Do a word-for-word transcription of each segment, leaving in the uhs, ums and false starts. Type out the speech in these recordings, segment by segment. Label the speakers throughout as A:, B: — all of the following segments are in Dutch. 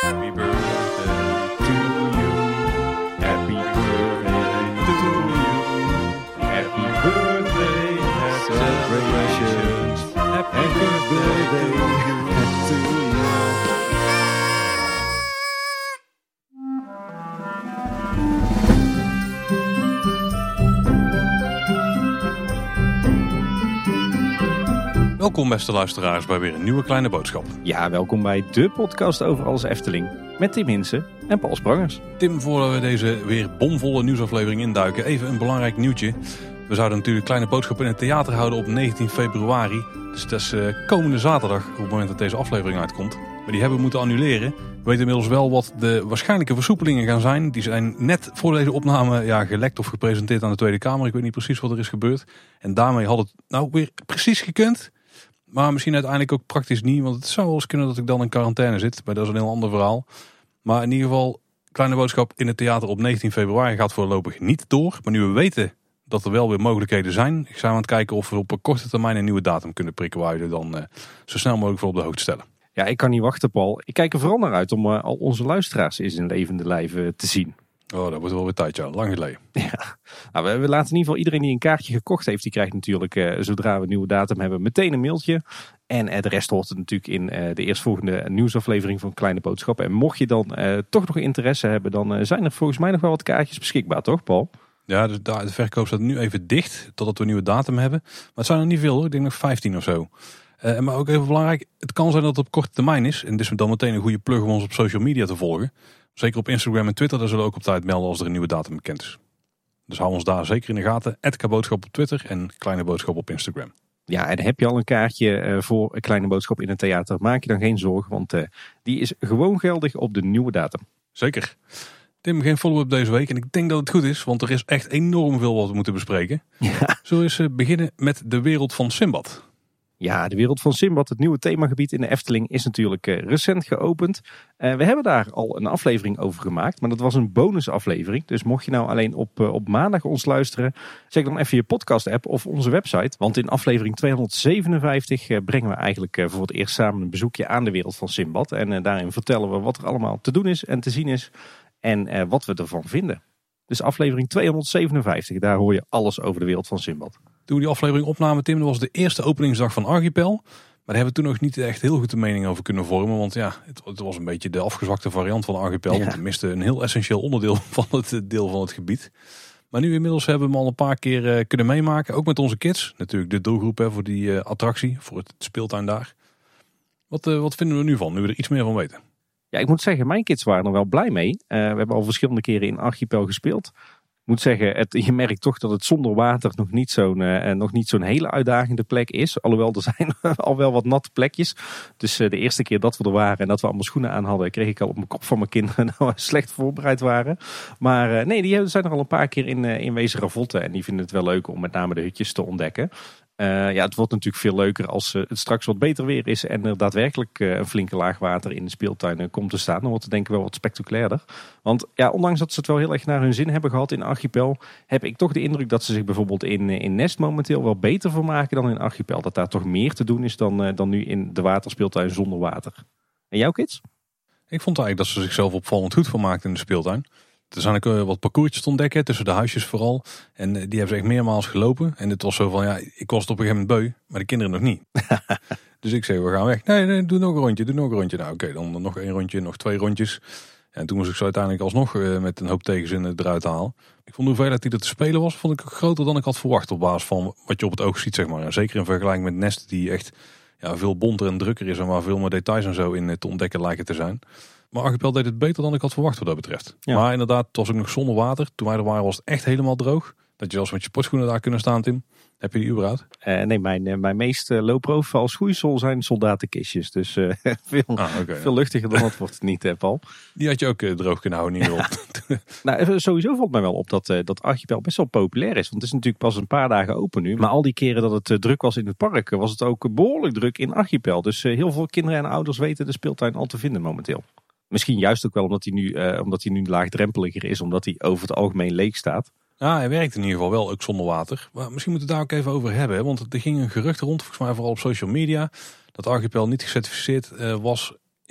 A: Happy birthday to you. Happy birthday to you. Happy birthday, happy celebrations. Happy birthday to you.
B: Welkom beste luisteraars bij weer een nieuwe kleine boodschap.
A: Ja, welkom bij de podcast over alles Efteling. Met Tim Hinsen en Paul Sprangers.
B: Tim, voordat we deze weer bomvolle nieuwsaflevering induiken, even een belangrijk nieuwtje. We zouden natuurlijk kleine boodschap in het theater houden op negentien februari. Dus dat is uh, komende zaterdag op het moment dat deze aflevering uitkomt. Maar die hebben we moeten annuleren. We weten inmiddels wel wat de waarschijnlijke versoepelingen gaan zijn. Die zijn net voor deze opname ja, gelekt of gepresenteerd aan de Tweede Kamer. Ik weet niet precies wat er is gebeurd. En daarmee had het nou weer precies gekund. Maar misschien uiteindelijk ook praktisch niet. Want het zou wel eens kunnen dat ik dan in quarantaine zit. Maar dat is een heel ander verhaal. Maar in ieder geval, kleine boodschap in het theater op negentien februari gaat voorlopig niet door. Maar nu we weten dat er wel weer mogelijkheden zijn, zijn we aan het kijken of we op een korte termijn een nieuwe datum kunnen prikken. Waar we dan uh, zo snel mogelijk voor op de hoogte stellen.
A: Ja, ik kan niet wachten, Paul. Ik kijk er vooral naar uit om uh, al onze luisteraars eens in levende lijven te zien.
B: Oh, dat wordt wel weer tijd, ja. Lang geleden.
A: Ja. Nou, we, we laten in ieder geval iedereen die een kaartje gekocht heeft, die krijgt natuurlijk, uh, zodra we een nieuwe datum hebben, meteen een mailtje. En uh, de rest hoort het natuurlijk in uh, de eerstvolgende nieuwsaflevering van Kleine Boodschappen. En mocht je dan uh, toch nog interesse hebben, dan uh, zijn er volgens mij nog wel wat kaartjes beschikbaar, toch, Paul?
B: Ja, dus de verkoop staat nu even dicht, totdat we een nieuwe datum hebben. Maar het zijn er niet veel hoor, ik denk nog vijftien of zo. Uh, maar ook even belangrijk, het kan zijn dat het op korte termijn is. En dit is dan meteen een goede plug om ons op social media te volgen. Zeker op Instagram en Twitter, daar zullen we ook op tijd melden als er een nieuwe datum bekend is. Dus hou ons daar zeker in de gaten. at Boodschap op Twitter en Kleine Boodschap op Instagram.
A: Ja, en heb je al een kaartje uh, voor een Kleine Boodschap in het theater, maak je dan geen zorgen, want uh, die is gewoon geldig op de nieuwe datum.
B: Zeker. Tim, geen follow-up deze week en ik denk dat het goed is, want er is echt enorm veel wat we moeten bespreken.
A: Ja.
B: Zullen we eens uh, beginnen met de wereld van Simbad?
A: Ja, de wereld van Simbad, het nieuwe themagebied in de Efteling, is natuurlijk uh, recent geopend. Uh, we hebben daar al een aflevering over gemaakt, maar dat was een bonusaflevering. Dus mocht je nou alleen op, uh, op maandag ons luisteren, check dan even je podcast-app of onze website. Want in aflevering tweehonderdzevenenvijftig uh, brengen we eigenlijk uh, voor het eerst samen een bezoekje aan de wereld van Simbad. En uh, daarin vertellen we wat er allemaal te doen is en te zien is en uh, wat we ervan vinden. Dus aflevering tweehonderdzevenenvijftig, daar hoor je alles over de wereld van Simbad.
B: Toen we die aflevering opnamen, Tim, dat was de eerste openingsdag van Archipel. Maar daar hebben we toen nog niet echt heel goed de mening over kunnen vormen. Want ja, het, het was een beetje de afgezwakte variant van Archipel. Ja. Want het miste een heel essentieel onderdeel van het deel van het gebied. Maar nu inmiddels hebben we hem al een paar keer uh, kunnen meemaken. Ook met onze kids. Natuurlijk de doelgroep hè, voor die uh, attractie, voor het speeltuin daar. Wat, uh, wat vinden we er nu van, nu we er iets meer van weten?
A: Ja, ik moet zeggen, mijn kids waren er wel blij mee. Uh, we hebben al verschillende keren in Archipel gespeeld. Ik moet zeggen, het, je merkt toch dat het zonder water nog niet zo'n, uh, nog niet zo'n hele uitdagende plek is. Alhoewel, er zijn al wel wat natte plekjes. Dus uh, de eerste keer dat we er waren en dat we allemaal schoenen aan hadden, kreeg ik al op mijn kop van mijn kinderen dat we slecht voorbereid waren. Maar uh, nee, die zijn er al een paar keer in, uh, in wezen ravotten. En die vinden het wel leuk om met name de hutjes te ontdekken. Uh, ja, het wordt natuurlijk veel leuker als uh, het straks wat beter weer is en er daadwerkelijk uh, een flinke laag water in de speeltuin uh, komt te staan. Dan wordt het denk ik wel wat spectaculairder. Want ja, ondanks dat ze het wel heel erg naar hun zin hebben gehad in Archipel, heb ik toch de indruk dat ze zich bijvoorbeeld in, in Nest momenteel wel beter vermaken dan in Archipel. Dat daar toch meer te doen is dan, uh, dan nu in de waterspeeltuin zonder water. En jouw kids?
B: Ik vond eigenlijk dat ze zichzelf opvallend goed vermaakten in de speeltuin. Er zijn ook wat parcoursjes te ontdekken, tussen de huisjes vooral. En die hebben ze echt meermaals gelopen. En het was zo van, ja, ik was het op een gegeven moment beu, maar de kinderen nog niet. Dus ik zei, we gaan weg. Nee, nee, doe nog een rondje, doe nog een rondje. Nou oké, okay, dan nog één rondje, nog twee rondjes. En toen moest ik zo uiteindelijk alsnog uh, met een hoop tegenzin het eruit halen. Ik vond de hoeveelheid die er te spelen was, vond ik groter dan ik had verwacht op basis van wat je op het oog ziet, zeg maar. En zeker in vergelijking met Nest, die echt ja, veel bonter en drukker is en waar veel meer details en zo in te ontdekken lijken te zijn. Maar Archipel deed het beter dan ik had verwacht wat dat betreft. Ja. Maar inderdaad, het was ook nog zonder water. Toen wij er waren was het echt helemaal droog. Dat je zelfs met je sportschoenen daar kunnen staan, Tim. Heb je die überhaupt?
A: Uh, nee, mijn, uh, mijn meest uh, low profile schoeisel zijn soldatenkistjes. Dus uh, veel, ah, okay, veel ja. luchtiger dan dat wordt het niet, hè, Paul.
B: Die had je ook uh, droog kunnen houden, niet op.
A: Nou, sowieso valt mij wel op dat, uh, dat Archipel best wel populair is. Want het is natuurlijk pas een paar dagen open nu. Maar al die keren dat het uh, druk was in het park, was het ook behoorlijk druk in Archipel. Dus uh, heel veel kinderen en ouders weten de speeltuin al te vinden momenteel. Misschien juist ook wel omdat hij nu, uh, omdat hij nu laagdrempeliger is, omdat hij over het algemeen leeg staat.
B: Ja, hij werkt in ieder geval wel ook zonder water. Maar misschien moeten we het daar ook even over hebben. Hè? Want er ging een gerucht rond, volgens mij vooral op social media, dat Archipel niet gecertificeerd uh, was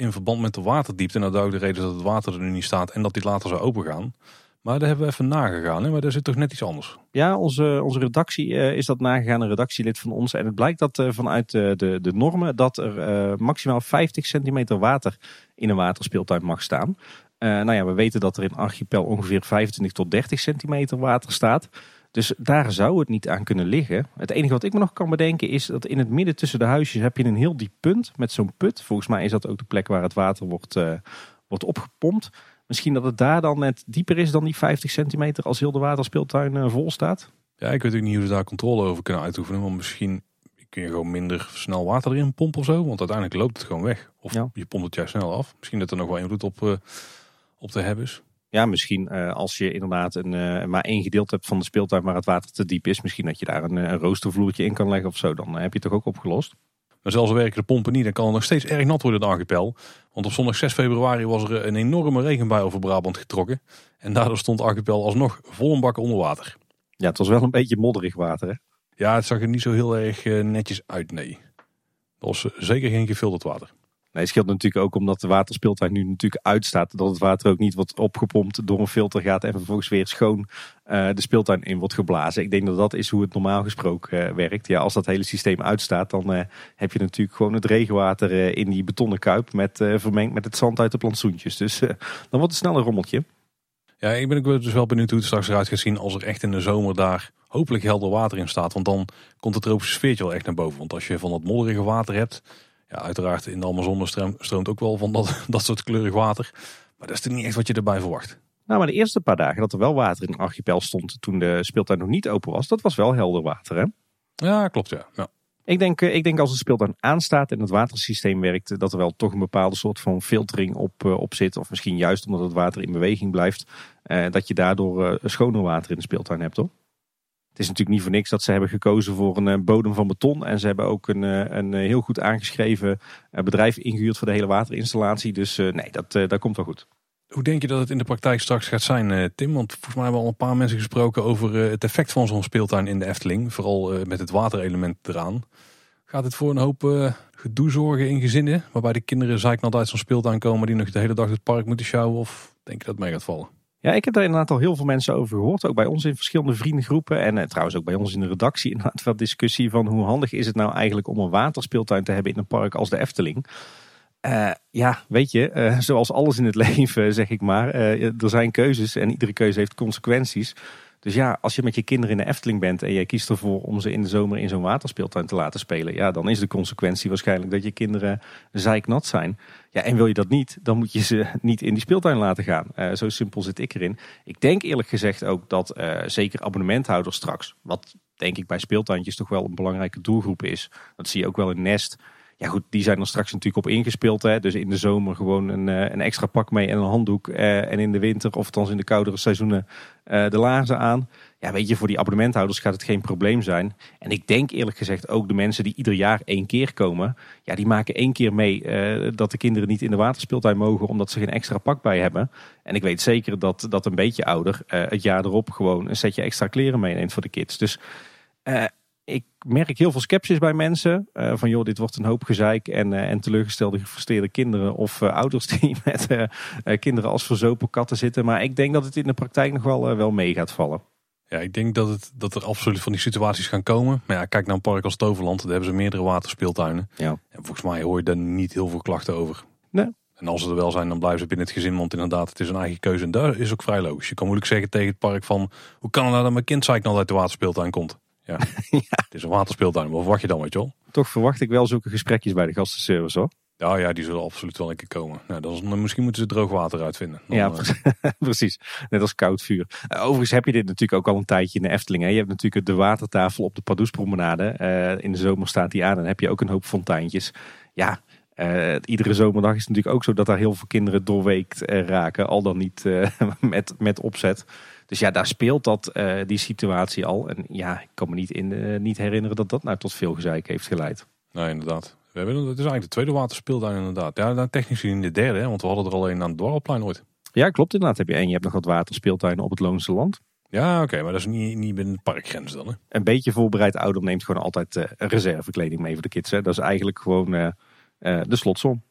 B: in verband met de waterdiepte. Nou, dat is ook de reden dat het water er nu niet staat en dat dit later zou opengaan. Maar daar hebben we even nagegaan, hè? Maar daar zit toch net iets anders.
A: Ja, onze, onze redactie uh, is dat nagegaan, een redactielid van ons. En het blijkt dat uh, vanuit uh, de, de normen dat er uh, maximaal vijftig centimeter water in een waterspeeltuin mag staan. Uh, nou ja, we weten dat er in Archipel ongeveer vijfentwintig tot dertig centimeter water staat. Dus daar zou het niet aan kunnen liggen. Het enige wat ik me nog kan bedenken is dat in het midden tussen de huisjes heb je een heel diep punt met zo'n put. Volgens mij is dat ook de plek waar het water wordt, uh, wordt opgepompt. Misschien dat het daar dan net dieper is dan die vijftig centimeter als heel de waterspeeltuin uh, vol staat.
B: Ja, ik weet ook niet hoe ze daar controle over kunnen uitoefenen. Maar misschien kun je gewoon minder snel water erin pompen of zo. Want uiteindelijk loopt het gewoon weg. Of ja. je pompt het juist snel af. Misschien dat er nog wel invloed op, uh, op te hebben is.
A: Ja, misschien uh, als je inderdaad een, uh, maar één gedeelte hebt van de speeltuin waar het water te diep is. Misschien dat je daar een, een roostervloertje in kan leggen of zo. Dan uh, heb je het toch ook opgelost.
B: Maar zelfs al werken de pompen niet, dan kan het nog steeds erg nat worden in de Archipel. Want op zondag zes februari was er een enorme regenbui over Brabant getrokken. En daardoor stond de Archipel alsnog vol een bak onder water.
A: Ja, het was wel een beetje modderig water, hè?
B: Ja, het zag er niet zo heel erg netjes uit, nee. Dat was zeker geen gefilterd water.
A: Nee, het scheelt natuurlijk ook omdat de waterspeeltuin nu natuurlijk uitstaat. Dat het water ook niet wordt opgepompt, door een filter gaat en vervolgens weer schoon uh, de speeltuin in wordt geblazen. Ik denk dat dat is hoe het normaal gesproken uh, werkt. Ja, als dat hele systeem uitstaat, dan uh, heb je natuurlijk gewoon het regenwater uh, in die betonnen kuip met, uh, vermengd met het zand uit de plantsoentjes. Dus uh, dan wordt het snel een rommeltje.
B: Ja, ik ben ook dus wel benieuwd hoe het straks eruit gaat zien als er echt in de zomer daar hopelijk helder water in staat. Want dan komt het tropische sfeertje wel echt naar boven. Want als je van dat modderige water hebt... Ja, uiteraard in de Amazone stroomt ook wel van dat, dat soort kleurig water. Maar dat is toch niet echt wat je erbij verwacht.
A: Nou, maar de eerste paar dagen dat er wel water in de Archipel stond toen de speeltuin nog niet open was, dat was wel helder water, hè?
B: Ja, klopt, ja. ja.
A: Ik denk, ik denk als de speeltuin aanstaat en het watersysteem werkt, dat er wel toch een bepaalde soort van filtering op, op zit. Of misschien juist omdat het water in beweging blijft, eh, dat je daardoor uh, schoner water in de speeltuin hebt, hoor. Het is natuurlijk niet voor niks dat ze hebben gekozen voor een bodem van beton. En ze hebben ook een, een heel goed aangeschreven bedrijf ingehuurd voor de hele waterinstallatie. Dus nee, dat, dat komt wel goed.
B: Hoe denk je dat het in de praktijk straks gaat zijn, Tim? Want volgens mij hebben we al een paar mensen gesproken over het effect van zo'n speeltuin in de Efteling. Vooral met het waterelement eraan. Gaat het voor een hoop gedoe zorgen in gezinnen? Waarbij de kinderen zeiknat uit zo'n speeltuin komen die nog de hele dag het park moeten sjouwen? Of denk je dat het mee gaat vallen?
A: Ja, ik heb daar inderdaad al heel veel mensen over gehoord. Ook bij ons in verschillende vriendengroepen. En uh, trouwens ook bij ons in de redactie. Inderdaad wel discussie van hoe handig is het nou eigenlijk om een waterspeeltuin te hebben in een park als de Efteling. Uh, ja, weet je, uh, zoals alles in het leven zeg ik maar. Uh, er zijn keuzes en iedere keuze heeft consequenties. Dus ja, als je met je kinderen in de Efteling bent en je kiest ervoor om ze in de zomer in zo'n waterspeeltuin te laten spelen. Ja, dan is de consequentie waarschijnlijk dat je kinderen zeiknat zijn. Ja, en wil je dat niet, dan moet je ze niet in die speeltuin laten gaan. Uh, zo simpel zit ik erin. Ik denk eerlijk gezegd ook dat uh, zeker abonnementhouders straks, wat denk ik bij speeltuintjes toch wel een belangrijke doelgroep is. Dat zie je ook wel in Nest. Ja goed, die zijn er straks natuurlijk op ingespeeld. Hè? Dus in de zomer gewoon een, een extra pak mee en een handdoek. Eh, en in de winter, of althans in de koudere seizoenen, eh, de laarzen aan. Ja, weet je, voor die abonnementhouders gaat het geen probleem zijn. En ik denk eerlijk gezegd ook de mensen die ieder jaar één keer komen. Ja, die maken één keer mee eh, dat de kinderen niet in de waterspeeltuin mogen omdat ze geen extra pak bij hebben. En ik weet zeker dat, dat een beetje ouder eh, het jaar erop gewoon een setje extra kleren meeneemt voor de kids. Dus... Uh, Ik merk heel veel sceptisch bij mensen. Uh, van joh, dit wordt een hoop gezeik. En, uh, en teleurgestelde, gefrustreerde kinderen. Of uh, ouders die met uh, uh, kinderen als verzopen katten zitten. Maar ik denk dat het in de praktijk nog wel, uh, wel mee gaat vallen.
B: Ja, ik denk dat, het, dat er absoluut van die situaties gaan komen. Maar ja, kijk naar een park als Toverland. Daar hebben ze meerdere waterspeeltuinen. Ja. En volgens mij hoor je daar niet heel veel klachten over.
A: Nee.
B: En als ze er wel zijn, dan blijven ze binnen het gezin. Want inderdaad, het is een eigen keuze. En dat is ook vrij logisch. Je kan moeilijk zeggen tegen het park van... Hoe kan het nou dat mijn kind zeiknat uit de waterspeeltuin komt? Ja. ja, het is een waterspeeltuin. Wat verwacht je dan, weet je wel?
A: Toch verwacht ik wel zulke gesprekjes bij de gastenservice, hoor.
B: Ja, ja, die zullen absoluut wel een keer komen. Nou, dan is, misschien moeten ze droog water uitvinden. Dan,
A: ja, uh... precies. Net als koud vuur. Uh, overigens heb je dit natuurlijk ook al een tijdje in de Efteling. Hè? Je hebt natuurlijk de watertafel op de Pardoespromenade. Uh, in de zomer staat die aan en dan heb je ook een hoop fonteintjes. Ja, uh, iedere zomerdag is het natuurlijk ook zo dat daar heel veel kinderen doorweekt uh, raken. Al dan niet uh, met, met opzet. Dus ja, daar speelt dat, uh, die situatie al. En ja, ik kan me niet, in, uh, niet herinneren dat dat nou tot veel gezeik heeft geleid.
B: Nee, inderdaad. We hebben, het is eigenlijk de tweede waterspeeltuin inderdaad. Ja, dan technisch gezien de derde, hè, want we hadden er al een aan het Dwarrelplein ooit.
A: Ja, klopt inderdaad. Heb je, en je hebt nog wat waterspeeltuinen op het Loonse Land.
B: Ja, oké, okay, maar dat is niet, niet binnen de parkgrens dan. Hè?
A: Een beetje voorbereid ouder neemt gewoon altijd uh, reservekleding mee voor de kids. Hè. Dat is eigenlijk gewoon uh, uh, de slotsom.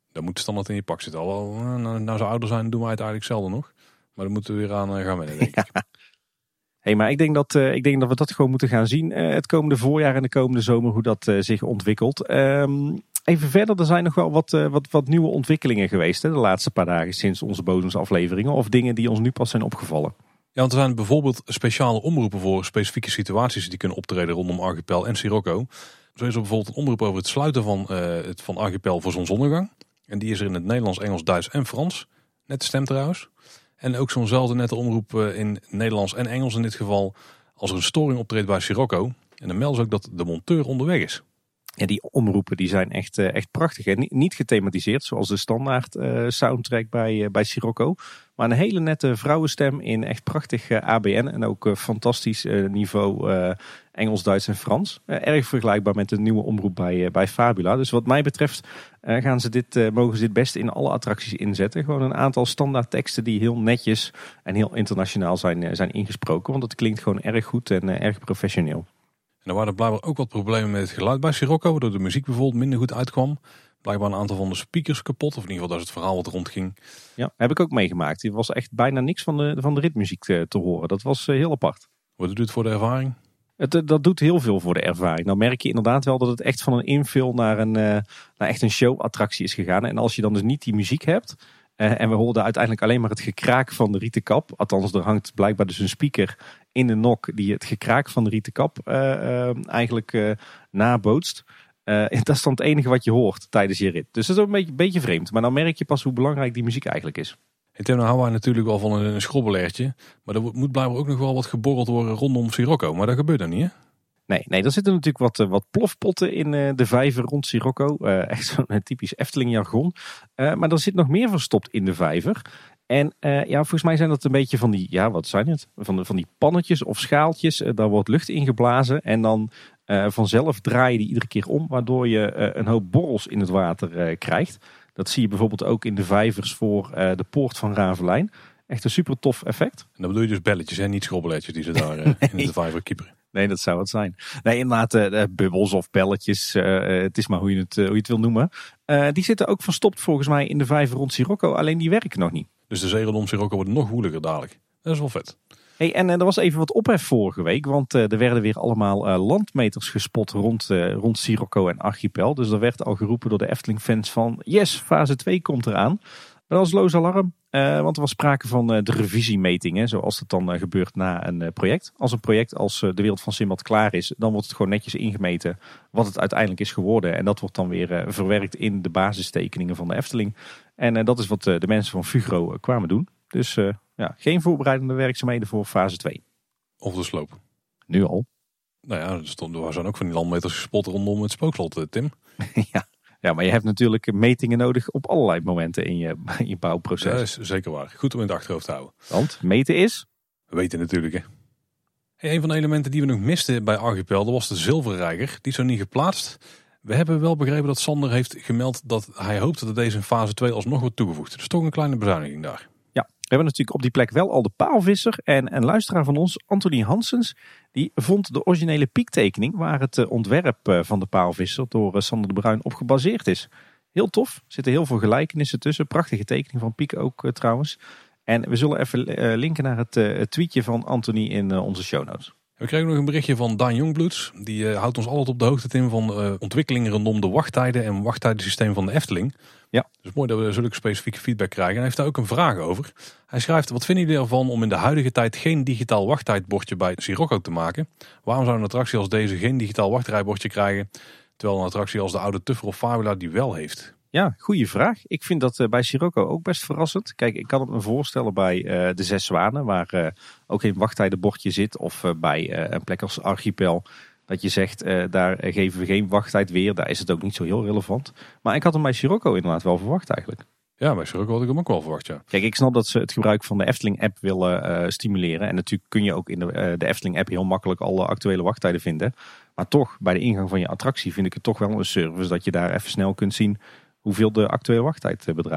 B: Dat moet standaard in je pak zitten. Al wel, nou, nou zo ouder zijn, doen wij het eigenlijk zelden nog. Maar daar moeten we weer aan gaan wennen, denk ik.
A: Ja. Hey, maar ik denk, dat, uh, ik denk dat we dat gewoon moeten gaan zien. Uh, het komende voorjaar en de komende zomer, hoe dat uh, zich ontwikkelt. Um, even verder, er zijn nog wel wat, uh, wat, wat nieuwe ontwikkelingen geweest. Hè, de laatste paar dagen sinds onze bodemsafleveringen. Of dingen die ons nu pas zijn opgevallen.
B: Ja, want er zijn bijvoorbeeld speciale omroepen voor specifieke situaties die kunnen optreden rondom Archipel en Sirocco. Zo is er bijvoorbeeld een omroep over het sluiten van, uh, het van Archipel voor zonsondergang. En die is er in het Nederlands, Engels, Duits en Frans. Net de stem trouwens. En ook zo'nzelfde nette omroep in Nederlands en Engels in dit geval. Als er een storing optreedt bij Sirocco. En dan melden ze ook dat de monteur onderweg is.
A: Ja, die omroepen die zijn echt, echt prachtig. Hè? Niet gethematiseerd zoals de standaard uh, soundtrack bij, uh, bij Sirocco. Maar een hele nette vrouwenstem in echt prachtig uh, A B N. En ook uh, fantastisch uh, niveau uh, Engels, Duits en Frans. Uh, erg vergelijkbaar met de nieuwe omroep bij, uh, bij Fabula. Dus wat mij betreft uh, gaan ze dit, uh, mogen ze dit best in alle attracties inzetten. Gewoon een aantal standaard teksten die heel netjes en heel internationaal zijn, uh, zijn ingesproken. Want het klinkt gewoon erg goed en uh, erg professioneel.
B: En er waren blijkbaar ook wat problemen met het geluid bij Sirocco, waardoor de muziek bijvoorbeeld minder goed uitkwam. Blijkbaar een aantal van de speakers kapot, of in ieder geval dat is het verhaal wat rondging.
A: Ja, heb ik ook meegemaakt. Er was echt bijna niks van de, van de ritmuziek te, te horen. Dat was uh, heel apart.
B: Wat doet het voor de ervaring?
A: Het, dat doet heel veel voor de ervaring. Dan merk je inderdaad wel dat het echt van een infill naar, een, uh, naar echt een show-attractie is gegaan. En als je dan dus niet die muziek hebt, uh, en we hoorden uiteindelijk alleen maar het gekraak van de rieten kap. Althans, er hangt blijkbaar dus een speaker in de nok die het gekraak van de rieten kap uh, uh, eigenlijk uh, nabootst. Uh, dat is dan het enige wat je hoort tijdens je rit. Dus dat is ook een beetje, beetje vreemd. Maar dan merk je pas hoe belangrijk die muziek eigenlijk is.
B: En Tim, nou houden wij natuurlijk wel van een, een schrobbeleertje. Maar er moet blijkbaar ook nog wel wat geborreld worden rondom Sirocco. Maar dat gebeurt dan niet, hè?
A: Nee, nee, er zitten natuurlijk wat, wat plofpotten in uh, de vijver rond Sirocco. Uh, echt zo'n typisch Efteling jargon. Uh, maar er zit nog meer verstopt in de vijver. En uh, ja, volgens mij zijn dat een beetje van die, ja, wat zijn het? Van, de, van die pannetjes of schaaltjes. Uh, daar wordt lucht in geblazen. En dan uh, vanzelf draai je die iedere keer om. Waardoor je uh, een hoop borrels in het water uh, krijgt. Dat zie je bijvoorbeeld ook in de vijvers voor uh, de poort van Ravelijn. Echt een super tof effect.
B: En dan bedoel je dus belletjes en niet schrobbelletjes die ze daar uh, nee. in de vijver kieperen.
A: Nee, dat zou het zijn. Nee, inderdaad, uh, bubbels of belletjes. Uh, het is maar hoe je het, uh, hoe je het wil noemen. Uh, die zitten ook verstopt volgens mij in de vijver rond Sirocco. Alleen die werken nog niet.
B: Dus de zee rondom Sirocco wordt nog woeliger dadelijk. Dat is wel vet.
A: Hey, en uh, er was even wat ophef vorige week. Want uh, er werden weer allemaal uh, landmeters gespot rond, uh, rond Sirocco en Archipel. Dus er werd al geroepen door de Efteling fans van yes, fase twee komt eraan. Dat was loos alarm. Uh, want er was sprake van uh, de revisiemetingen, zoals dat dan uh, gebeurt na een uh, project. Als een project als uh, de Wereld van Simbad klaar is, dan wordt het gewoon netjes ingemeten wat het uiteindelijk is geworden. En dat wordt dan weer uh, verwerkt in de basistekeningen van de Efteling. En uh, dat is wat uh, de mensen van Fugro uh, kwamen doen. Dus uh, ja, geen voorbereidende werkzaamheden voor fase twee.
B: Of de sloop.
A: Nu al.
B: Nou ja, er, stond, er zijn ook van die landmeters gespot rondom het spookslot, Tim.
A: Ja. Ja, maar je hebt natuurlijk metingen nodig op allerlei momenten in je, in je bouwproces.
B: Dat is zeker waar. Goed om in het achterhoofd te houden.
A: Want meten is?
B: We weten natuurlijk, hè. Hey, een van de elementen die we nog misten bij Archipel, dat was de zilverreiger. Die is zo niet geplaatst. We hebben wel begrepen dat Sander heeft gemeld dat hij hoopt dat er deze in fase twee alsnog wordt toegevoegd. Dus toch een kleine bezuiniging daar.
A: Ja, we hebben natuurlijk op die plek wel al de paalvisser. En een luisteraar van ons, Anthony Hansens, die vond de originele piektekening waar het ontwerp van de paalvisser door Sander de Bruin op gebaseerd is. Heel tof. Er zitten heel veel gelijkenissen tussen. Prachtige tekening van Piek ook uh, trouwens. En we zullen even uh, linken naar het, uh, het tweetje van Anthony in uh, onze show notes.
B: We kregen nog een berichtje van Daan Jongbloeds. Die uh, houdt ons altijd op de hoogte, Tim, van uh, ontwikkelingen rondom de wachttijden en wachttijdensysteem van de Efteling.
A: Ja.
B: Dus mooi dat we zulke specifieke feedback krijgen. En hij heeft daar ook een vraag over. Hij schrijft, wat vinden jullie ervan om in de huidige tijd geen digitaal wachttijdbordje bij Sirocco te maken? Waarom zou een attractie als deze geen digitaal wachtrijbordje krijgen, terwijl een attractie als de oude Tuffer of Fabula die wel heeft?
A: Ja, goede vraag. Ik vind dat uh, bij Sirocco ook best verrassend. Kijk, ik kan het me voorstellen bij uh, de Zes Zwanen, waar uh, ook geen wachttijdenbordje zit. Of uh, bij uh, een plek als Archipel, dat je zegt, uh, daar geven we geen wachttijd weer. Daar is het ook niet zo heel relevant. Maar ik had hem bij Sirocco inderdaad wel verwacht eigenlijk.
B: Ja, bij Sirocco had ik hem ook wel verwacht, ja.
A: Kijk, ik snap dat ze het gebruik van de Efteling-app willen uh, stimuleren. En natuurlijk kun je ook in de, uh, de Efteling-app heel makkelijk alle actuele wachttijden vinden. Maar toch, bij de ingang van je attractie vind ik het toch wel een service dat je daar even snel kunt zien hoeveel de actuele wachttijd bedraagt.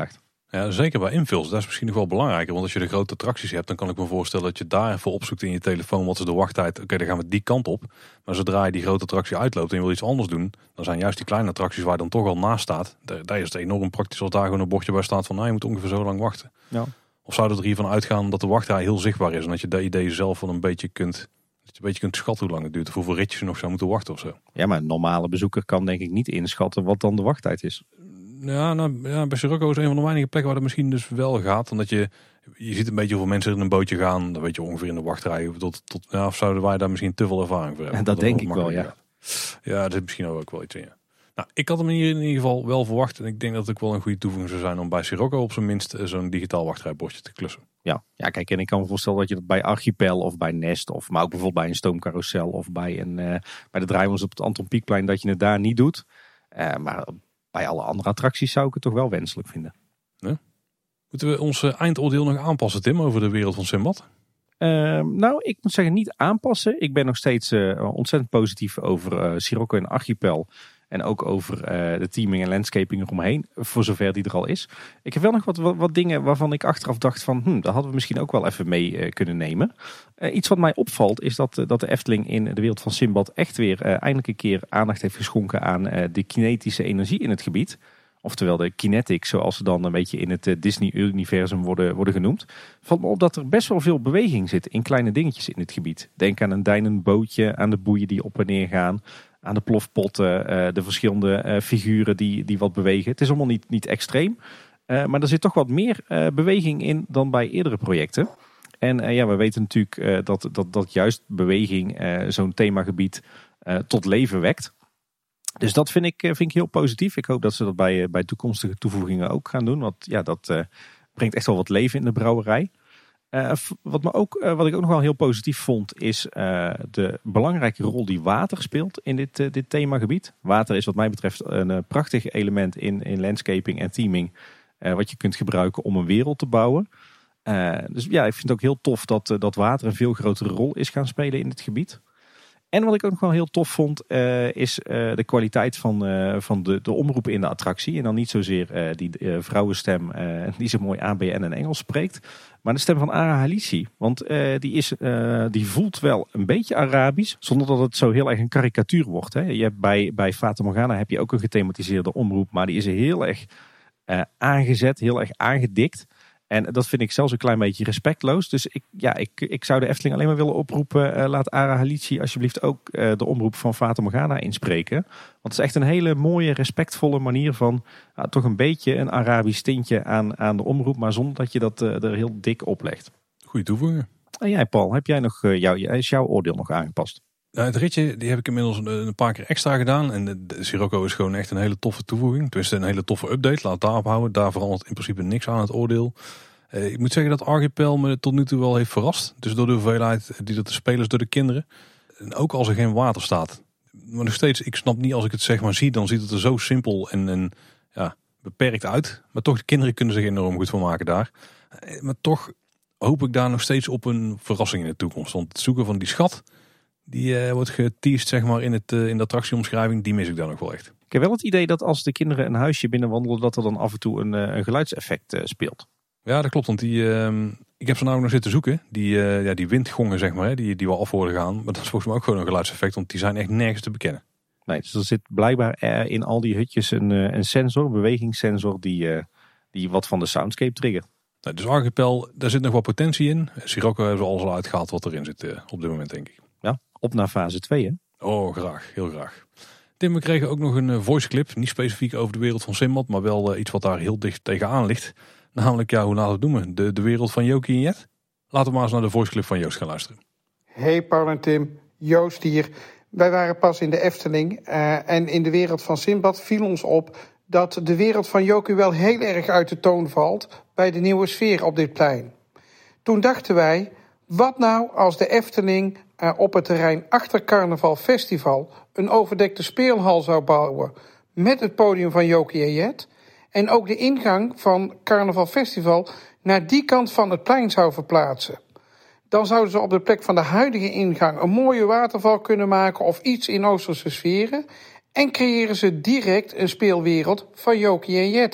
B: Ja, zeker bij infills. Dat is misschien nog wel belangrijker. Want als je de grote attracties hebt, dan kan ik me voorstellen dat je daar even opzoekt in je telefoon. Wat is de wachttijd? Oké, okay, dan gaan we die kant op. Maar zodra je die grote attractie uitloopt en je wil iets anders doen, dan zijn juist die kleine attracties waar je dan toch al naast staat. Daar, daar is het enorm praktisch als daar gewoon een bordje bij staat van, nou, je moet ongeveer zo lang wachten.
A: Ja.
B: Of zou er hiervan uitgaan dat de wachtrij heel zichtbaar is en dat je dat idee zelf wel een beetje kunt, dat je een beetje kunt schatten hoe lang het duurt of hoeveel ritjes je nog zou moeten wachten of zo.
A: Ja, maar een normale bezoeker kan denk ik niet inschatten wat dan de wachttijd is.
B: Ja, nou, ja, bij Sirocco is een van de weinige plekken waar het misschien dus wel gaat. Omdat je, je ziet een beetje hoeveel mensen er in een bootje gaan. Dan weet je ongeveer in de wachtrij. Tot, tot, ja, of zouden wij daar misschien te veel ervaring voor hebben.
A: En dat, dat denk ik wel, ja.
B: Gaat. Ja, er zit misschien ook wel iets in, ja. Nou, ik had hem hier in ieder geval wel verwacht. En ik denk dat het ook wel een goede toevoeging zou zijn om bij Sirocco op zijn minst zo'n digitaal wachtrijbordje te klussen.
A: Ja, ja, kijk, en ik kan me voorstellen dat je dat bij Archipel of bij Nest, of maar ook bijvoorbeeld bij een stoomcarousel of bij, een, uh, bij de draaimolen op het Anton Pieckplein, dat je het daar niet doet. Uh, maar bij alle andere attracties zou ik het toch wel wenselijk vinden.
B: Ja. Moeten we ons eindoordeel nog aanpassen, Tim, over de wereld van Simbad?
A: Uh, nou, ik moet zeggen niet aanpassen. Ik ben nog steeds uh, ontzettend positief over uh, Sirocco en Archipel. En ook over uh, de teaming en landscaping eromheen, voor zover die er al is. Ik heb wel nog wat, wat, wat dingen waarvan ik achteraf dacht van, hm, dat hadden we misschien ook wel even mee uh, kunnen nemen. Uh, iets wat mij opvalt is dat, uh, dat de Efteling in de wereld van Simbad echt weer uh, eindelijk een keer aandacht heeft geschonken aan uh, de kinetische energie in het gebied. Oftewel de kinetics, zoals ze dan een beetje in het uh, Disney-universum worden, worden genoemd. Valt me op dat er best wel veel beweging zit in kleine dingetjes in het gebied. Denk aan een deinend bootje, aan de boeien die op en neer gaan, aan de plofpotten, de verschillende figuren die, die wat bewegen. Het is allemaal niet, niet extreem, maar er zit toch wat meer beweging in dan bij eerdere projecten. En ja, we weten natuurlijk dat, dat, dat juist beweging zo'n themagebied tot leven wekt. Dus dat vind ik, vind ik heel positief. Ik hoop dat ze dat bij, bij toekomstige toevoegingen ook gaan doen. Want ja, dat brengt echt wel wat leven in de brouwerij. Uh, wat, me ook, uh, wat ik ook nog wel heel positief vond, is uh, de belangrijke rol die water speelt in dit, uh, dit themagebied. Water is wat mij betreft een uh, prachtig element in, in landscaping en theming, uh, wat je kunt gebruiken om een wereld te bouwen. Uh, dus ja, ik vind het ook heel tof dat, uh, dat water een veel grotere rol is gaan spelen in dit gebied. En wat ik ook nog wel heel tof vond, uh, is uh, de kwaliteit van, uh, van de, de omroepen in de attractie. En dan niet zozeer uh, die uh, vrouwenstem uh, die zo mooi A B N en Engels spreekt. Maar de stem van Ara Halici. Want uh, die, is, uh, die voelt wel een beetje Arabisch, zonder dat het zo heel erg een karikatuur wordt. Hè. Je hebt bij, bij Fata Morgana heb je ook een gethematiseerde omroep, maar die is heel erg uh, aangezet, heel erg aangedikt. En dat vind ik zelfs een klein beetje respectloos. Dus ik, ja, ik, ik zou de Efteling alleen maar willen oproepen. Uh, laat Ara Halici alsjeblieft ook uh, de omroep van Fata Morgana inspreken. Want het is echt een hele mooie, respectvolle manier van uh, toch een beetje een Arabisch tintje aan, aan de omroep. Maar zonder dat je dat uh, er heel dik oplegt.
B: Goeie toevoeging.
A: En jij, Paul, heb jij nog, uh, jou, is jouw oordeel nog aangepast?
B: Nou, het ritje die heb ik inmiddels een, een paar keer extra gedaan. En de, de Sirocco is gewoon echt een hele toffe toevoeging. Tenminste een hele toffe update. Laat het daarop houden. Daar verandert in principe niks aan het oordeel. Uh, ik moet zeggen dat Archipel me tot nu toe wel heeft verrast. Dus door de hoeveelheid die dat de spelers door de kinderen. En ook als er geen water staat. Maar nog steeds, ik snap niet als ik het zeg maar zie. Dan ziet het er zo simpel en, en ja, beperkt uit. Maar toch, de kinderen kunnen zich enorm goed van maken daar. Uh, maar toch hoop ik daar nog steeds op een verrassing in de toekomst. Want het zoeken van die schat, die uh, wordt geteased zeg maar in, het, uh, in de attractieomschrijving. Die mis ik dan nog wel echt.
A: Ik heb wel het idee dat als de kinderen een huisje binnenwandelen, dat er dan af en toe een, een geluidseffect uh, speelt.
B: Ja, dat klopt. Want die, uh, ik heb ze namelijk nog zitten zoeken. Die, uh, ja, die windgongen, zeg maar, hè, die, die wel af worden gaan. Maar dat is volgens mij ook gewoon een geluidseffect. Want die zijn echt nergens te bekennen.
A: Nee, dus er zit blijkbaar in al die hutjes een, een sensor, een bewegingssensor, die, uh, die wat van de soundscape triggert.
B: Nee, dus Archipel, daar zit nog wat potentie in. Sirocco hebben ze alles al uitgehaald wat erin zit uh, op dit moment, denk ik.
A: Ja, op naar fase twee, hè?
B: Oh, graag. Heel graag. Tim, we kregen ook nog een uh, voice clip. Niet specifiek over de wereld van Simbad, maar wel uh, iets wat daar heel dicht tegenaan ligt. Namelijk, ja, hoe laten we het noemen? De, de wereld van Jokie en Jet. Laten we maar eens naar de voiceclip van Joost gaan luisteren.
C: Hey Paul en Tim, Joost hier. Wij waren pas in de Efteling uh, en in de wereld van Simbad viel ons op dat de wereld van Jokie wel heel erg uit de toon valt bij de nieuwe sfeer op dit plein. Toen dachten wij, wat nou als de Efteling uh, op het terrein achter Carnaval Festival een overdekte speelhal zou bouwen met het podium van Jokie en Jet en ook de ingang van Carnaval Festival naar die kant van het plein zou verplaatsen. Dan zouden ze op de plek van de huidige ingang een mooie waterval kunnen maken of iets in Oosterse sferen. En creëren ze direct een speelwereld van Jokie en Jet,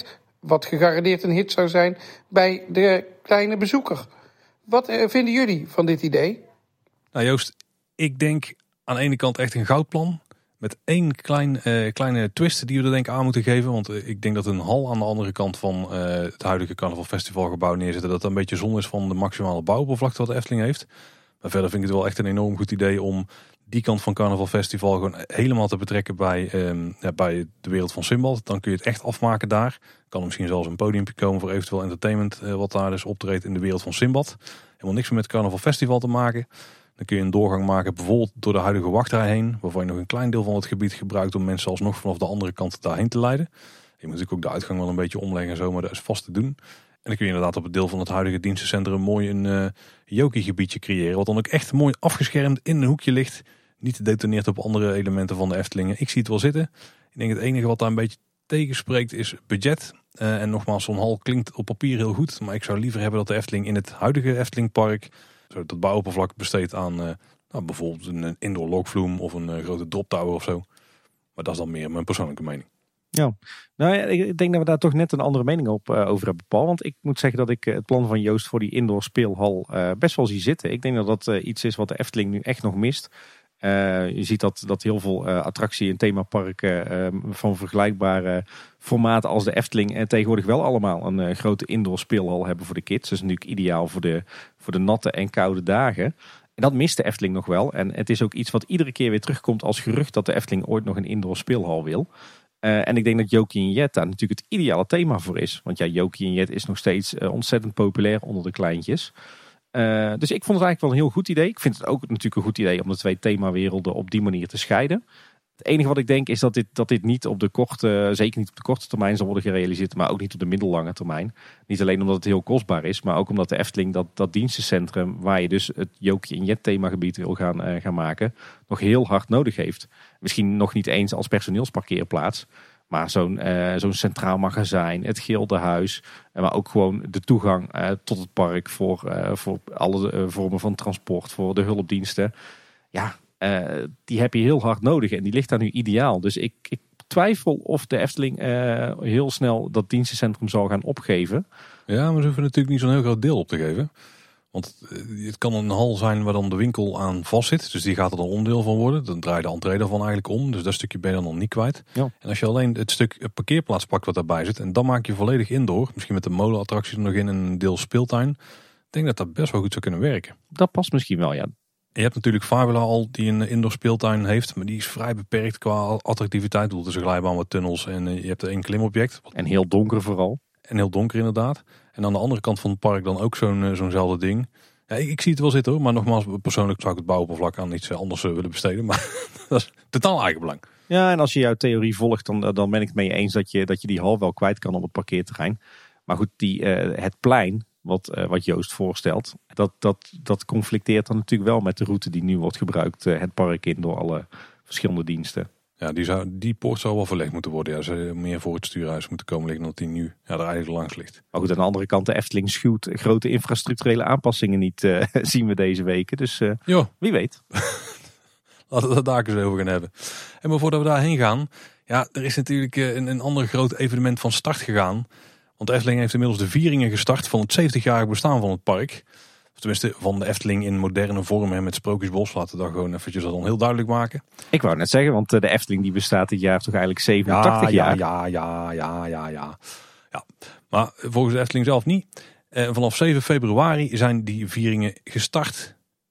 C: wat gegarandeerd een hit zou zijn bij de kleine bezoeker. Wat uh, vinden jullie van dit idee?
B: Nou Joost, ik denk aan de ene kant echt een goudplan. Met één klein, uh, kleine twist die we er denk ik aan moeten geven. Want uh, ik denk dat een hal aan de andere kant van uh, het huidige Carnaval Festivalgebouw neerzetten. Dat dat een beetje zonde is van de maximale bouwoppervlakte wat de Efteling heeft. Maar verder vind ik het wel echt een enorm goed idee om die kant van Carnaval Festival gewoon helemaal te betrekken bij, um, ja, bij de wereld van Simbad. Dan kun je het echt afmaken daar. Kan er misschien zelfs een podiumpje komen voor eventueel entertainment uh, wat daar dus optreedt in de wereld van Simbad. Helemaal niks meer met Carnaval Festival te maken. Dan kun je een doorgang maken bijvoorbeeld door de huidige wachtrij heen. Waarvan je nog een klein deel van het gebied gebruikt om mensen alsnog vanaf de andere kant daarheen te leiden. Je moet natuurlijk ook de uitgang wel een beetje omleggen en zo, maar dat is vast te doen. En dan kun je inderdaad op het deel van het huidige dienstencentrum mooi een uh, Jokie-gebiedje creëren. Wat dan ook echt mooi afgeschermd in een hoekje ligt. Niet gedetoneerd op andere elementen van de Eftelingen. Ik zie het wel zitten. Ik denk het enige wat daar een beetje tegenspreekt is budget. Uh, en nogmaals, zo'n hal klinkt op papier heel goed. Maar ik zou liever hebben dat de Efteling in het huidige Eftelingpark zodat het bouwoppervlak besteedt aan uh, nou, bijvoorbeeld een indoor lokvloem of een uh, grote droptower of zo. Maar dat is dan meer mijn persoonlijke mening.
A: Ja, nou ja, ik denk dat we daar toch net een andere mening op uh, over hebben, Paul. Want ik moet zeggen dat ik uh, het plan van Joost voor die indoor speelhal uh, best wel zie zitten. Ik denk dat dat uh, iets is wat de Efteling nu echt nog mist. Uh, je ziet dat, dat heel veel uh, attractie- en themaparken uh, van vergelijkbare formaten als de Efteling uh, tegenwoordig wel allemaal een uh, grote indoor speelhal hebben voor de kids. Dat is natuurlijk ideaal voor de, voor de natte en koude dagen. En dat mist de Efteling nog wel. En het is ook iets wat iedere keer weer terugkomt als gerucht dat de Efteling ooit nog een indoor speelhal wil. Uh, en ik denk dat Jokie en Jet daar natuurlijk het ideale thema voor is. Want ja, Jokie en Jet is nog steeds uh, ontzettend populair onder de kleintjes. Uh, dus ik vond het eigenlijk wel een heel goed idee. Ik vind het ook natuurlijk een goed idee om de twee themawerelden op die manier te scheiden. Het enige wat ik denk is dat dit, dat dit niet op de korte, zeker niet op de korte termijn zal worden gerealiseerd, maar ook niet op de middellange termijn. Niet alleen omdat het heel kostbaar is, maar ook omdat de Efteling dat, dat dienstencentrum, waar je dus het Jokie en Jet themagebied wil gaan, uh, gaan maken, nog heel hard nodig heeft. Misschien nog niet eens als personeelsparkeerplaats, maar zo'n, uh, zo'n centraal magazijn, het Gildenhuis, maar ook gewoon de toegang uh, tot het park voor, uh, voor alle uh, vormen van transport, voor de hulpdiensten. Ja, uh, die heb je heel hard nodig en die ligt daar nu ideaal. Dus ik, ik twijfel of de Efteling uh, heel snel dat dienstencentrum zal gaan opgeven.
B: Ja, maar ze hoeven natuurlijk niet zo'n heel groot deel op te geven. Want het kan een hal zijn waar dan de winkel aan vast zit. Dus die gaat er dan onderdeel van worden. Dan draai je de entree daarvan eigenlijk om. Dus dat stukje ben je dan nog niet kwijt. Ja. En als je alleen het stuk parkeerplaats pakt wat daarbij zit. En dan maak je volledig indoor. Misschien met de molenattractie er nog in en een deel speeltuin. Ik denk dat dat best wel goed zou kunnen werken.
A: Dat past misschien wel, ja.
B: En je hebt natuurlijk Fabula al die een indoor speeltuin heeft. Maar die is vrij beperkt qua attractiviteit. Er zijn glijbaan wat tunnels en je hebt er één klimobject.
A: En heel donker vooral.
B: En heel donker inderdaad. En aan de andere kant van het park dan ook zo'n, zo'nzelfde ding. Ja, ik, ik zie het wel zitten hoor. Maar nogmaals, persoonlijk zou ik het bouwoppervlak aan iets anders willen besteden. Maar dat is totaal eigenbelang.
A: Ja, en als je jouw theorie volgt, dan, dan ben ik het mee eens dat je, dat je die hal wel kwijt kan op het parkeerterrein. Maar goed, die, uh, het plein, wat, uh, wat Joost voorstelt, dat, dat, dat conflicteert dan natuurlijk wel met de route die nu wordt gebruikt. Uh, het park in door alle verschillende diensten.
B: Ja, die, zou, die poort zou wel verlegd moeten worden. Ja, ze meer voor het stuurhuis moeten komen liggen dan die nu ja, er eigenlijk langs ligt.
A: Maar goed, aan de andere kant, de Efteling schuwt grote infrastructurele aanpassingen niet, uh, zien we deze weken. Dus uh, wie weet.
B: Laten we het daar eens over gaan hebben. En maar voordat we daarheen gaan, ja, er is natuurlijk een, een ander groot evenement van start gegaan. Want de Efteling heeft inmiddels de vieringen gestart van het zeventigjarig bestaan van het park. Of tenminste van de Efteling in moderne vorm en met Sprookjesbos. Laten we dat gewoon eventjes dat dan heel duidelijk maken.
A: Ik wou net zeggen, want de Efteling die bestaat dit jaar toch eigenlijk zevenentachtig
B: ja,
A: jaar.
B: Ja, ja, ja, ja, ja, ja. Maar volgens de Efteling zelf niet. En vanaf zeven februari zijn die vieringen gestart.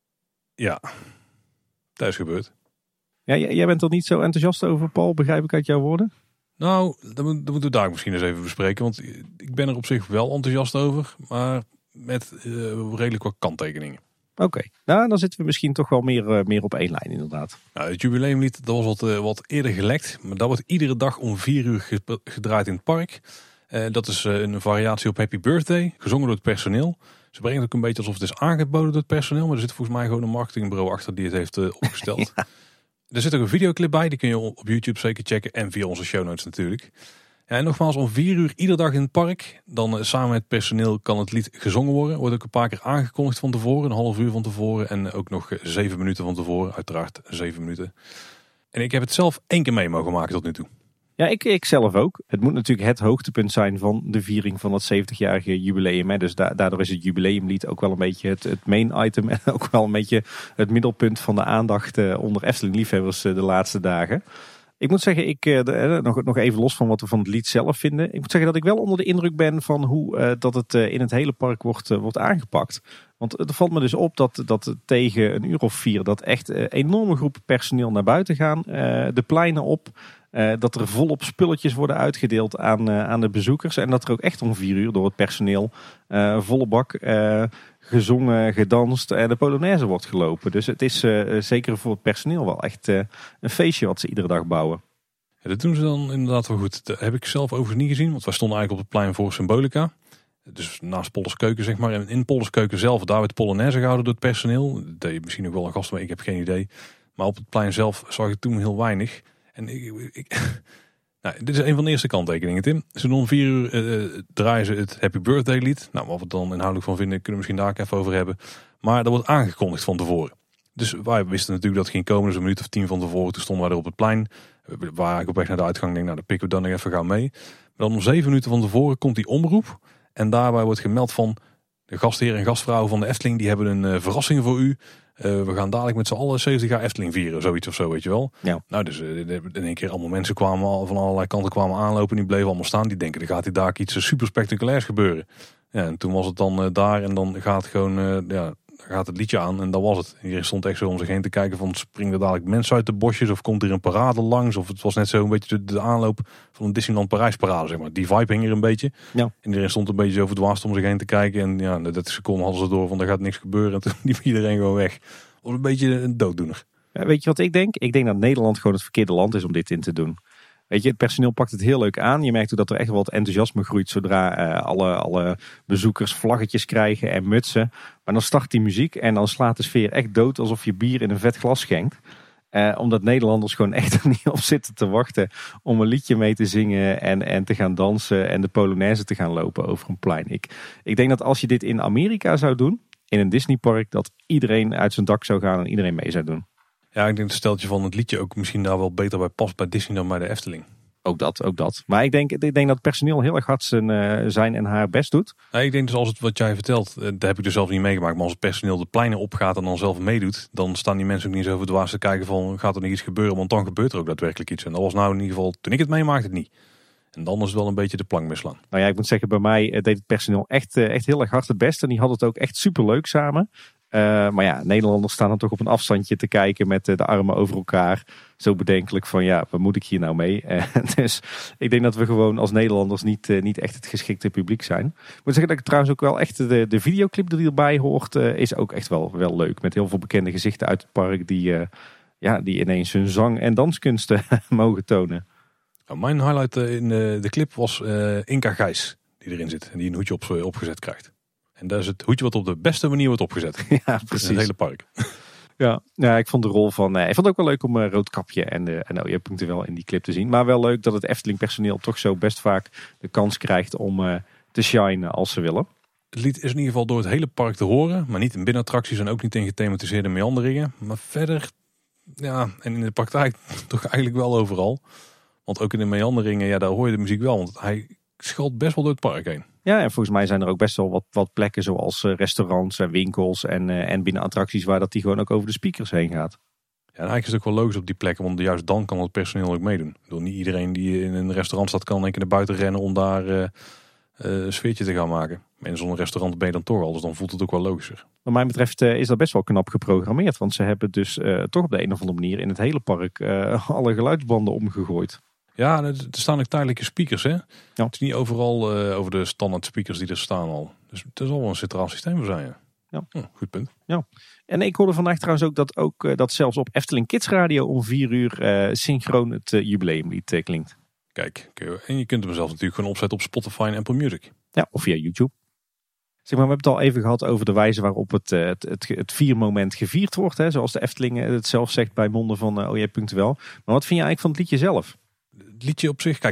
B: Ja, dat is gebeurd.
A: Ja, jij bent er niet zo enthousiast over, Paul, begrijp ik uit jouw woorden?
B: Nou, dat moeten we daar misschien eens even bespreken. Want ik ben er op zich wel enthousiast over. Maar met uh, redelijk wat kanttekeningen.
A: Oké, okay. Nou dan zitten we misschien toch wel meer, uh, meer op één lijn inderdaad.
B: Nou, het jubileumlied dat was wat, uh, wat eerder gelekt. Maar dat wordt iedere dag om vier uur gedraaid in het park. Uh, dat is uh, een variatie op Happy Birthday. Gezongen door het personeel. Ze brengen het ook een beetje alsof het is aangeboden door het personeel. Maar er zit volgens mij gewoon een marketingbureau achter die het heeft uh, opgesteld. Ja. Er zit ook een videoclip bij. Die kun je op YouTube zeker checken. En via onze show notes natuurlijk. Ja, en nogmaals, om vier uur iedere dag in het park. Dan uh, samen met het personeel kan het lied gezongen worden. Wordt ook een paar keer aangekondigd van tevoren. Een half uur van tevoren. En ook nog uh, zeven minuten van tevoren. Uiteraard zeven minuten. En ik heb het zelf één keer mee mogen maken tot nu toe.
A: Ja, ik, ik zelf ook. Het moet natuurlijk het hoogtepunt zijn van de viering van het zeventigjarige jubileum. Hè. Dus da- daardoor is het jubileumlied ook wel een beetje het, het main item. En ook wel een beetje het middelpunt van de aandacht uh, onder Efteling-liefhebbers uh, de laatste dagen. Ik moet zeggen, ik, uh, de, nog, nog even los van wat we van het lied zelf vinden. Ik moet zeggen dat ik wel onder de indruk ben van hoe uh, dat het uh, in het hele park wordt, uh, wordt aangepakt. Want het valt me dus op dat, dat tegen een uur of vier dat echt uh, enorme groepen personeel naar buiten gaan. Uh, de pleinen op. Uh, dat er volop spulletjes worden uitgedeeld aan, uh, aan de bezoekers. En dat er ook echt om vier uur door het personeel uh, volle bak uh, gezongen, gedanst en de Polonaise wordt gelopen. Dus het is uh, zeker voor het personeel wel echt uh, een feestje wat ze iedere dag bouwen.
B: Ja, dat doen ze dan inderdaad wel goed. Dat heb ik zelf overigens niet gezien, want wij stonden eigenlijk op het plein voor Symbolica. Dus naast Polderskeuken zeg maar. En in Polderskeuken zelf, daar werd de Polonaise gehouden door het personeel. Dat deed je misschien ook wel een gast mee, ik heb geen idee. Maar op het plein zelf zag ik toen heel weinig. En ik, ik, nou, dit is een van de eerste kanttekeningen, Tim. Ze doen om vier uur uh, draaien ze het Happy Birthday lied. Nou, wat we dan inhoudelijk van vinden, kunnen we misschien daar ook even over hebben. Maar dat wordt aangekondigd van tevoren. Dus wij wisten natuurlijk dat het ging komen. Dus een minuut of tien van tevoren, toen stonden wij er op het plein. We waren ik op weg naar de uitgang. Denk, nou, dan pikken we dan nog even gaan mee. Maar dan om zeven minuten van tevoren komt die omroep. En daarbij wordt gemeld van de gastheer en gastvrouw van de Efteling. Die hebben een uh, verrassing voor u. Uh, we gaan dadelijk met z'n allen zeventig jaar Efteling vieren, zoiets of zo, weet je wel. Ja. Nou, dus uh, in één keer allemaal mensen kwamen al, van allerlei kanten kwamen aanlopen. Die bleven allemaal staan. Die denken, er gaat hier daar iets uh, super spectaculairs gebeuren. Ja, en toen was het dan uh, daar en dan gaat het gewoon, uh, ja, gaat het liedje aan en dat was het. Iedereen stond echt zo om zich heen te kijken van, springen er dadelijk mensen uit de bosjes of komt er een parade langs? Of het was net zo een beetje de, de aanloop van een Disneyland Parijs parade, zeg maar. Die vibe hing er een beetje. Ja. En iedereen stond een beetje zo verdwaasd om zich heen te kijken. En ja, na dertig seconden hadden ze door van, er gaat niks gebeuren. En toen liep iedereen gewoon weg. Of een beetje een dooddoener.
A: Ja, weet je wat ik denk? Ik denk dat Nederland gewoon het verkeerde land is om dit in te doen. Weet je, het personeel pakt het heel leuk aan. Je merkt ook dat er echt wel wat enthousiasme groeit zodra uh, alle, alle bezoekers vlaggetjes krijgen en mutsen. Maar dan start die muziek en dan slaat de sfeer echt dood alsof je bier in een vet glas schenkt. Uh, omdat Nederlanders gewoon echt er niet op zitten te wachten om een liedje mee te zingen en, en te gaan dansen en de Polonaise te gaan lopen over een plein. Ik, ik denk dat als je dit in Amerika zou doen, in een Disneypark, dat iedereen uit zijn dak zou gaan en iedereen mee zou doen.
B: Ja, ik denk het steltje van het liedje ook misschien daar wel beter bij past bij Disney dan bij de Efteling.
A: Ook dat, ook dat. Maar ik denk, ik denk dat het personeel heel erg hard zijn, uh, zijn en haar best doet.
B: Ja, ik denk dus als het wat jij vertelt, uh, dat heb ik dus zelf niet meegemaakt. Maar als het personeel de pleinen opgaat en dan zelf meedoet, dan staan die mensen ook niet zo verdwaasd te kijken van, gaat er niet iets gebeuren? Want dan gebeurt er ook daadwerkelijk iets. En dat was nou in ieder geval, toen ik het meemaakte, het niet. En dan is het wel een beetje de plank mislaan.
A: Nou ja, ik moet zeggen, bij mij uh, deed het personeel echt, uh, echt heel erg hard het best. En die hadden het ook echt super leuk samen. Uh, maar ja, Nederlanders staan dan toch op een afstandje te kijken met uh, de armen over elkaar. Zo bedenkelijk van, ja, wat moet ik hier nou mee? Uh, dus ik denk dat we gewoon als Nederlanders niet, uh, niet echt het geschikte publiek zijn. Ik moet zeggen dat ik trouwens ook wel echt de, de videoclip die erbij hoort, uh, is ook echt wel, wel leuk. Met heel veel bekende gezichten uit het park die, uh, ja, die ineens hun zang- en danskunsten mogen tonen.
B: Nou, mijn highlight in de, de clip was uh, Inka Gijs, die erin zit en die een hoedje op, opgezet krijgt. En dat is het hoedje wat op de beste manier wordt opgezet.
A: Ja, precies.
B: In het hele park.
A: Ja, ja, ik vond de rol van... Uh, ik vond het ook wel leuk om uh, Roodkapje en, uh, en Ooiepunten wel in die clip te zien. Maar wel leuk dat het Efteling personeel toch zo best vaak de kans krijgt om uh, te shinen als ze willen.
B: Het lied is in ieder geval door het hele park te horen. Maar niet in binnenattracties en ook niet in gethematiseerde meanderingen. Maar verder, ja, en in de praktijk toch eigenlijk wel overal. Want ook in de meanderingen, ja, daar hoor je de muziek wel. Want hij schalt best wel door het park heen.
A: Ja, en volgens mij zijn er ook best wel wat, wat plekken zoals uh, restaurants en winkels en, uh, en binnen attracties waar dat die gewoon ook over de speakers heen gaat.
B: Ja, en eigenlijk is het ook wel logisch op die plekken, want juist dan kan het personeel ook meedoen. Ik bedoel, niet iedereen die in een restaurant staat kan een keer naar buiten rennen om daar uh, uh, een sfeertje te gaan maken. Maar in zo'n restaurant ben je dan toch al, dus dan voelt het ook wel logischer.
A: Wat mij betreft uh, is dat best wel knap geprogrammeerd, want ze hebben dus uh, toch op de een of andere manier in het hele park uh, alle geluidsbanden omgegooid.
B: Ja, er staan ook tijdelijke speakers, hè? Ja. Het is niet overal uh, over de standaard speakers die er staan al. Dus het is al wel een centraal systeem voor zijn. Ja.
A: Ja.
B: Oh, goed punt.
A: Ja. En ik hoorde vandaag trouwens ook dat, ook, uh, dat zelfs op Efteling Kids Radio om vier uur uh, synchroon het uh, jubileumlied uh, klinkt.
B: Kijk, en je kunt hem zelf natuurlijk gewoon opzetten op Spotify en Apple Music.
A: Ja, of via YouTube. Zeg maar, we hebben het al even gehad over de wijze waarop het, uh, het, het, het viermoment gevierd wordt. Hè, zoals de Efteling het zelf zegt bij monden van uh, Ooiepunten wel. Maar wat vind je eigenlijk van het liedje zelf?
B: Het liedje op zich, kijk,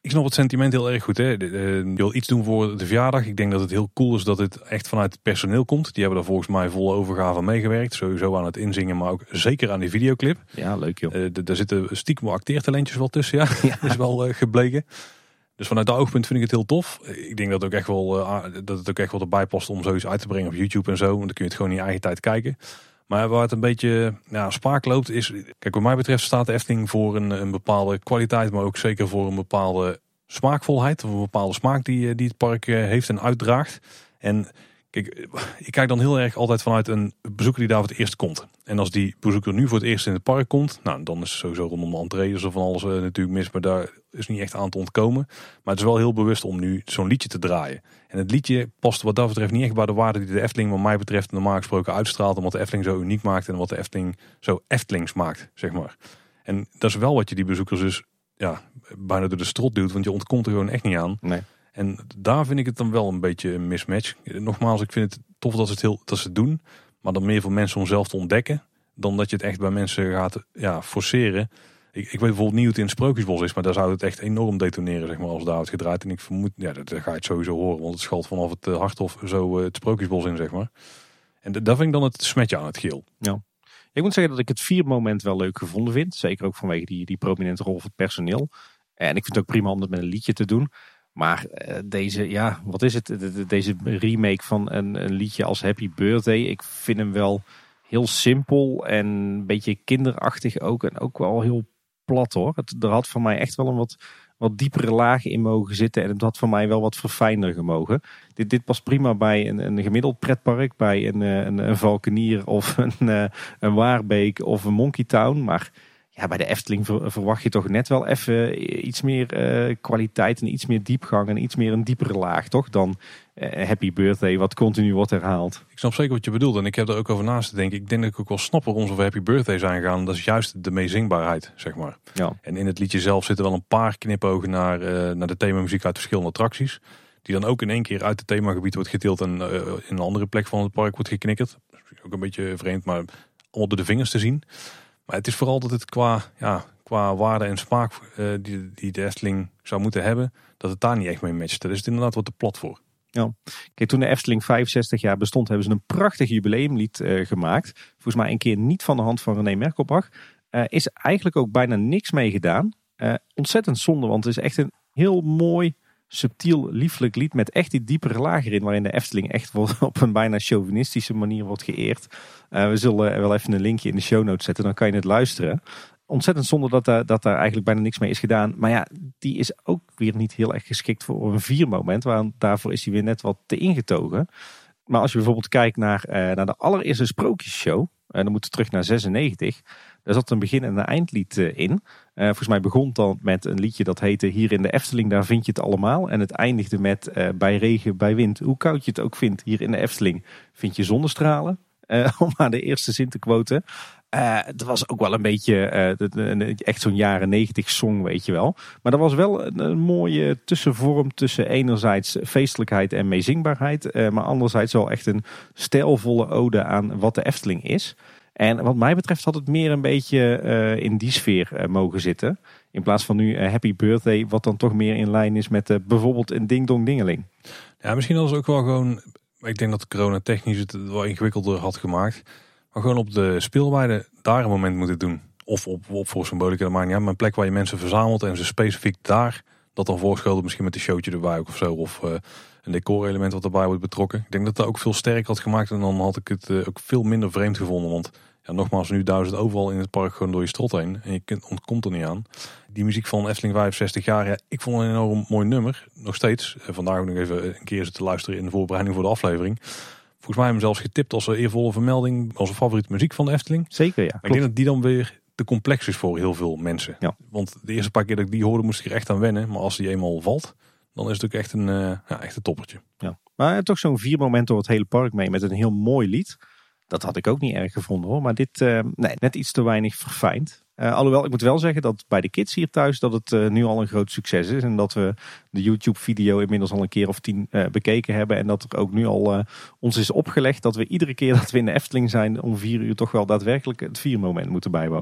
B: Ik snap het sentiment heel erg goed. Hè. Je wil iets doen voor de verjaardag. Ik denk dat het heel cool is dat het echt vanuit het personeel komt. Die hebben er volgens mij vol overgave aan meegewerkt. Sowieso aan het inzingen, maar ook zeker aan die videoclip.
A: Ja, leuk joh.
B: Uh, d- daar zitten stiekem acteertalentjes wel tussen, ja. ja. Dat is wel uh, gebleken. Dus vanuit dat oogpunt vind ik het heel tof. Ik denk dat het ook echt wel, uh, dat het ook echt wel erbij past om zoiets uit te brengen op YouTube en zo. Want dan kun je het gewoon in je eigen tijd kijken. Maar waar het een beetje ja, spaak loopt is... Kijk, wat mij betreft staat de Efteling voor een, een bepaalde kwaliteit, maar ook zeker voor een bepaalde smaakvolheid. Of een bepaalde smaak die, die het park heeft en uitdraagt. En kijk, ik kijk dan heel erg altijd vanuit een bezoeker die daar voor het eerst komt. En als die bezoeker nu voor het eerst in het park komt, nou, dan is het sowieso rondom de entree of van alles uh, natuurlijk mis. Maar daar is niet echt aan te ontkomen. Maar het is wel heel bewust om nu zo'n liedje te draaien. En het liedje past wat dat betreft niet echt bij de waarde die de Efteling wat mij betreft normaal gesproken uitstraalt. En wat de Efteling zo uniek maakt en wat de Efteling zo Eftelings maakt, zeg maar. En dat is wel wat je die bezoekers dus ja, bijna door de strot duwt. Want je ontkomt er gewoon echt niet aan.
A: Nee.
B: En daar vind ik het dan wel een beetje een mismatch. Nogmaals, ik vind het tof dat ze het, heel, dat ze het doen. Maar dan meer voor mensen om zelf te ontdekken. Dan dat je het echt bij mensen gaat ja, forceren. Ik, ik weet bijvoorbeeld niet hoe het in het Sprookjesbos is. Maar daar zou het echt enorm detoneren, zeg maar, als daar wordt gedraaid. En ik vermoed, ja, dat, dat ga je het sowieso horen. Want het schalt vanaf het uh, Harthof zo uh, het Sprookjesbos in, zeg maar. En d- daar vind ik dan het smetje aan het geel.
A: Ja. Ik moet zeggen dat ik het vier moment wel leuk gevonden vind. Zeker ook vanwege die, die prominente rol van het personeel. En ik vind het ook prima om dat met een liedje te doen. Maar uh, deze, ja, wat is het? De, de, deze remake van een, een liedje als Happy Birthday. Ik vind hem wel heel simpel en een beetje kinderachtig ook. En ook wel heel plat hoor. Het, er had voor mij echt wel een wat, wat diepere laag in mogen zitten. En het had voor mij wel wat verfijnder gemogen. Dit, dit past prima bij een, een gemiddeld pretpark. Bij een, een, een Valkenier of een, een Waarbeek of een Monkey Town. Maar ja, bij de Efteling verwacht je toch net wel even iets meer uh, kwaliteit en iets meer diepgang en iets meer een diepere laag, toch? Dan uh, Happy Birthday, wat continu wordt herhaald.
B: Ik snap zeker wat je bedoelt en ik heb er ook over naast te denken. Ik denk dat ik ook wel snap waarom ze voor Happy Birthday zijn gegaan. Dat is juist de meezingbaarheid, zeg maar.
A: Ja.
B: En in het liedje zelf zitten wel een paar knipogen naar, uh, naar de themamuziek uit verschillende attracties. Die dan ook in één keer uit het themagebied wordt getild en uh, in een andere plek van het park wordt geknikkerd. Dat is ook een beetje vreemd, maar allemaal door de vingers te zien. Maar het is vooral dat het qua, ja, qua waarde en smaak uh, die, die de Efteling zou moeten hebben, dat het daar niet echt mee matcht. Daar is het inderdaad wat te plat voor.
A: Ja. Kijk, toen de Efteling vijfenzestig jaar bestond, hebben ze een prachtig jubileumlied uh, gemaakt. Volgens mij een keer niet van de hand van René Merkelbach. Uh, is eigenlijk ook bijna niks mee gedaan. Uh, ontzettend zonde, want het is echt een heel mooi, subtiel, lieflijk lied met echt die diepere laag erin, waarin de Efteling echt op een bijna chauvinistische manier wordt geëerd. Uh, we zullen wel even een linkje in de show notes zetten, dan kan je het luisteren. Ontzettend zonde dat daar, dat daar eigenlijk bijna niks mee is gedaan. Maar ja, die is ook weer niet heel erg geschikt voor een viermoment, want daarvoor is hij weer net wat te ingetogen. Maar als je bijvoorbeeld kijkt naar, uh, naar de allereerste Sprookjesshow, uh, dan moeten we terug naar zesennegentig. Daar zat een begin- en een eindlied uh, in. Uh, volgens mij begon het dan met een liedje dat heette Hier in de Efteling, daar vind je het allemaal. En het eindigde met uh, bij regen, bij wind, hoe koud je het ook vindt. Hier in de Efteling vind je zonnestralen. Uh, om maar de eerste zin te quoten. Uh, het was ook wel een beetje uh, de, de, de, echt zo'n jaren negentig song, weet je wel. Maar dat was wel een, een mooie tussenvorm tussen enerzijds feestelijkheid en meezingbaarheid. Uh, maar anderzijds wel echt een stijlvolle ode aan wat de Efteling is. En wat mij betreft had het meer een beetje uh, in die sfeer uh, mogen zitten. In plaats van nu uh, Happy Birthday, wat dan toch meer in lijn is met uh, bijvoorbeeld een Ding Dong Dingeling.
B: Ja, misschien was het ook wel gewoon, ik denk dat de corona technisch het wel ingewikkelder had gemaakt. Maar gewoon op de speelweide daar een moment moeten doen. Of op, op voor symbolica, dat maakt niet uit. Maar een plek waar je mensen verzamelt en ze specifiek daar dat dan voorschoten. Misschien met een showtje erbij of zo. Of uh, een decorelement wat erbij wordt betrokken. Ik denk dat dat ook veel sterker had gemaakt. En dan had ik het uh, ook veel minder vreemd gevonden. Want ja, nogmaals, nu duizend overal in het park gewoon door je strot heen. En je kunt, ontkomt er niet aan. Die muziek van Efteling vijfenzestig jaar, ja, ik vond het een enorm mooi nummer. Nog steeds. Uh, vandaag ook nog even een keer zitten luisteren in de voorbereiding voor de aflevering. Volgens mij hebben we hem zelfs getipt als een eervolle vermelding. Als een favoriete muziek van de Efteling.
A: Zeker, ja.
B: Maar ik denk dat die dan weer te complex is voor heel veel mensen.
A: Ja.
B: Want de eerste paar keer dat ik die hoorde, moest ik er echt aan wennen. Maar als die eenmaal valt, dan is het ook echt een, uh, ja, echt een toppertje.
A: Ja. Maar toch zo'n vier moment door het hele park mee met een heel mooi lied. Dat had ik ook niet erg gevonden hoor. Maar dit, uh, nee, net iets te weinig verfijnd. Uh, alhoewel, ik moet wel zeggen dat bij de kids hier thuis dat het uh, nu al een groot succes is. En dat we de YouTube video inmiddels al een keer of tien uh, bekeken hebben. En dat er ook nu al uh, ons is opgelegd dat we iedere keer dat we in de Efteling zijn om vier uur toch wel daadwerkelijk het vier moment moeten bijwonen.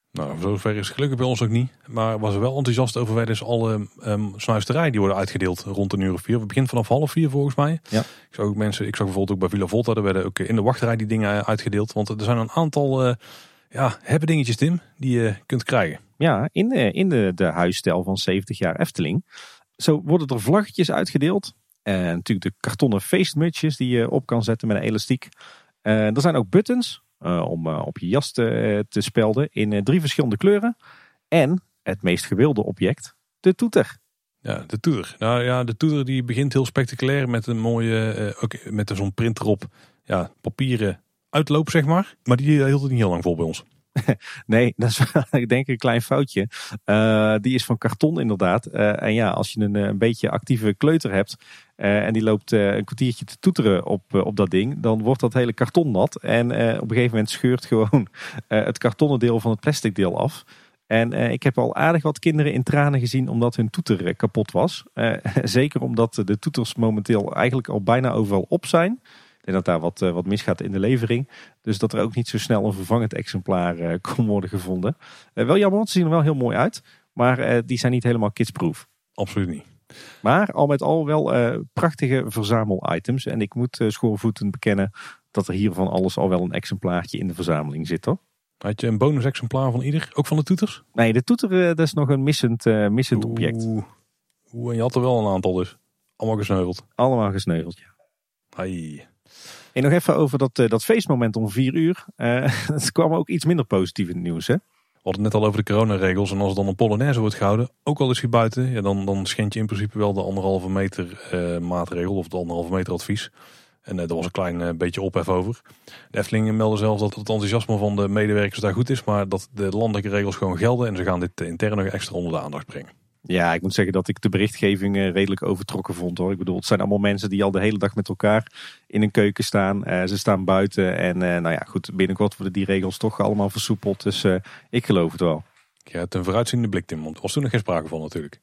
B: Nou, zover is het gelukkig bij ons ook niet. Maar waar ze wel enthousiast over werden is alle um, snuisterijen die worden uitgedeeld rond een uur of vier. We beginnen vanaf half vier volgens mij. Ja. Ik zag ook mensen, ik zag bijvoorbeeld ook bij Villa Volta, er werden ook in de wachtrij die dingen uitgedeeld. Want er zijn een aantal uh, ja, hebben dingetjes, Tim, die je kunt krijgen.
A: Ja, in de, in de, de huisstijl van zeventig jaar Efteling. Zo worden er vlaggetjes uitgedeeld. En natuurlijk de kartonnen feestmutsjes die je op kan zetten met een elastiek. Uh, er zijn ook buttons. Uh, om uh, op je jas te, te spelden in uh, drie verschillende kleuren. En het meest gewilde object, de toeter.
B: Ja, de toeter. Nou ja, de toeter die begint heel spectaculair met een mooie, uh, ook met zo'n print erop, ja, papieren uitloop zeg maar. Maar die hield het niet heel lang vol bij ons.
A: Nee, dat is ik denk een klein foutje. Uh, die is van karton inderdaad. Uh, en ja, als je een, een beetje actieve kleuter hebt uh, en die loopt uh, een kwartiertje te toeteren op, uh, op dat ding, dan wordt dat hele karton nat. En uh, op een gegeven moment scheurt gewoon uh, het kartonnen deel van het plastic deel af. En uh, ik heb al aardig wat kinderen in tranen gezien omdat hun toeter uh, kapot was. Uh, zeker omdat de toeters momenteel eigenlijk al bijna overal op zijn. Ik denk dat daar wat, uh, wat misgaat in de levering. Dus dat er ook niet zo snel een vervangend exemplaar uh, kon worden gevonden. Uh, wel jammer, want ze zien er wel heel mooi uit. Maar uh, die zijn niet helemaal kidsproof.
B: Absoluut niet.
A: Maar al met al wel uh, prachtige verzamel-items. En ik moet uh, schoorvoetend bekennen dat er hier van alles al wel een exemplaartje in de verzameling zit, hoor.
B: Had je een bonus-exemplaar van ieder? Ook van de toeters?
A: Nee, de toeter uh, dat is nog een missend, uh, missend Oeh. object.
B: Oeh, en je had er wel een aantal dus. Allemaal gesneuveld.
A: Allemaal gesneuveld, ja.
B: Hai.
A: En nog even over dat, uh, dat feestmoment om vier uur. Uh, het kwam ook iets minder positief in het nieuws, hè?
B: We hadden het net al over de coronaregels. En als er dan een Polonaise wordt gehouden, ook al is hij buiten, ja, dan, dan schend je in principe wel de anderhalve meter uh, maatregel of de anderhalve meter advies. En uh, daar was een klein uh, beetje ophef over. De Efteling meldde zelf dat het enthousiasme van de medewerkers daar goed is, maar dat de landelijke regels gewoon gelden. En ze gaan dit intern nog extra onder de aandacht brengen. Ja,
A: ik moet zeggen dat ik de berichtgeving redelijk overtrokken vond, hoor. Ik bedoel, het zijn allemaal mensen die al de hele dag met elkaar in een keuken staan. Uh, ze staan buiten en uh, nou ja, goed, binnenkort worden die regels toch allemaal versoepeld. Dus uh, ik geloof het wel.
B: Ja, het een vooruitziende blik, Tim, want er was toen nog geen sprake van natuurlijk.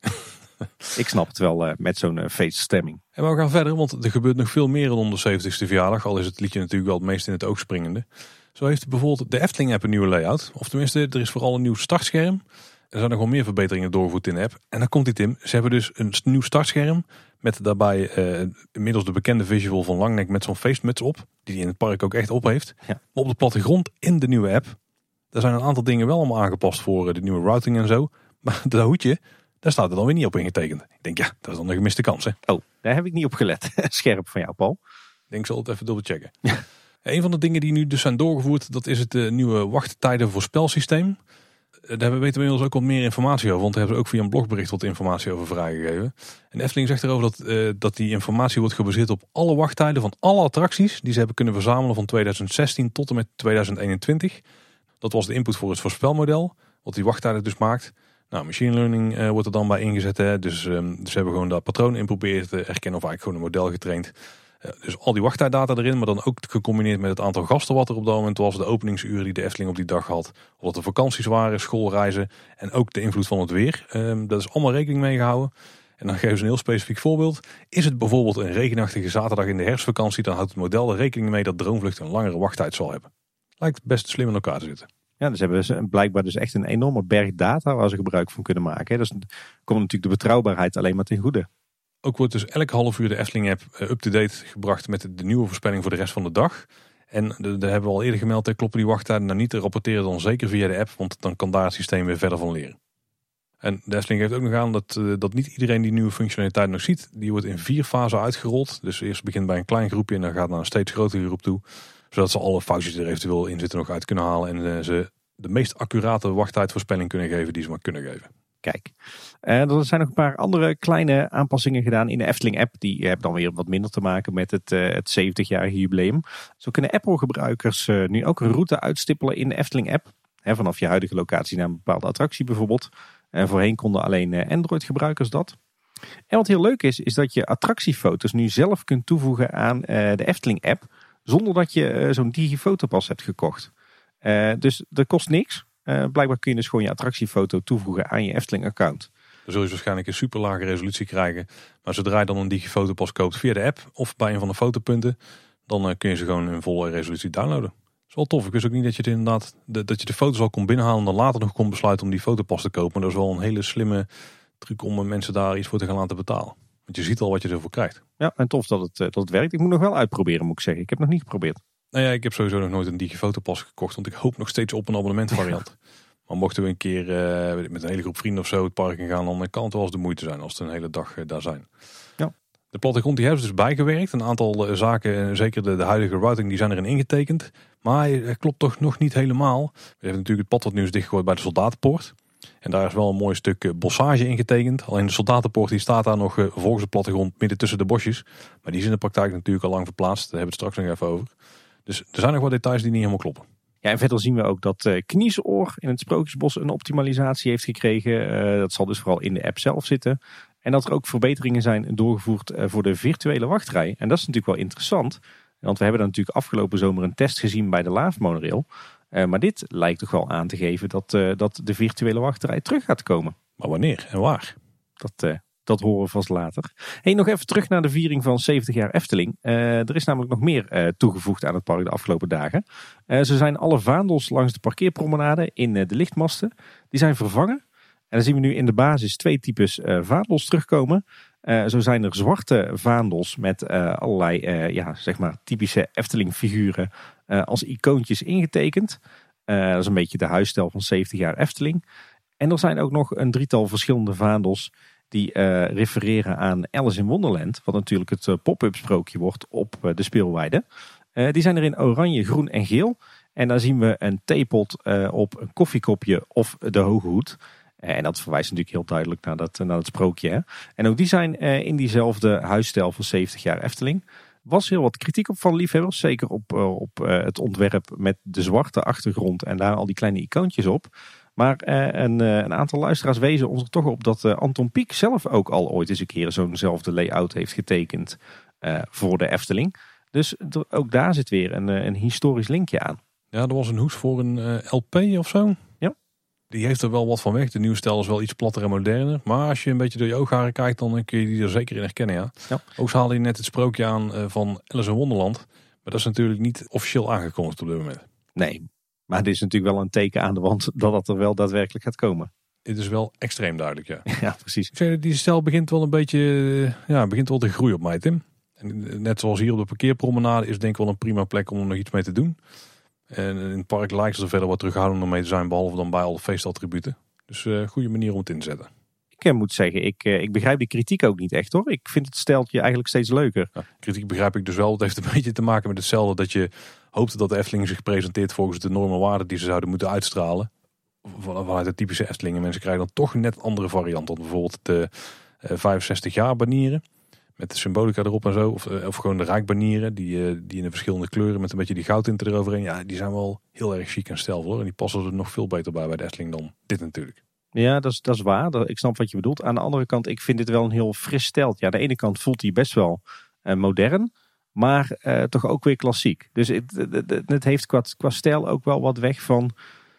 A: Ik snap het wel uh, met zo'n uh, feeststemming.
B: En we gaan verder, want er gebeurt nog veel meer rond de zeventigste verjaardag. Al is het liedje natuurlijk wel het meest in het oog springende. Zo heeft bijvoorbeeld de Efteling-app een nieuwe layout. Of tenminste, er is vooral een nieuw startscherm. Er zijn nog wel meer verbeteringen doorgevoerd in de app. En dan komt die, Tim. Ze hebben dus een nieuw startscherm. Met daarbij uh, inmiddels de bekende visual van Langnek met zo'n feestmuts op. Die hij in het park ook echt op heeft. Ja. Maar op de plattegrond in de nieuwe app. Daar zijn een aantal dingen wel allemaal aangepast voor de nieuwe routing en zo. Maar dat hoedje, daar staat er dan weer niet op ingetekend. Ik denk, ja, dat is dan een gemiste kans, hè.
A: Oh, daar heb ik niet op gelet. Scherp van jou, Paul.
B: Ik denk, ik zal het even dubbel checken. Ja. Een van de dingen die nu dus zijn doorgevoerd, dat is het uh, nieuwe wachttijden voorspelsysteem. Daar weten we inmiddels ook wat meer informatie over. Want daar hebben ze ook via een blogbericht wat informatie over vrijgegeven. En de Efteling zegt erover dat, uh, dat die informatie wordt gebaseerd op alle wachttijden van alle attracties die ze hebben kunnen verzamelen van tweeduizend zestien tot en met tweeduizend eenentwintig. Dat was de input voor het voorspelmodel, wat die wachttijden dus maakt. Nou, machine learning uh, wordt er dan bij ingezet. Hè. Dus um, ze hebben gewoon dat patroon in proberen te herkennen of eigenlijk gewoon een model getraind. Uh, dus al die wachttijddata erin, maar dan ook gecombineerd met het aantal gasten wat er op dat moment was. De openingsuren die de Efteling op die dag had. Of wat de vakanties waren, schoolreizen en ook de invloed van het weer. Um, dat is allemaal rekening mee gehouden. En dan geven ze een heel specifiek voorbeeld. Is het bijvoorbeeld een regenachtige zaterdag in de herfstvakantie, dan houdt het model er rekening mee dat Droomvlucht een langere wachttijd zal hebben. Lijkt best slim in elkaar te zitten.
A: Ja, dus hebben ze blijkbaar dus echt een enorme berg data waar ze gebruik van kunnen maken. Dus komt natuurlijk de betrouwbaarheid alleen maar ten goede.
B: Ook wordt dus elke half uur de Efteling-app up-to-date gebracht met de nieuwe voorspelling voor de rest van de dag. En daar hebben we al eerder gemeld, kloppen die wachttijden nou niet te rapporteren dan zeker via de app, want dan kan daar het systeem weer verder van leren. En de Efteling geeft ook nog aan dat, dat niet iedereen die nieuwe functionaliteit nog ziet. Die wordt in vier fasen uitgerold. Dus eerst begint bij een klein groepje en dan gaat naar een steeds grotere groep toe. Zodat ze alle foutjes er eventueel in zitten nog uit kunnen halen. En ze de meest accurate wachttijdvoorspelling kunnen geven die ze maar kunnen geven.
A: Kijk, uh, er zijn nog een paar andere kleine aanpassingen gedaan in de Efteling-app. Die hebben dan weer wat minder te maken met het, uh, het zeventigjarige jubileum. Zo kunnen Apple-gebruikers uh, nu ook een route uitstippelen in de Efteling-app. Hè, vanaf je huidige locatie naar een bepaalde attractie bijvoorbeeld. En voorheen konden alleen uh, Android-gebruikers dat. En wat heel leuk is, is dat je attractiefoto's nu zelf kunt toevoegen aan uh, de Efteling-app. Zonder dat je uh, zo'n digifotopas hebt gekocht. Uh, dus dat kost niks. Uh, blijkbaar kun je dus gewoon je attractiefoto toevoegen aan je Efteling-account.
B: Dan zul je waarschijnlijk een super lage resolutie krijgen. Maar zodra je dan een digifotopas koopt via de app of bij een van de fotopunten, dan uh, kun je ze gewoon in volle resolutie downloaden. Dat is wel tof. Ik wist ook niet dat je het inderdaad de, dat je de foto's al kon binnenhalen en dan later nog kon besluiten om die fotopas te kopen. Maar dat is wel een hele slimme truc om mensen daar iets voor te gaan laten betalen. Want je ziet al wat je ervoor krijgt.
A: Ja, en tof dat het, dat het werkt. Ik moet nog wel uitproberen, moet ik zeggen. Ik heb nog niet geprobeerd.
B: Nou ja, ik heb sowieso nog nooit een digifotopas gekocht, want ik hoop nog steeds op een abonnementvariant. Maar mochten we een keer uh, met een hele groep vrienden of zo het park in gaan, dan kan het wel eens de moeite zijn als we een hele dag uh, daar zijn.
A: Ja.
B: De plattegrond die hebben ze dus bijgewerkt. Een aantal uh, zaken, zeker de, de huidige routing, die zijn erin ingetekend. Maar het klopt toch nog niet helemaal. We hebben natuurlijk het pad wat nu is dichtgegooid bij de Soldatenpoort. En daar is wel een mooi stuk uh, bossage ingetekend. Alleen de Soldatenpoort die staat daar nog uh, volgens de plattegrond midden tussen de bosjes. Maar die is in de praktijk natuurlijk al lang verplaatst. Daar hebben we het straks nog even over. Dus er zijn nog wat details die niet helemaal kloppen.
A: Ja, en verder zien we ook dat uh, Kniesoor in het Sprookjesbos een optimalisatie heeft gekregen. Uh, dat zal dus vooral in de app zelf zitten. En dat er ook verbeteringen zijn doorgevoerd uh, voor de virtuele wachtrij. En dat is natuurlijk wel interessant. Want we hebben dan natuurlijk afgelopen zomer een test gezien bij de Laaf Monorail. Uh, maar dit lijkt toch wel aan te geven dat, uh, dat de virtuele wachtrij terug gaat komen.
B: Maar wanneer en waar?
A: Dat... Uh, Dat horen we vast later. Hey, nog even terug naar de viering van zeventig jaar Efteling. Uh, er is namelijk nog meer uh, toegevoegd aan het park de afgelopen dagen. Uh, zo zijn alle vaandels langs de parkeerpromenade in uh, de lichtmasten. Die zijn vervangen. En dan zien we nu in de basis twee types uh, vaandels terugkomen. Uh, zo zijn er zwarte vaandels met uh, allerlei uh, ja, zeg maar typische Efteling figuren uh, als icoontjes ingetekend. Uh, dat is een beetje de huisstijl van zeventig jaar Efteling. En er zijn ook nog een drietal verschillende vaandels die uh, refereren aan Alice in Wonderland. Wat natuurlijk het uh, pop-up sprookje wordt op uh, de speelweide. Uh, die zijn er in oranje, groen en geel. En daar zien we een theepot uh, op een koffiekopje of de hoge hoed. Uh, en dat verwijst natuurlijk heel duidelijk naar dat, naar dat sprookje. Hè? En ook die zijn uh, in diezelfde huisstijl van zeventig jaar Efteling. Was heel wat kritiek op van liefhebbers. Zeker op, uh, op uh, het ontwerp met de zwarte achtergrond en daar al die kleine icoontjes op. Maar uh, een, uh, een aantal luisteraars wezen ons er toch op dat uh, Anton Pieck zelf ook al ooit eens een keer zo'nzelfde layout heeft getekend uh, voor de Efteling. Dus er, ook daar zit weer een, een historisch linkje aan.
B: Ja, er was een hoes voor een uh, L P of zo.
A: Ja.
B: Die heeft er wel wat van weg. De nieuwe stijl is wel iets platter en moderner. Maar als je een beetje door je oogharen kijkt, dan kun je die er zeker in herkennen. Ja. Ja. Ook haalde je net het sprookje aan uh, van Alice in Wonderland. Maar dat is natuurlijk niet officieel aangekondigd op dit moment.
A: Nee. Maar dit is natuurlijk wel een teken aan de wand dat dat er wel daadwerkelijk gaat komen.
B: Dit is wel extreem duidelijk, ja.
A: Ja, precies.
B: Ik zeg, die stijl begint wel een beetje, ja, begint wel te groeien op mij, Tim. En net zoals hier op de parkeerpromenade is denk ik wel een prima plek om er nog iets mee te doen. En in het park lijkt er verder wat terughoudender mee te zijn, behalve dan bij alle feestattributen. Dus een uh, goede manier om het in te zetten.
A: Ik uh, moet zeggen, ik, uh, ik begrijp die kritiek ook niet echt hoor. Ik vind het steltje eigenlijk steeds leuker.
B: Ja, kritiek begrijp ik dus wel. Het heeft een beetje te maken met hetzelfde dat je hoopte dat de Efteling zich presenteert volgens de normen en waarden die ze zouden moeten uitstralen. Vanuit de typische Efteling. En mensen krijgen dan toch net andere varianten. Bijvoorbeeld de uh, vijfenzestig jaar banieren. Met de symbolica erop en zo. Of, uh, of gewoon de rijkbanieren. Die, uh, die in de verschillende kleuren met een beetje die goudtinten eroverheen. Ja, die zijn wel heel erg chic en stijlvol. En die passen er nog veel beter bij bij de Efteling dan dit natuurlijk.
A: Ja, dat is, dat is waar. Ik snap wat je bedoelt. Aan de andere kant, ik vind dit wel een heel fris steltje. Ja, aan de ene kant voelt hij best wel uh, modern. Maar uh, toch ook weer klassiek. Dus het, het, het heeft qua, qua stijl ook wel wat weg van...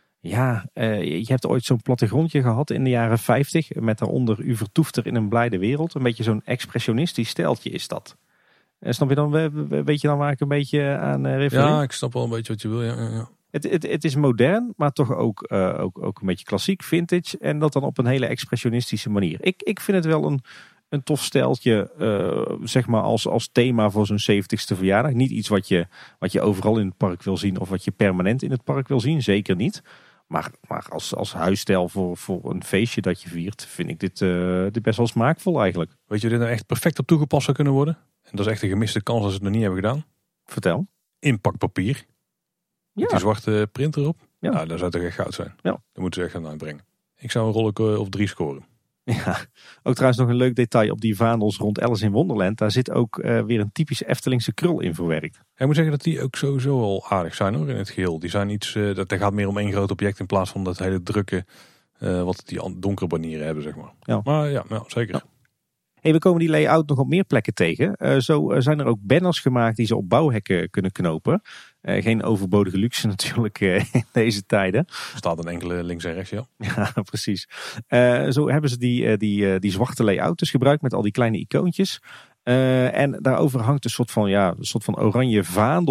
A: Ja, uh, je hebt ooit zo'n plattegrondje gehad in de jaren vijftig. Met daaronder U vertoeft er in een blijde wereld. Een beetje zo'n expressionistisch stijltje is dat. Uh, snap je dan, weet je dan waar ik een beetje aan uh, refereer?
B: Ja, ik snap wel een beetje wat je wil. Ja, ja, ja.
A: Het, het, het is modern, maar toch ook, uh, ook, ook een beetje klassiek, vintage. En dat dan op een hele expressionistische manier. Ik, ik vind het wel een... Een tof steltje, uh, zeg maar als, als thema voor zo'n zeventigste verjaardag. Niet iets wat je, wat je overal in het park wil zien of wat je permanent in het park wil zien. Zeker niet. Maar, maar als, als huisstijl voor, voor een feestje dat je viert, vind ik dit, uh, dit best wel smaakvol eigenlijk.
B: Weet je, dit nou echt perfect op toegepast zou kunnen worden? En dat is echt een gemiste kans als ze het nog niet hebben gedaan.
A: Vertel.
B: Inpakpapier. Met
A: ja.
B: die zwarte print erop.
A: Ja.
B: Nou, dat zou toch echt goud zijn.
A: Ja.
B: Dat moeten ze echt gaan uitbrengen. Ik zou een rolletje of drie scoren.
A: Ja, ook trouwens nog een leuk detail op die vaandels rond Alice in Wonderland. Daar zit ook uh, weer een typische Eftelingse krul in verwerkt.
B: Ik moet zeggen dat die ook sowieso al aardig zijn hoor in het geheel. Die zijn iets, uh, dat gaat meer om één groot object in plaats van dat hele drukke, uh, wat die donkere banieren hebben zeg maar. Ja. Maar ja, nou, zeker. Ja.
A: Hey, we komen die layout nog op meer plekken tegen. Uh, zo uh, zijn er ook banners gemaakt die ze op bouwhekken kunnen knopen. Uh, geen overbodige luxe natuurlijk uh, in deze tijden.
B: Er staat een enkele links en rechts, ja.
A: Ja, precies. Uh, zo hebben ze die, uh, die, uh, die zwarte layout dus gebruikt met al die kleine icoontjes. Uh, en daarover hangt een soort van, ja, een soort van oranje vaandel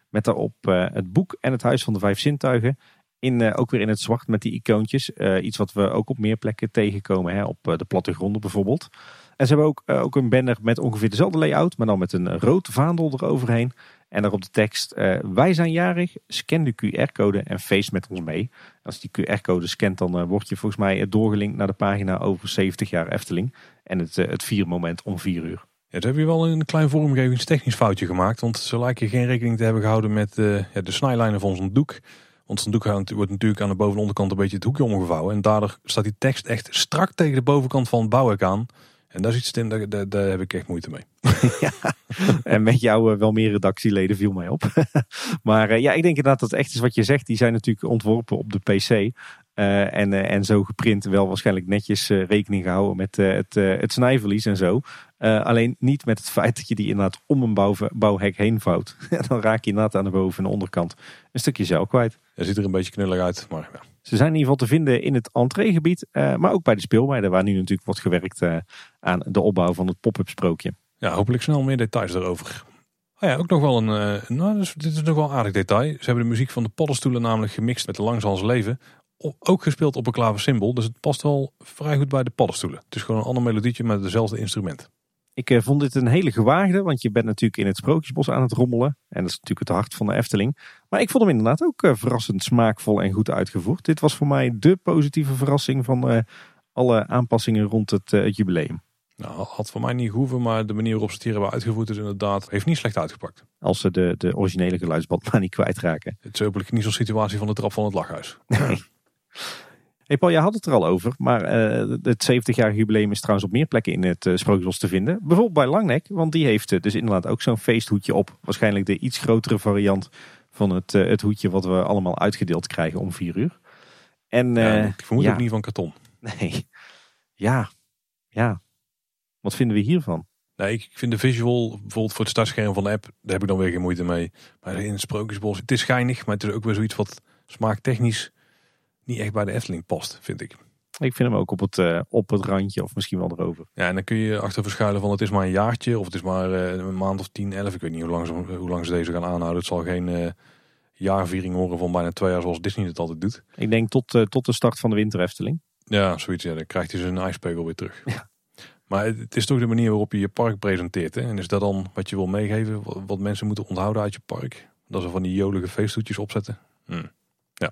A: Met daarop uh, het boek en het Huis van de Vijf Zintuigen. In, uh, ook weer in het zwart met die icoontjes. Uh, iets wat we ook op meer plekken tegenkomen. Hè, op uh, de plattegronden bijvoorbeeld. En ze hebben ook, uh, ook een banner met ongeveer dezelfde layout. Maar dan met een rood vaandel eroverheen. En daarop de tekst. Uh, wij zijn jarig. Scan de Q R-code en feest met ons mee. Als je die Q R-code scant dan uh, word je volgens mij doorgelinkt naar de pagina over zeventig jaar Efteling. En het, uh, het viermoment om vier uur.
B: Ja, ze hebben hier wel een klein vormgevingstechnisch foutje gemaakt. Want ze lijken geen rekening te hebben gehouden met uh, ja, de snijlijnen van zo'n doek. Want zo'n doek wordt natuurlijk aan de boven- en onderkant een beetje het hoekje omgevouwen. En daardoor staat die tekst echt strak tegen de bovenkant van het bouwwerk aan. En daar is iets in, daar, daar, daar heb ik echt moeite mee.
A: Ja, en met jou uh, wel meer redactieleden viel mij op. Maar uh, ja, ik denk inderdaad dat het echt is wat je zegt. Die zijn natuurlijk ontworpen op de P C. Uh, en, uh, en zo geprint, wel waarschijnlijk netjes uh, rekening gehouden met uh, het, uh, het snijverlies en zo. Uh, alleen niet met het feit dat je die inderdaad om een bouw, bouwhek heen vouwt. Dan raak je inderdaad aan de boven- en onderkant een stukje zeil kwijt.
B: Dat ziet er een beetje knullig uit, maar ja.
A: Ze zijn in ieder geval te vinden in het entreegebied, uh, maar ook bij de speelweide, waar nu natuurlijk wordt gewerkt uh, aan de opbouw van het pop-up sprookje.
B: Ja, hopelijk snel meer details daarover. Oh ja, ook nog wel een, uh, nou, dus, dit is nog wel een aardig detail. Ze hebben de muziek van de paddenstoelen namelijk gemixt met Lang zal ze leven. Ook gespeeld op een klaversymbol, dus het past wel vrij goed bij de paddenstoelen. Het is gewoon een ander melodietje met hetzelfde instrument.
A: Ik uh, vond dit een hele gewaagde, want je bent natuurlijk in het Sprookjesbos aan het rommelen. En dat is natuurlijk het hart van de Efteling. Maar ik vond hem inderdaad ook uh, verrassend smaakvol en goed uitgevoerd. Dit was voor mij de positieve verrassing van uh, alle aanpassingen rond het, uh, het jubileum.
B: Nou, had voor mij niet gehoeven, maar de manier waarop ze het hier hebben uitgevoerd is inderdaad, heeft niet slecht uitgepakt.
A: Als ze de, de originele geluidsband maar niet kwijtraken.
B: Het is hopelijk niet zo'n situatie van de trap van het lachhuis.
A: Nee. Hey Paul, jij had het er al over, maar uh, het zeventigjarig jubileum is trouwens op meer plekken in het uh, Sprookjesbos te vinden. Bijvoorbeeld bij Langnek, want die heeft uh, dus inderdaad ook zo'n feesthoedje op. Waarschijnlijk de iets grotere variant van het, uh, het hoedje wat we allemaal uitgedeeld krijgen om vier uur. En, uh,
B: ja, ik vermoed
A: ja.
B: ook niet van karton.
A: Nee, ja, ja. Wat vinden we hiervan?
B: Nee, ik vind de visual, bijvoorbeeld voor het startscherm van de app, daar heb ik dan weer geen moeite mee. Maar in het Sprookjesbos, het is schijnig, maar het is ook weer zoiets wat smaaktechnisch niet echt bij de Efteling past, vind ik.
A: Ik vind hem ook op het, uh, op het randje of misschien wel erover.
B: Ja, en dan kun je achter verschuilen van het is maar een jaartje of het is maar uh, een maand of tien, elf. Ik weet niet hoe lang ze, hoe lang ze deze gaan aanhouden. Het zal geen uh, jaarviering horen van bijna twee jaar zoals Disney het altijd doet.
A: Ik denk tot, uh, tot de start van de winter Efteling.
B: Ja, zoiets. Ja, dan krijgt hij zijn ijspegel weer terug.
A: Ja.
B: Maar het is toch de manier waarop je je park presenteert. Hè? En is dat dan wat je wil meegeven? Wat mensen moeten onthouden uit je park? Dat ze van die jolige feesthoedjes opzetten? Hm. Ja.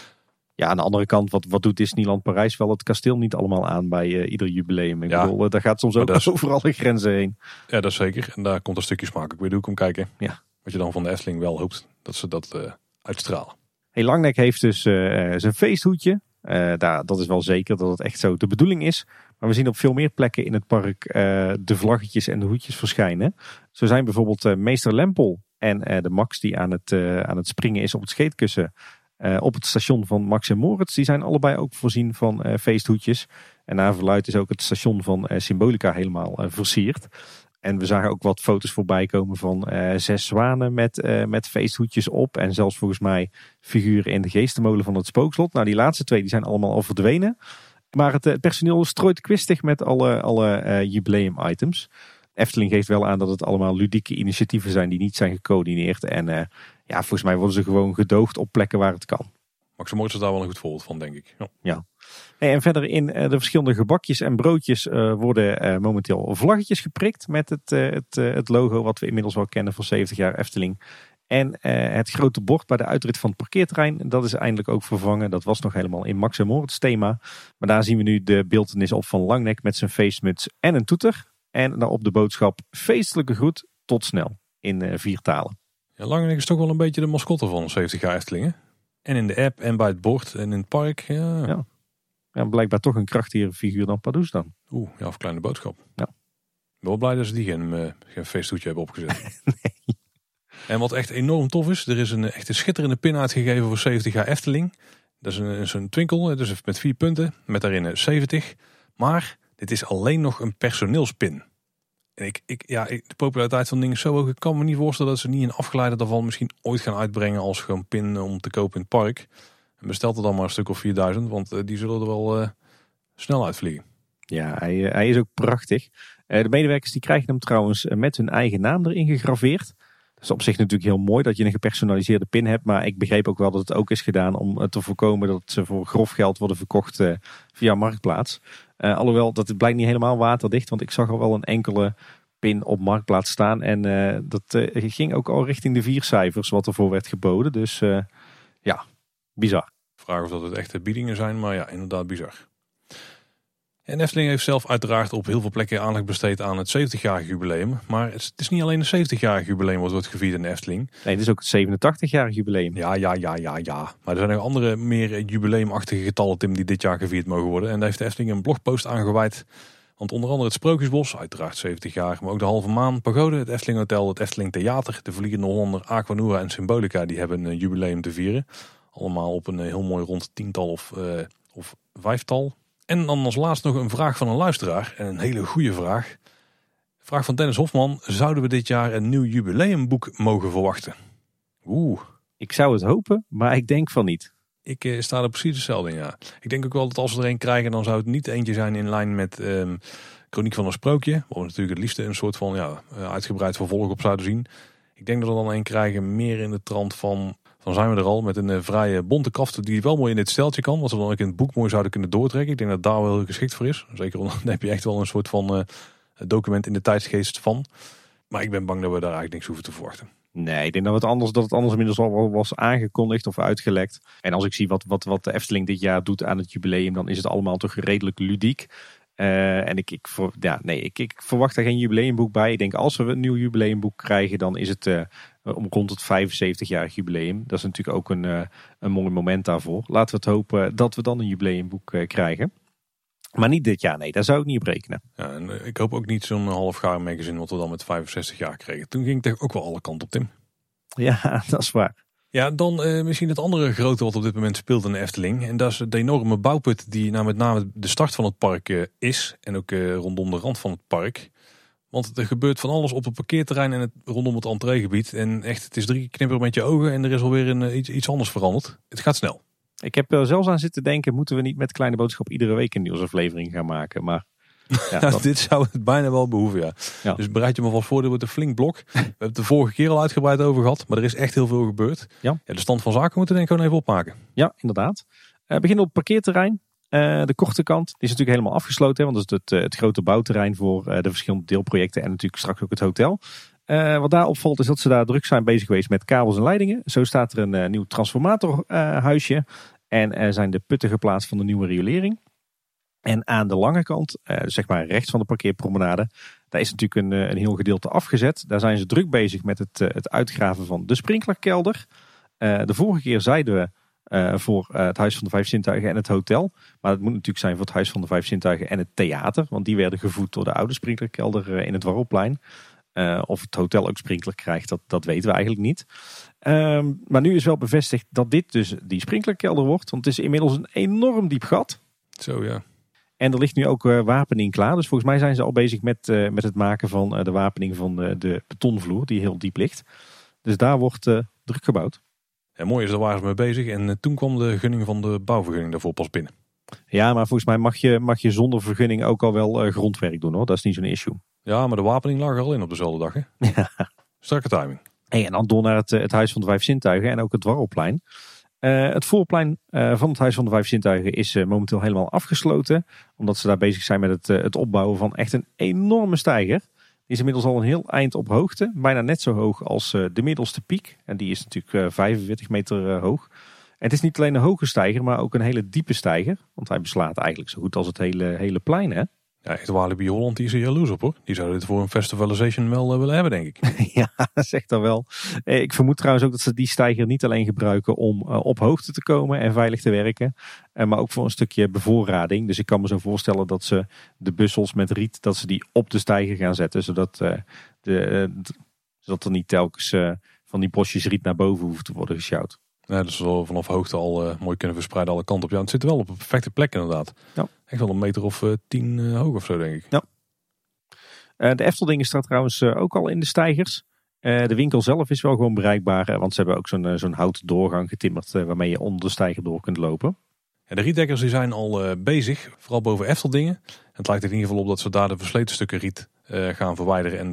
A: Ja, aan de andere kant, wat, wat doet Disneyland Parijs wel het kasteel niet allemaal aan bij uh, ieder jubileum? Ik
B: ja,
A: bedoel, uh, daar gaat soms ook is, over alle grenzen heen.
B: Ja, dat is zeker. En daar komt een stukje smaak ook weer door om kijken.
A: Ja.
B: Wat je dan van de Efteling wel hoopt dat ze dat uh, uitstralen.
A: Hey, Langnek heeft dus uh, zijn feesthoedje. Uh, daar, dat is wel zeker dat het echt zo de bedoeling is. Maar we zien op veel meer plekken in het park uh, de vlaggetjes en de hoedjes verschijnen. Zo zijn bijvoorbeeld uh, Meester Lempel en uh, de Max die aan het, uh, aan het springen is op het scheetkussen. Uh, op het station van Max en Moritz. Die zijn allebei ook voorzien van uh, feesthoedjes. En naar verluidt is ook het station van uh, Symbolica helemaal uh, versierd. En we zagen ook wat foto's voorbij komen van uh, zes zwanen met, uh, met feesthoedjes op. En zelfs volgens mij figuren in de geestenmolen van het Spookslot. Nou, die laatste twee die zijn allemaal al verdwenen. Maar het, het personeel strooit kwistig met alle, alle uh, jubileum items. Efteling geeft wel aan dat het allemaal ludieke initiatieven zijn die niet zijn gecoördineerd. En uh, ja, volgens mij worden ze gewoon gedoogd op plekken waar het kan.
B: Max en Moritz is daar wel een goed voorbeeld van, denk ik. Ja.
A: Ja. Hey, en verder in uh, de verschillende gebakjes en broodjes uh, worden uh, momenteel vlaggetjes geprikt met het, uh, het, uh, het logo wat we inmiddels wel kennen van zeventig jaar Efteling. En uh, het grote bord bij de uitrit van het parkeerterrein, dat is eindelijk ook vervangen. Dat was nog helemaal in Max en Moritz thema. Maar daar zien we nu de beeltenis op van Langnek met zijn feestmuts en een toeter. En daarop de boodschap feestelijke groet, tot snel, in uh, vier talen.
B: Ja, Langnek is toch wel een beetje de mascotte van zeventig jaar Eftelingen. En in de app en bij het bord en in het park. Ja.
A: Ja. Ja, blijkbaar toch een krachtigere figuur dan Pardoes dan.
B: Oeh, ja, of kleine boodschap.
A: Ja.
B: Ik ben wel blij dat ze die geen, uh, geen feesthoedje hebben opgezet.
A: Nee.
B: En wat echt enorm tof is, er is een echt een schitterende pin uitgegeven voor zeventig jaar Efteling. Dat is een, zo'n twinkel, dus met vier punten, met daarin zeventig. Maar dit is alleen nog een personeelspin. En ik, ik, ja, de populariteit van dingen is zo hoog, ik kan me niet voorstellen dat ze niet een afgeleide daarvan misschien ooit gaan uitbrengen als gewoon pin om te kopen in het park. En bestelt er dan maar een stuk of vierduizend, want uh, die zullen er wel uh, snel uitvliegen.
A: Ja, hij, hij is ook prachtig. Uh, de medewerkers die krijgen hem trouwens met hun eigen naam erin gegraveerd. Dat is op zich natuurlijk heel mooi dat je een gepersonaliseerde pin hebt. Maar ik begreep ook wel dat het ook is gedaan om te voorkomen dat ze voor grof geld worden verkocht uh, via Marktplaats. Uh, alhoewel, dat het blijkt niet helemaal waterdicht. Want ik zag al wel een enkele pin op Marktplaats staan. En uh, dat uh, ging ook al richting de vier cijfers wat ervoor werd geboden. Dus uh, ja, bizar.
B: Vraag of dat het echte biedingen zijn, maar ja, inderdaad bizar. En Efteling heeft zelf uiteraard op heel veel plekken aandacht besteed aan het zeventigjarig jubileum. Maar het is niet alleen een zeventigjarig jubileum wat wordt gevierd in de Efteling.
A: Nee, het is ook het zevenentachtigjarig jubileum.
B: Ja, ja, ja, ja, ja. Maar er zijn nog andere meer jubileumachtige getallen, Tim, die dit jaar gevierd mogen worden. En daar heeft de Efteling een blogpost aan gewijd. Want onder andere het Sprookjesbos, uiteraard zeventig jaar, maar ook de Halve Maan, Pagode, het Efteling Hotel, het Efteling Theater, de Vliegende Hollander, Aquanura en Symbolica, die hebben een jubileum te vieren. Allemaal op een heel mooi rond tiental of, uh, of vijftal. En dan als laatst nog een vraag van een luisteraar. En een hele goede vraag. Vraag van Dennis Hofman. Zouden we dit jaar een nieuw jubileumboek mogen verwachten? Oeh.
A: Ik zou het hopen, maar ik denk van niet.
B: Ik uh, sta er precies hetzelfde in, ja. Ik denk ook wel dat als we er een krijgen, dan zou het niet eentje zijn in lijn met um, Chroniek van een Sprookje. Waar we natuurlijk het liefste een soort van ja, uitgebreid vervolg op zouden zien. Ik denk dat we dan een krijgen meer in de trant van... Dan zijn we er al met een uh, vrije bonte kaft die wel mooi in dit steltje kan. Wat we dan ook in het boek mooi zouden kunnen doortrekken. Ik denk dat daar wel heel geschikt voor is. Zeker dan heb je echt wel een soort van uh, document in de tijdsgeest van. Maar ik ben bang dat we daar eigenlijk niks hoeven te verwachten.
A: Nee, ik denk dat het anders, dat het anders inmiddels al was aangekondigd of uitgelekt. En als ik zie wat, wat, wat de Efteling dit jaar doet aan het jubileum, dan is het allemaal toch redelijk ludiek. Uh, en ik, ik, ja, nee, ik, ik verwacht daar geen jubileumboek bij. Ik denk als we een nieuw jubileumboek krijgen, dan is het uh, om rond het vijfenzeventigjarig jubileum. Dat is natuurlijk ook een, uh, een mooi moment daarvoor. Laten we het hopen dat we dan een jubileumboek uh, krijgen. Maar niet dit jaar, nee, daar zou ik niet op rekenen.
B: Ja, en uh, ik hoop ook niet zo'n halfgaar magazine wat we dan met vijfenzestig jaar kregen. Toen ging het ook wel alle kanten op, Tim.
A: Ja, dat is waar.
B: Ja, dan uh, misschien het andere grote wat op dit moment speelt in de Efteling. En dat is de enorme bouwput die nou met name de start van het park uh, is. En ook uh, rondom de rand van het park. Want er gebeurt van alles op het parkeerterrein en het, rondom het entreegebied. En echt, het is drie knipperen met je ogen en er is alweer een, uh, iets, iets anders veranderd. Het gaat snel.
A: Ik heb er zelfs aan zitten denken, moeten we niet met Kleine Boodschap iedere week een nieuwsaflevering gaan maken. Maar
B: ja, dat... Dit zou het bijna wel behoeven, ja. ja. Dus bereid je me vast voor, dit wordt een flink blok. We hebben het de vorige keer al uitgebreid over gehad, maar er is echt heel veel gebeurd. Ja. Ja, de stand van zaken moeten we denk ik gewoon even opmaken.
A: Ja, inderdaad. Uh, beginnen op het parkeerterrein. Uh, de korte kant die is natuurlijk helemaal afgesloten, hè, want dat is het, uh, het grote bouwterrein voor uh, de verschillende deelprojecten en natuurlijk straks ook het hotel. Uh, wat daar opvalt is dat ze daar druk zijn bezig geweest met kabels en leidingen. Zo staat er een uh, nieuw transformatorhuisje uh, en er zijn de putten geplaatst van de nieuwe riolering. En aan de lange kant, uh, zeg maar rechts van de parkeerpromenade, daar is natuurlijk een, een heel gedeelte afgezet. Daar zijn ze druk bezig met het, uh, het uitgraven van de sprinklerkelder. Uh, de vorige keer zeiden we uh, voor uh, het Huis van de Vijf Zintuigen en het hotel. Maar het moet natuurlijk zijn voor het Huis van de Vijf Zintuigen en het theater. Want die werden gevoed door de oude sprinklerkelder uh, in het Warrelplein. Uh, of het hotel ook sprinkler krijgt, dat, dat weten we eigenlijk niet. Um, maar nu is wel bevestigd dat dit dus die sprinklerkelder wordt. Want het is inmiddels een enorm diep gat.
B: Zo ja.
A: En er ligt nu ook uh, wapening klaar. Dus volgens mij zijn ze al bezig met, uh, met het maken van uh, de wapening van uh, de betonvloer die heel diep ligt. Dus daar wordt uh, druk gebouwd.
B: Ja, mooi is, daar waren ze mee bezig. En uh, toen kwam de gunning van de bouwvergunning daarvoor pas binnen.
A: Ja, maar volgens mij mag je, mag je zonder vergunning ook al wel uh, grondwerk doen hoor. Dat is niet zo'n issue.
B: Ja, maar de wapening lag er al in op dezelfde dag hè?
A: Ja.
B: Strakke timing.
A: Hey, en dan door naar het, het Huis van de Vijf Zintuigen en ook het Warrelplein. Uh, het voorplein uh, van het Huis van de Vijf Zintuigen is uh, momenteel helemaal afgesloten. Omdat ze daar bezig zijn met het, uh, het opbouwen van echt een enorme steiger. Die is inmiddels al een heel eind op hoogte. Bijna net zo hoog als uh, de middelste piek. En die is natuurlijk uh, vijfenveertig meter uh, hoog. En het is niet alleen een hoge steiger, maar ook een hele diepe steiger. Want hij beslaat eigenlijk zo goed als het hele, hele plein hè.
B: Ja, echt Walibi Holland, die is er jaloers op hoor. Die zouden dit voor een festivalization wel uh, willen hebben, denk ik.
A: Ja, zeg dat wel. Ik vermoed trouwens ook dat ze die steiger niet alleen gebruiken om uh, op hoogte te komen en veilig te werken. Uh, maar ook voor een stukje bevoorrading. Dus ik kan me zo voorstellen dat ze de bussels met riet, dat ze die op de steiger gaan zetten. Zodat, uh, de, uh, zodat er niet telkens uh, van die bosjes riet naar boven hoeven te worden gesjouwd.
B: Ja, dus we vanaf hoogte al uh, mooi kunnen verspreiden alle kanten op. Ja, het zit wel op een perfecte plek inderdaad. Ja. Echt wel een meter of uh, tien uh, hoog of zo, denk ik.
A: Ja. Uh, de Efteldingen staat trouwens uh, ook al in de steigers. Uh, de winkel zelf is wel gewoon bereikbaar. Uh, want ze hebben ook zo'n uh, zo'n houten doorgang getimmerd uh, waarmee je onder de steiger door kunt lopen.
B: Ja, de rietdekkers die zijn al uh, bezig, vooral boven Efteldingen. Het lijkt er in ieder geval op dat ze daar de versleten stukken riet uh, gaan verwijderen. En dus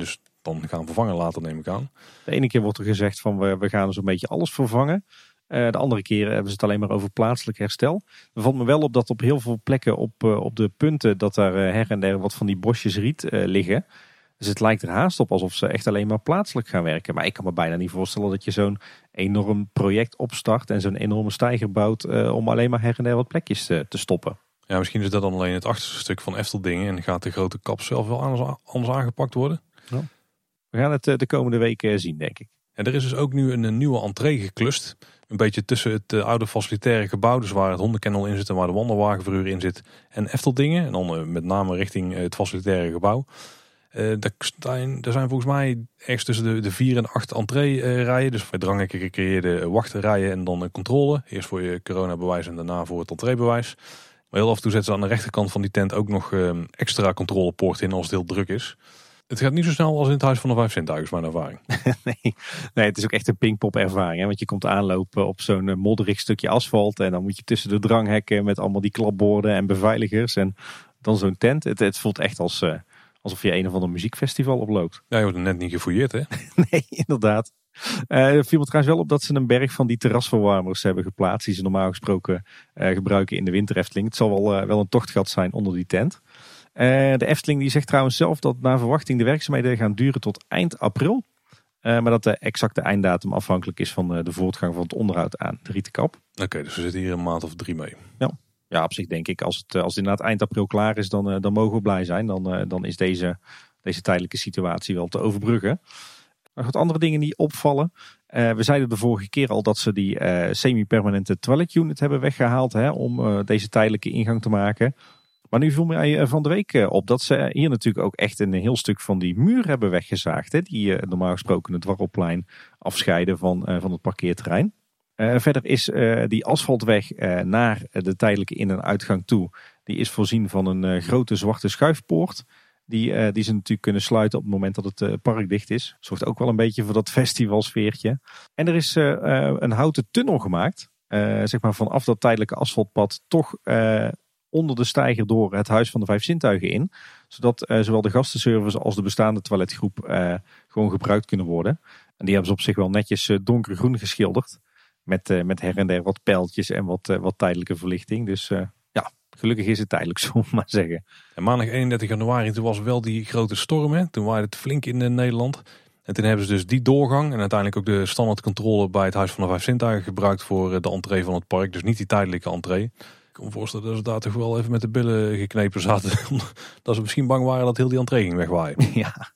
B: dan gaan vervangen later, neem ik aan.
A: De ene keer wordt er gezegd van we, we gaan zo'n beetje alles vervangen. Uh, de andere keer hebben ze het alleen maar over plaatselijk herstel. Er valt me wel op dat op heel veel plekken op, uh, op de punten dat daar uh, her en der wat van die bosjes riet uh, liggen. Dus het lijkt er haast op alsof ze echt alleen maar plaatselijk gaan werken. Maar ik kan me bijna niet voorstellen dat je zo'n enorm project opstart en zo'n enorme steiger bouwt uh, om alleen maar her en der wat plekjes uh, te stoppen.
B: Ja, misschien is dat dan alleen het achterste stuk van Efteldingen en gaat de grote kap zelf wel anders, anders aangepakt worden.
A: Ja. We gaan het uh, de komende weken zien, denk ik.
B: En er is dus ook nu een, een nieuwe entree geklust. Een beetje tussen het uh, oude facilitaire gebouw, dus waar het hondenkennel in zit en waar de wandelwagenverhuur in zit, en Efteldingen. En dan uh, met name richting uh, het facilitaire gebouw. Uh, daar, zijn, daar zijn volgens mij ergens tussen de, de vier en acht entree-rijen. Dus bij dranghekken gecreëerde wachtrijen en dan een controle. Eerst voor je coronabewijs en daarna voor het entreebewijs. Maar heel af en toe zetten ze aan de rechterkant van die tent ook nog uh, extra controlepoorten in als het heel druk is. Het gaat niet zo snel als in het Huis van de Vijf Zintuigen, is mijn ervaring.
A: nee, nee, het is ook echt een pingpop ervaring. Hè? Want je komt aanlopen op zo'n uh, modderig stukje asfalt. En dan moet je tussen de dranghekken met allemaal die klapborden en beveiligers. En dan zo'n tent. Het, het voelt echt als... Uh, Alsof je een of ander muziekfestival oploopt.
B: Ja, je wordt er net niet gefouilleerd, hè?
A: Nee, inderdaad. Uh, er viel me trouwens wel op dat ze een berg van die terrasverwarmers hebben geplaatst. Die ze normaal gesproken uh, gebruiken in de winter Efteling. Het zal wel, uh, wel een tochtgat zijn onder die tent. Uh, de Efteling die zegt trouwens zelf dat naar verwachting de werkzaamheden gaan duren tot eind april. Uh, maar dat de exacte einddatum afhankelijk is van uh, de voortgang van het onderhoud aan de Rietenkap.
B: Oké, okay, dus we zitten hier een maand of drie mee.
A: Ja. Ja, op zich denk ik, als het, als het inderdaad eind april klaar is, dan, dan mogen we blij zijn. Dan, dan is deze, deze tijdelijke situatie wel te overbruggen. Nog wat andere dingen die opvallen. Uh, we zeiden de vorige keer al dat ze die uh, semi-permanente toilet unit hebben weggehaald. Hè, om uh, deze tijdelijke ingang te maken. Maar nu viel mij van de week op dat ze hier natuurlijk ook echt een heel stuk van die muur hebben weggezaagd. Hè, die uh, normaal gesproken het Dwarrelplein afscheiden van, uh, van het parkeerterrein. Uh, verder is uh, die asfaltweg uh, naar de tijdelijke in- en uitgang toe. Die is voorzien van een uh, grote zwarte schuifpoort. Die, uh, die ze natuurlijk kunnen sluiten op het moment dat het uh, park dicht is. Zorgt ook wel een beetje voor dat festivalsfeertje. En er is uh, uh, een houten tunnel gemaakt. Uh, zeg maar vanaf dat tijdelijke asfaltpad toch uh, onder de steiger door het Huis van de Vijf Zintuigen in. Zodat uh, zowel de gastenservice als de bestaande toiletgroep uh, gewoon gebruikt kunnen worden. En die hebben ze op zich wel netjes uh, donkergroen geschilderd. Met, uh, met her en der wat pijltjes en wat, uh, wat tijdelijke verlichting. Dus uh, ja, gelukkig is het tijdelijk, zullen we maar zeggen.
B: En maandag eenendertig januari, toen was wel die grote storm. Hè? Toen waaide het flink in uh, Nederland. En toen hebben ze dus die doorgang en uiteindelijk ook de standaardcontrole bij het Huis van de Vijf Zintuigen gebruikt voor uh, de entree van het park. Dus niet die tijdelijke entree. Ik kan me voorstellen dat ze daar toch wel even met de billen geknepen zaten. Dat ze misschien bang waren dat heel die entree ging wegwaaien.
A: Ja.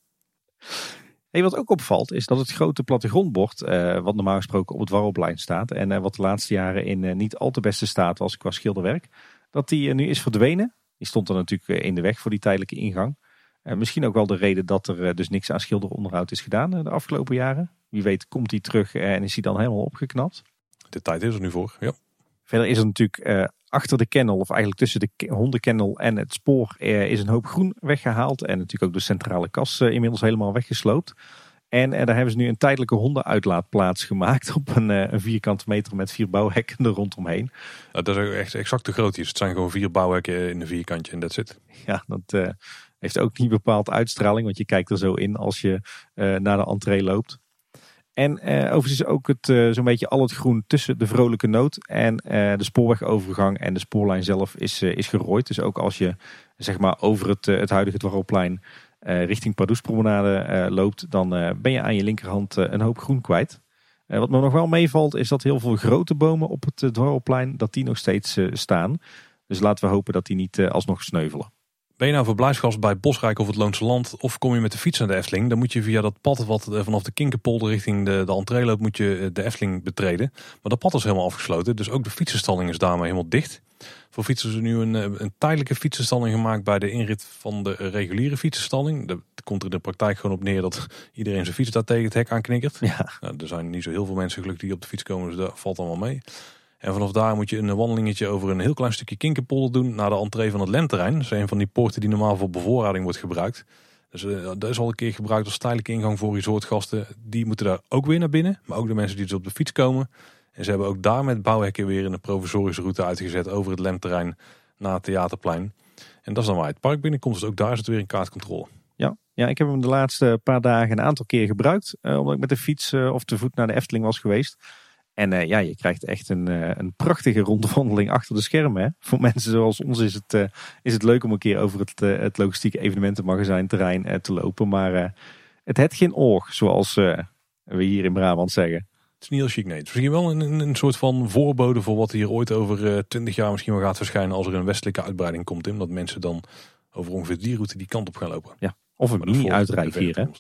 A: Hey, wat ook opvalt is dat het grote plattegrondbord, uh, wat normaal gesproken op het Dwarrelplein staat en uh, wat de laatste jaren in uh, niet al te beste staat was qua schilderwerk, dat die uh, nu is verdwenen. Die stond er natuurlijk uh, in de weg voor die tijdelijke ingang. Uh, misschien ook wel de reden dat er uh, dus niks aan schilderonderhoud is gedaan uh, de afgelopen jaren. Wie weet komt die terug uh, en is die dan helemaal opgeknapt.
B: De tijd is er nu voor, ja.
A: Verder is er natuurlijk uh, achter de kennel, of eigenlijk tussen de hondenkennel en het spoor, uh, is een hoop groen weggehaald. En natuurlijk ook de centrale kas uh, inmiddels helemaal weggesloopt. En uh, daar hebben ze nu een tijdelijke hondenuitlaatplaats gemaakt op een, uh, een vierkante meter met vier bouwhekken er rondomheen.
B: Ja, dat is ook echt exact de grootte. Het zijn gewoon vier bouwhekken in een vierkantje en that's it.
A: Ja, dat uh, heeft ook niet bepaald uitstraling, want je kijkt er zo in als je uh, naar de entree loopt. En uh, overigens is ook het, uh, zo'n beetje al het groen tussen de Vrolijke Noot en uh, de spoorwegovergang en de spoorlijn zelf is, uh, is gerooid. Dus ook als je zeg maar over het, uh, het huidige Dwarrelplein uh, richting Pardoespromenade uh, loopt, dan uh, ben je aan je linkerhand uh, een hoop groen kwijt. Uh, wat me nog wel meevalt is dat heel veel grote bomen op het uh, Dwarrelplein, dat die nog steeds uh, staan. Dus laten we hopen dat die niet uh, alsnog sneuvelen.
B: Ben je nou verblijfsgast bij Bosrijk of het Loonse Land of kom je met de fiets naar de Efteling, dan moet je via dat pad wat vanaf de Kinkerpolder richting de, de entree loopt, moet je de Efteling betreden. Maar dat pad is helemaal afgesloten, dus ook de fietsenstalling is daarmee helemaal dicht. Voor fietsers is er nu een, een tijdelijke fietsenstalling gemaakt bij de inrit van de reguliere fietsenstalling. Dat komt er in de praktijk gewoon op neer dat iedereen zijn fiets daar tegen het hek aanknikkert.
A: Ja.
B: Nou, er zijn niet zo heel veel mensen gelukkig die op de fiets komen, dus dat valt allemaal mee. En vanaf daar moet je een wandelingetje over een heel klein stukje Kinkerpolder doen naar de entree van het Lenterrein. Dat is een van die poorten die normaal voor bevoorrading wordt gebruikt. Dus uh, dat is al een keer gebruikt als tijdelijke ingang voor resortgasten. Die moeten daar ook weer naar binnen, maar ook de mensen die dus op de fiets komen. En ze hebben ook daar met bouwhekken weer een provisorische route uitgezet over het Lemterrein naar het Theaterplein. En dat is dan waar het park binnenkomt, dus ook daar is het weer een kaartcontrole.
A: Ja, Ja, ik heb hem de laatste paar dagen een aantal keer gebruikt. Uh, omdat ik met de fiets uh, of te voet naar de Efteling was geweest. En uh, ja, je krijgt echt een, uh, een prachtige rondwandeling achter de schermen. Hè? Voor mensen zoals ons is het, uh, is het leuk om een keer over het, uh, het logistieke evenementenmagazijn terrein uh, te lopen. Maar uh, het heeft geen oog, zoals uh, we hier in Brabant zeggen.
B: Het is niet heel chic, nee. Het is misschien wel een, een, een soort van voorbode voor wat hier ooit over twintig uh, jaar misschien wel gaat verschijnen als er een westelijke uitbreiding komt. In, dat mensen dan over ongeveer die route die kant op gaan lopen.
A: Ja, of een mini-uitreik hier, hè?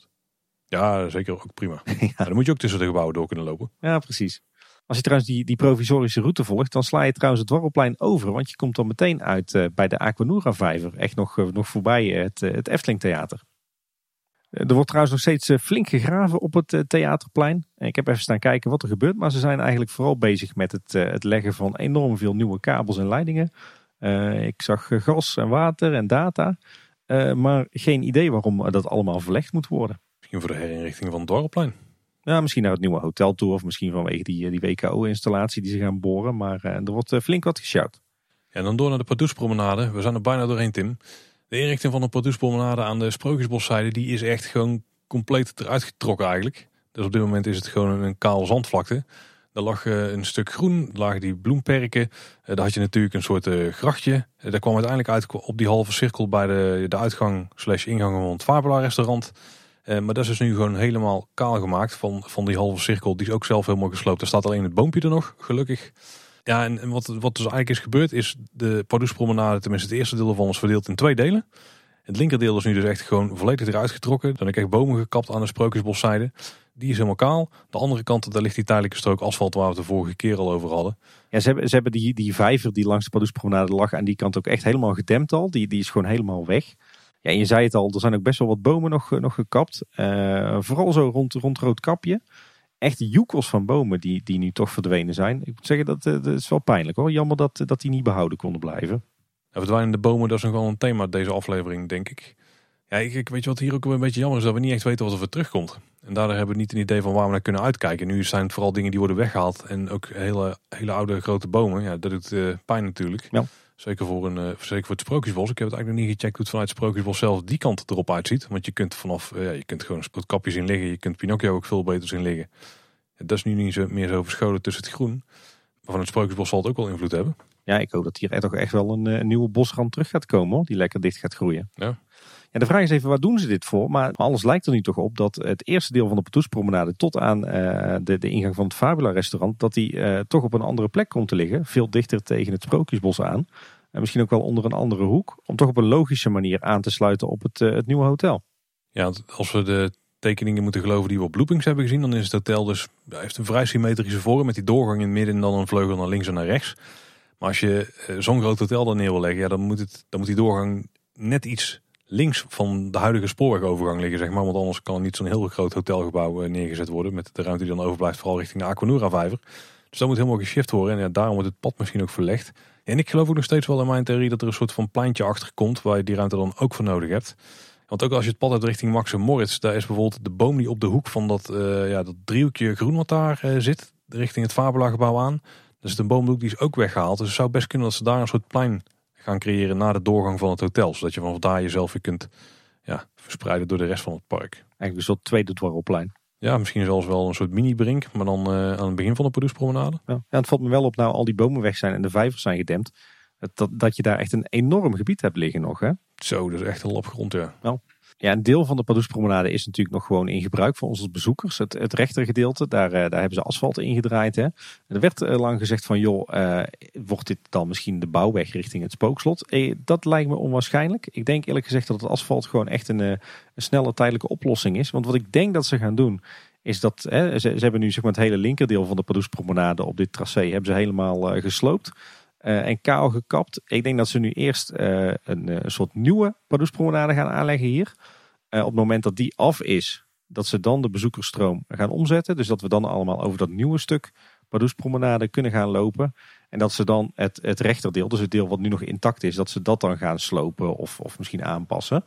B: Ja, zeker, ook prima. Ja. Dan moet je ook tussen de gebouwen door kunnen lopen.
A: Ja, precies. Als je trouwens die, die provisorische route volgt, dan sla je trouwens het Dwarrelplein over. Want je komt dan meteen uit uh, bij de Aquanura-vijver. Echt nog, uh, nog voorbij het, uh, het Efteling Theater. Uh, er wordt trouwens nog steeds uh, flink gegraven op het uh, Theaterplein. Ik heb even staan kijken wat er gebeurt. Maar ze zijn eigenlijk vooral bezig met het, uh, het leggen van enorm veel nieuwe kabels en leidingen. Uh, ik zag uh, gas en water en data. Uh, maar geen idee waarom dat allemaal verlegd moet worden.
B: Misschien voor de herinrichting van het Dwarrelplein.
A: Ja, misschien naar het nieuwe hotel toe of misschien vanwege die, die W K O-installatie die ze gaan boren. Maar uh, er wordt uh, flink wat gesjouwd.
B: Ja, en dan door naar de Pardoespromenade. We zijn er bijna doorheen, Tim. De inrichting van de Pardoespromenade aan de Sprookjesboszijde, die is echt gewoon compleet eruit getrokken eigenlijk. Dus op dit moment is het gewoon een kaal zandvlakte. Daar lag uh, een stuk groen, daar lagen die bloemperken. Uh, daar had je natuurlijk een soort uh, grachtje. Uh, daar kwam uiteindelijk uit op die halve cirkel bij de, de uitgang slash ingang van het Fabula restaurant. Uh, maar dat is dus nu gewoon helemaal kaal gemaakt van, van die halve cirkel. Die is ook zelf helemaal gesloopt. Er staat alleen het boompje er nog, gelukkig. Ja, en, en wat, wat dus eigenlijk is gebeurd is de Pardoespromenade, tenminste het eerste deel ervan, is verdeeld in twee delen. Het linkerdeel is nu dus echt gewoon volledig eruit getrokken. Dan heb ik echt bomen gekapt aan de Sprookjesboszijde. Die is helemaal kaal. De andere kant, daar ligt die tijdelijke strook asfalt waar we het de vorige keer al over hadden.
A: Ja, ze hebben, ze hebben die, die vijver die langs de Pardoespromenade lag aan die kant ook echt helemaal gedempt al. Die, die is gewoon helemaal weg. Ja, en je zei het al, er zijn ook best wel wat bomen nog, nog gekapt. Uh, vooral zo rond, rond Roodkapje. Echt joekels van bomen die, die nu toch verdwenen zijn. Ik moet zeggen, dat, dat is wel pijnlijk hoor. Jammer dat, dat die niet behouden konden blijven.
B: Ja, verdwijnende bomen, dat is nog wel een thema deze aflevering, denk ik. Ja, ik, ik weet je wat hier ook een beetje jammer is, dat we niet echt weten wat er voor terugkomt. En daardoor hebben we niet een idee van waar we naar kunnen uitkijken. Nu zijn het vooral dingen die worden weggehaald. En ook hele, hele oude grote bomen. Ja, dat doet uh, pijn natuurlijk. Ja. Zeker voor, een, uh, zeker voor het Sprookjesbos. Ik heb het eigenlijk nog niet gecheckt hoe het vanuit het Sprookjesbos zelf die kant erop uitziet. Want je kunt vanaf, uh, ja, je kunt gewoon Sprookjesbos zien liggen. Je kunt Pinocchio ook veel beter zien liggen. Ja, dat is nu niet zo, meer zo verscholen tussen het groen. Maar van het Sprookjesbos zal het ook wel invloed hebben.
A: Ja, ik hoop dat hier toch echt wel een, een nieuwe bosrand terug gaat komen hoor. Die lekker dicht gaat groeien.
B: Ja.
A: Ja, de vraag is even, waar doen ze dit voor? Maar alles lijkt er nu toch op dat het eerste deel van de Pardoespromenade tot aan uh, de, de ingang van het Fabula restaurant, dat die uh, toch op een andere plek komt te liggen. Veel dichter tegen het Sprookjesbos aan. En misschien ook wel onder een andere hoek. Om toch op een logische manier aan te sluiten op het, uh, het nieuwe hotel.
B: Ja, als we de tekeningen moeten geloven die we op Loopings hebben gezien, dan is het hotel dus, ja, heeft een vrij symmetrische vorm met die doorgang in het midden en dan een vleugel naar links en naar rechts. Maar als je uh, zo'n groot hotel daar neer wil leggen, ja, dan, moet het, dan moet die doorgang net iets links van de huidige spoorwegovergang liggen, zeg maar. Want anders kan er niet zo'n heel groot hotelgebouw uh, neergezet worden met de ruimte die dan overblijft, vooral richting de Aquanura-vijver. Dus dat moet helemaal geshift worden en ja, daarom wordt het pad misschien ook verlegd. En ik geloof ook nog steeds wel in mijn theorie dat er een soort van pleintje achter komt waar je die ruimte dan ook voor nodig hebt. Want ook als je het pad hebt richting Max en Moritz, daar is bijvoorbeeld de boom die op de hoek van dat, uh, ja, dat driehoekje groen wat daar uh, zit, richting het Fabula gebouw aan. Dus de boomhoek die is ook weggehaald. Dus het zou best kunnen dat ze daar een soort plein gaan creëren na de doorgang van het hotel. Zodat je vanaf daar jezelf weer kunt ja, verspreiden door de rest van het park.
A: Eigenlijk een soort tweede Dwarrelplein.
B: Ja, misschien zelfs wel een soort mini-brink, maar dan uh, aan het begin van de Pardoespromenade.
A: Ja. Ja, het valt me wel op, nou al die bomen weg zijn en de vijvers zijn gedempt. Dat, dat je daar echt een enorm gebied hebt liggen nog, hè?
B: Zo, dat is echt een lap grond, ja.
A: Nou. Ja, een deel van de Pardoespromenade is natuurlijk nog gewoon in gebruik voor ons als bezoekers. Het, het rechtergedeelte, daar, daar hebben ze asfalt ingedraaid. Hè. Er werd lang gezegd van, joh, uh, wordt dit dan misschien de bouwweg richting het Spookslot? Eh, dat lijkt me onwaarschijnlijk. Ik denk eerlijk gezegd dat het asfalt gewoon echt een, een snelle tijdelijke oplossing is. Want wat ik denk dat ze gaan doen, is dat hè, ze, ze hebben nu zeg maar, het hele linkerdeel van de Pardoespromenade op dit tracé hebben ze helemaal uh, gesloopt. Uh, en kaal gekapt. Ik denk dat ze nu eerst uh, een, een soort nieuwe Pardoespromenade gaan aanleggen hier. Uh, op het moment dat die af is, dat ze dan de bezoekersstroom gaan omzetten. Dus dat we dan allemaal over dat nieuwe stuk Pardoespromenade kunnen gaan lopen. En dat ze dan het, het rechterdeel, dus het deel wat nu nog intact is, dat ze dat dan gaan slopen of, of misschien aanpassen.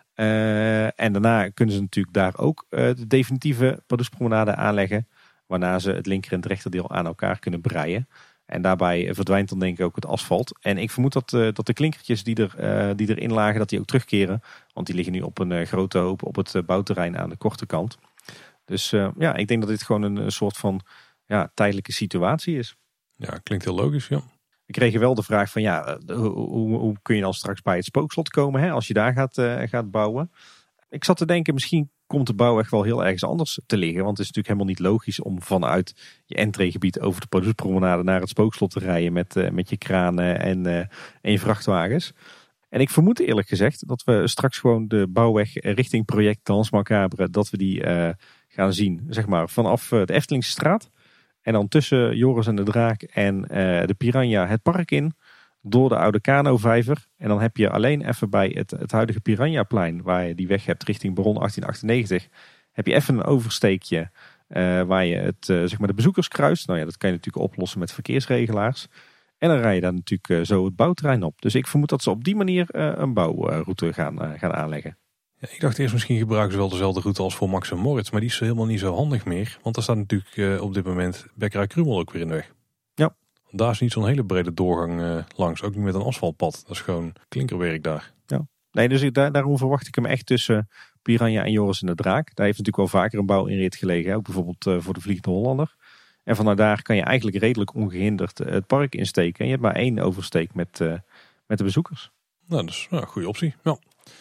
A: Uh, en daarna kunnen ze natuurlijk daar ook uh, de definitieve Pardoespromenade aanleggen. Waarna ze het linker en het rechterdeel aan elkaar kunnen breien. En daarbij verdwijnt dan denk ik ook het asfalt. En ik vermoed dat, uh, dat de klinkertjes die, er, uh, die erin lagen, dat die ook terugkeren. Want die liggen nu op een uh, grote hoop op het uh, bouwterrein aan de korte kant. Dus uh, ja, ik denk dat dit gewoon een, een soort van ja, tijdelijke situatie is.
B: Ja, klinkt heel logisch, ja.
A: We kregen wel de vraag van ja, hoe, hoe, hoe kun je dan straks bij het spookslot komen, hè, als je daar gaat, uh, gaat bouwen. Ik zat te denken, misschien komt de bouwweg wel heel ergens anders te liggen. Want het is natuurlijk helemaal niet logisch om vanuit je entreegebied over de Pardoespromenade naar het spookslot te rijden met, uh, met je kranen en, uh, en je vrachtwagens. En ik vermoed eerlijk gezegd dat we straks gewoon de bouwweg richting project Danse Macabre, dat we die uh, gaan zien, zeg maar, vanaf uh, de Eftelingse straat. En dan tussen Joris en de Draak en uh, de Piranha het park in. Door de oude Kanovijver. En dan heb je alleen even bij het, het huidige Piranhaplein, waar je die weg hebt richting Baron achttien achtennegentig. Heb je even een oversteekje uh, waar je het, uh, zeg maar de bezoekers kruist. Nou ja, dat kan je natuurlijk oplossen met verkeersregelaars. En dan rij je daar natuurlijk uh, zo het bouwterrein op. Dus ik vermoed dat ze op die manier uh, een bouwroute gaan, uh, gaan aanleggen.
B: Ja, ik dacht eerst misschien gebruiken ze wel dezelfde route als voor Max en Moritz. Maar die is helemaal niet zo handig meer. Want daar staat natuurlijk uh, op dit moment Bekkerij Krummel ook weer in de weg.
A: Ja.
B: Daar is niet zo'n hele brede doorgang uh, langs. Ook niet met een asfaltpad. Dat is gewoon klinkerwerk daar.
A: Ja. Nee, dus ik, daar, daarom verwacht ik hem echt tussen Piranha en Joris en de Draak. Daar heeft natuurlijk wel vaker een bouw in rit gelegen. Ook bijvoorbeeld uh, voor de Vliegende Hollander. En vanuit daar kan je eigenlijk redelijk ongehinderd uh, het park insteken. En je hebt maar één oversteek met, uh, met de bezoekers.
B: Nou, dat is een ja, goede optie. Ja.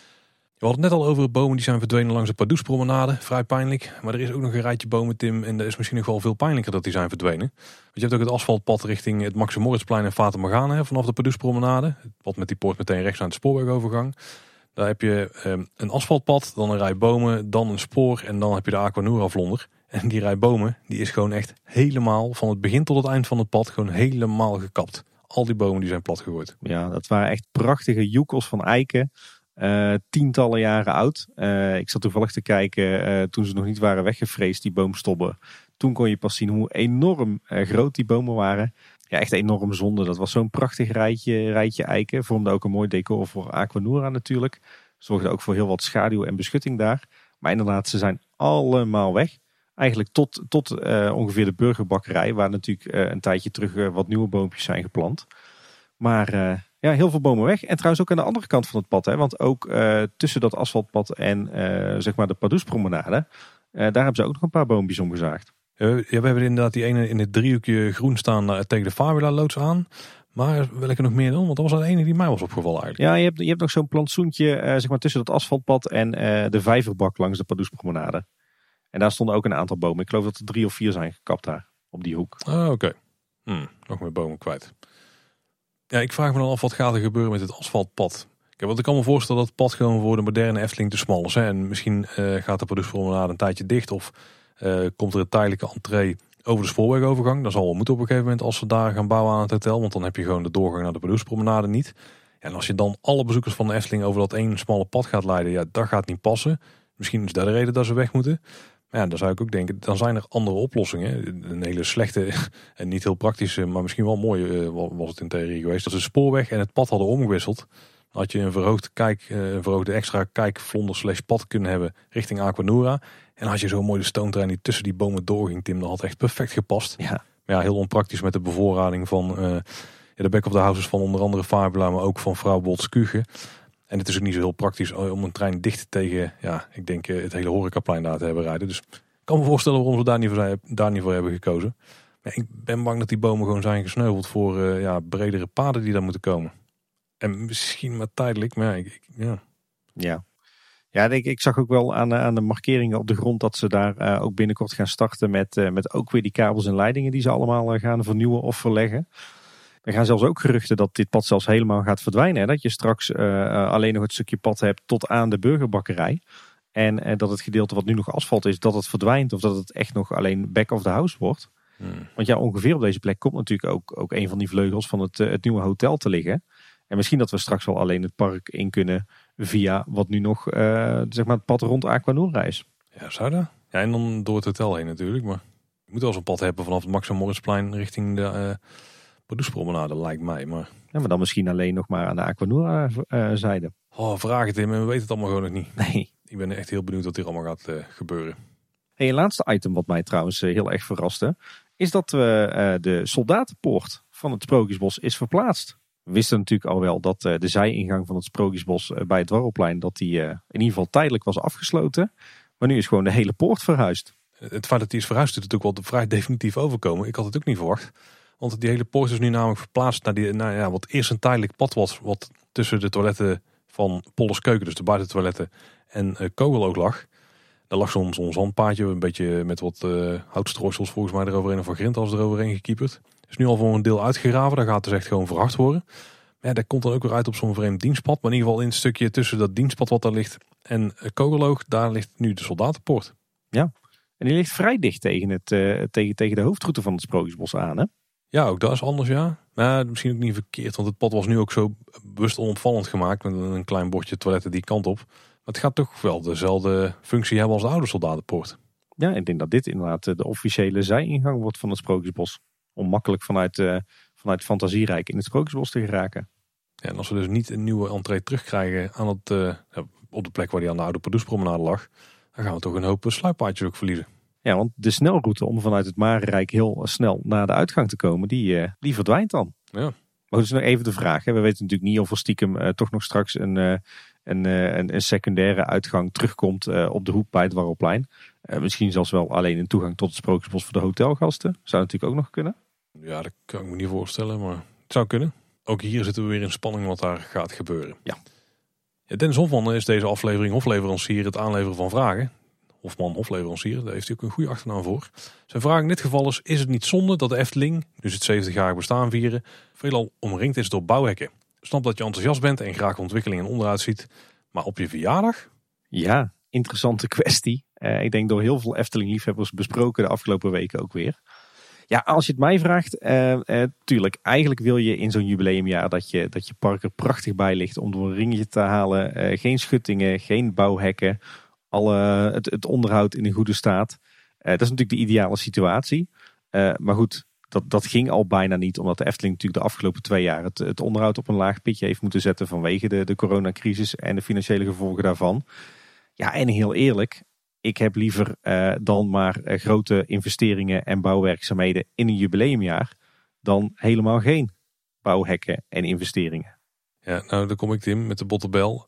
B: We hadden het net al over bomen die zijn verdwenen langs de Pardoespromenade. Vrij pijnlijk. Maar er is ook nog een rijtje bomen, Tim. En dat is misschien nog wel veel pijnlijker dat die zijn verdwenen. Want je hebt ook het asfaltpad richting het Max en Moritzplein en Fata Morgana vanaf de Pardoespromenade. Het pad met die poort meteen rechts aan de spoorwegovergang. Daar heb je um, een asfaltpad, dan een rij bomen, dan een spoor en dan heb je de Aquanura vlonder. En die rij bomen, die is gewoon echt helemaal, van het begin tot het eind van het pad, gewoon helemaal gekapt. Al die bomen die zijn plat gegooid.
A: Ja, dat waren echt prachtige joekels van eiken. Uh, tientallen jaren oud. Uh, ik zat toevallig te kijken uh, toen ze nog niet waren weggevreesd, die boomstobben. Toen kon je pas zien hoe enorm uh, groot die bomen waren. Ja, echt enorm zonde. Dat was zo'n prachtig rijtje, rijtje eiken. Vormde ook een mooi decor voor Aquanura natuurlijk. Zorgde ook voor heel wat schaduw en beschutting daar. Maar inderdaad, ze zijn allemaal weg. Eigenlijk tot, tot uh, ongeveer de Burgerbakkerij, waar natuurlijk uh, een tijdje terug uh, wat nieuwe boompjes zijn geplant. Maar uh, ja, heel veel bomen weg. En trouwens ook aan de andere kant van het pad. Hè, want ook uh, tussen dat asfaltpad en uh, zeg maar de Pardoespromenade, uh, daar hebben ze ook nog een paar boompjes omgezaagd.
B: Ja, we hebben inderdaad die ene in het driehoekje groen staan uh, tegen de Fabula loods aan. Maar welke nog meer dan? Want dat was de ene die mij was opgevallen eigenlijk.
A: Ja, je hebt, je hebt nog zo'n plantsoentje uh, zeg maar tussen dat asfaltpad en uh, de vijverbak langs de Pardoespromenade. En daar stonden ook een aantal bomen. Ik geloof dat er drie of vier zijn gekapt daar, op die hoek.
B: Ah, oké. Okay. Hm, nog meer bomen kwijt. Ja, ik vraag me dan af wat gaat er gebeuren met het asfaltpad. Kijk, want ik kan me voorstellen dat het pad gewoon voor de moderne Efteling te smal is. Hè? En misschien uh, gaat de Pardoespromenade een tijdje dicht. Of uh, komt er een tijdelijke entree over de spoorwegovergang. Dat zal wel moeten op een gegeven moment als we daar gaan bouwen aan het hotel. Want dan heb je gewoon de doorgang naar de Pardoespromenade niet. Ja, en als je dan alle bezoekers van de Efteling over dat één smalle pad gaat leiden. Ja, dat gaat niet passen. Misschien is dat de reden dat ze weg moeten. Maar ja, dan zou ik ook denken, dan zijn er andere oplossingen. Een hele slechte en niet heel praktische, maar misschien wel mooi was het in theorie geweest. Dat ze de spoorweg en het pad hadden omgewisseld. Dan had je een verhoogde, kijk, een verhoogde extra kijkvlonder slash pad kunnen hebben richting Aquanura. En dan had je zo'n mooie stoomtrein die tussen die bomen doorging, Tim. Dat had echt perfect gepast.
A: Ja.
B: Maar ja, heel onpraktisch met de bevoorrading van uh, de back of the houses van onder andere Fabula, maar ook van vrouw Boltz-Kuge. En het is ook niet zo heel praktisch om een trein dicht tegen, ja, ik denk het hele horecaplein daar te hebben rijden. Dus ik kan me voorstellen waarom ze daar niet voor, daar niet voor hebben gekozen. Maar ik ben bang dat die bomen gewoon zijn gesneuveld voor uh, ja, bredere paden die daar moeten komen. En misschien maar tijdelijk, maar ja. Ik, ja.
A: Ja, ja ik, ik zag ook wel aan, aan de markeringen op de grond dat ze daar uh, ook binnenkort gaan starten met, uh, met ook weer die kabels en leidingen die ze allemaal uh, gaan vernieuwen of verleggen. Er gaan zelfs ook geruchten dat dit pad zelfs helemaal gaat verdwijnen. Hè? Dat je straks uh, alleen nog het stukje pad hebt tot aan de Burgerbakkerij. En uh, dat het gedeelte wat nu nog asfalt is, dat het verdwijnt. Of dat het echt nog alleen back of the house wordt. Hmm. Want ja, ongeveer op deze plek komt natuurlijk ook, ook een van die vleugels van het, uh, het nieuwe hotel te liggen. En misschien dat we straks wel alleen het park in kunnen via wat nu nog uh, zeg maar het pad rond Aquanura is.
B: Ja, zou dat? Ja, en dan door het hotel heen natuurlijk. Maar je moet wel zo'n pad hebben vanaf het Max en Moritzplein richting de... Uh... Pardoespromenade lijkt mij, maar...
A: Ja, maar dan misschien alleen nog maar aan de Aquanura uh, zijde.
B: Oh, vraag het in, en we weten het allemaal gewoon nog niet.
A: Nee.
B: Ik ben echt heel benieuwd wat hier allemaal gaat uh, gebeuren.
A: Hey, een laatste item wat mij trouwens uh, heel erg verraste, is dat we uh, de Soldatenpoort van het Sprookjesbos is verplaatst. We wisten natuurlijk al wel dat uh, de zijingang van het Sprookjesbos uh, bij het Dwarrelplein, dat die uh, in ieder geval tijdelijk was afgesloten. Maar nu is gewoon de hele poort verhuisd.
B: Het feit dat die is verhuisd doet het ook wel vrij definitief overkomen. Ik had het ook niet verwacht. Want die hele poort is nu namelijk verplaatst naar, die, naar ja, wat eerst een tijdelijk pad was. Wat tussen de toiletten van Polles Keuken, dus de buitentoiletten, en uh, Kogeloog lag. Daar lag zo'n zo'n zandpaadje, een beetje met wat uh, houtstrooisels volgens mij eroverheen en van grindals eroverheen gekieperd. Is nu al voor een deel uitgegraven, daar gaat dus echt gewoon verhard worden. Maar ja, dat komt dan ook weer uit op zo'n vreemd dienstpad. Maar in ieder geval in het stukje tussen dat dienstpad wat daar ligt en uh, Kogeloog, daar ligt nu de soldatenpoort.
A: Ja, en die ligt vrij dicht tegen, het, uh, tegen, tegen de hoofdroute van het Sprookjesbos aan, hè?
B: Ja, ook dat is anders, ja. Maar misschien ook niet verkeerd, want het pad was nu ook zo bewust onopvallend gemaakt met een klein bordje toiletten die kant op. Maar het gaat toch wel dezelfde functie hebben als de oude soldatenpoort.
A: Ja, ik denk dat dit inderdaad de officiële zijingang wordt van het Sprookjesbos. Om makkelijk vanuit, uh, vanuit Fantasierijk in het Sprookjesbos te geraken.
B: Ja, en als we dus niet een nieuwe entree terugkrijgen aan het, uh, op de plek waar die aan de oude Pardoespromenade lag, dan gaan we toch een hoop sluippaadjes ook verliezen.
A: Ja, want de snelroute om vanuit het Marenrijk heel snel naar de uitgang te komen, die, uh, die verdwijnt dan.
B: Ja.
A: Maar goed, is nog even de vraag. Hè. We weten natuurlijk niet of er stiekem uh, toch nog straks een, uh, een, uh, een, een secundaire uitgang terugkomt uh, op de hoek bij het Dwarrelplein. Uh, misschien zelfs wel alleen een toegang tot het Sprookjesbos voor de hotelgasten. Zou natuurlijk ook nog kunnen.
B: Ja, dat kan ik me niet voorstellen, maar het zou kunnen. Ook hier zitten we weer in spanning wat daar gaat gebeuren.
A: Ja.
B: Ja, Dennis Hofman is deze aflevering hofleverancier, het aanleveren van vragen. Hofman, hofleverancier, daar heeft hij ook een goede achternaam voor. Zijn vraag in dit geval is, is het niet zonde dat de Efteling, dus het zeventigjarig bestaan vieren, veelal omringd is door bouwhekken? Snap dat je enthousiast bent en graag ontwikkeling en onderhoud ziet, maar op je verjaardag?
A: Ja, interessante kwestie. Uh, ik denk door heel veel Efteling-liefhebbers besproken de afgelopen weken ook weer. Ja, als je het mij vraagt, uh, uh, tuurlijk, eigenlijk wil je in zo'n jubileumjaar dat je, dat je park er prachtig bij ligt om door een ringetje te halen. Uh, geen schuttingen, geen bouwhekken. Alle, het, het onderhoud in een goede staat. Uh, dat is natuurlijk de ideale situatie. Uh, maar goed, dat, dat ging al bijna niet. Omdat de Efteling natuurlijk de afgelopen twee jaar het, het onderhoud op een laag pitje heeft moeten zetten. Vanwege de, de coronacrisis en de financiële gevolgen daarvan. Ja, en heel eerlijk. Ik heb liever uh, dan maar uh, grote investeringen en bouwwerkzaamheden in een jubileumjaar. Dan helemaal geen bouwhekken en investeringen.
B: Ja, nou dan kom ik Tim met de bottenbel.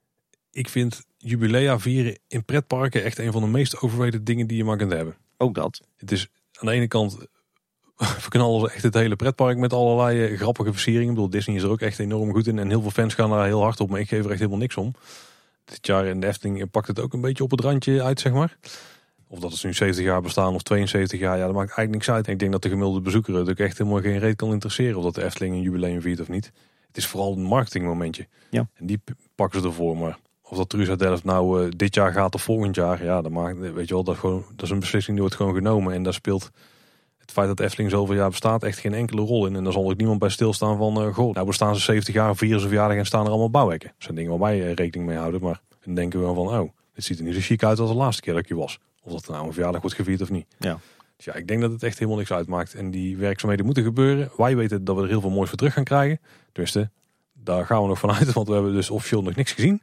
B: Ik vind jubilea vieren in pretparken echt een van de meest overwegen dingen die je maar kunt hebben.
A: Ook dat.
B: Het is aan de ene kant verknallen ze echt het hele pretpark met allerlei grappige versieringen. Ik bedoel, Disney is er ook echt enorm goed in en heel veel fans gaan daar heel hard op, maar ik geef er echt helemaal niks om. Dit jaar in de Efteling pakt het ook een beetje op het randje uit, zeg maar. Of dat het nu zeventig jaar bestaan of tweeënzeventig jaar, ja, dat maakt eigenlijk niks uit. En ik denk dat de gemiddelde bezoeker het ook echt helemaal geen reet kan interesseren of dat de Efteling een jubileum viert of niet. Het is vooral een marketingmomentje.
A: Ja.
B: En die pakken ze ervoor, maar of dat Truus uit Delft nou uh, dit jaar gaat of volgend jaar, ja, dat maakt, weet je wel, dat, gewoon, dat is een beslissing die wordt gewoon genomen. En daar speelt het feit dat de Efteling zoveel jaar bestaat echt geen enkele rol in. En daar zal ook niemand bij stilstaan van, uh, goh, nou bestaan ze zeventig jaar, vieren ze verjaardag en staan er allemaal bouwhekken. Dat zijn dingen waar wij uh, rekening mee houden, maar dan denken we wel van, oh, dit ziet er niet zo chic uit als de laatste keer dat ik hier was. Of dat er nou een verjaardag wordt gevierd of niet.
A: Ja.
B: Dus ja, ik denk dat het echt helemaal niks uitmaakt. En die werkzaamheden moeten gebeuren. Wij weten dat we er heel veel moois voor terug gaan krijgen. Dus de, daar gaan we nog vanuit, want we hebben dus officieel nog niks gezien.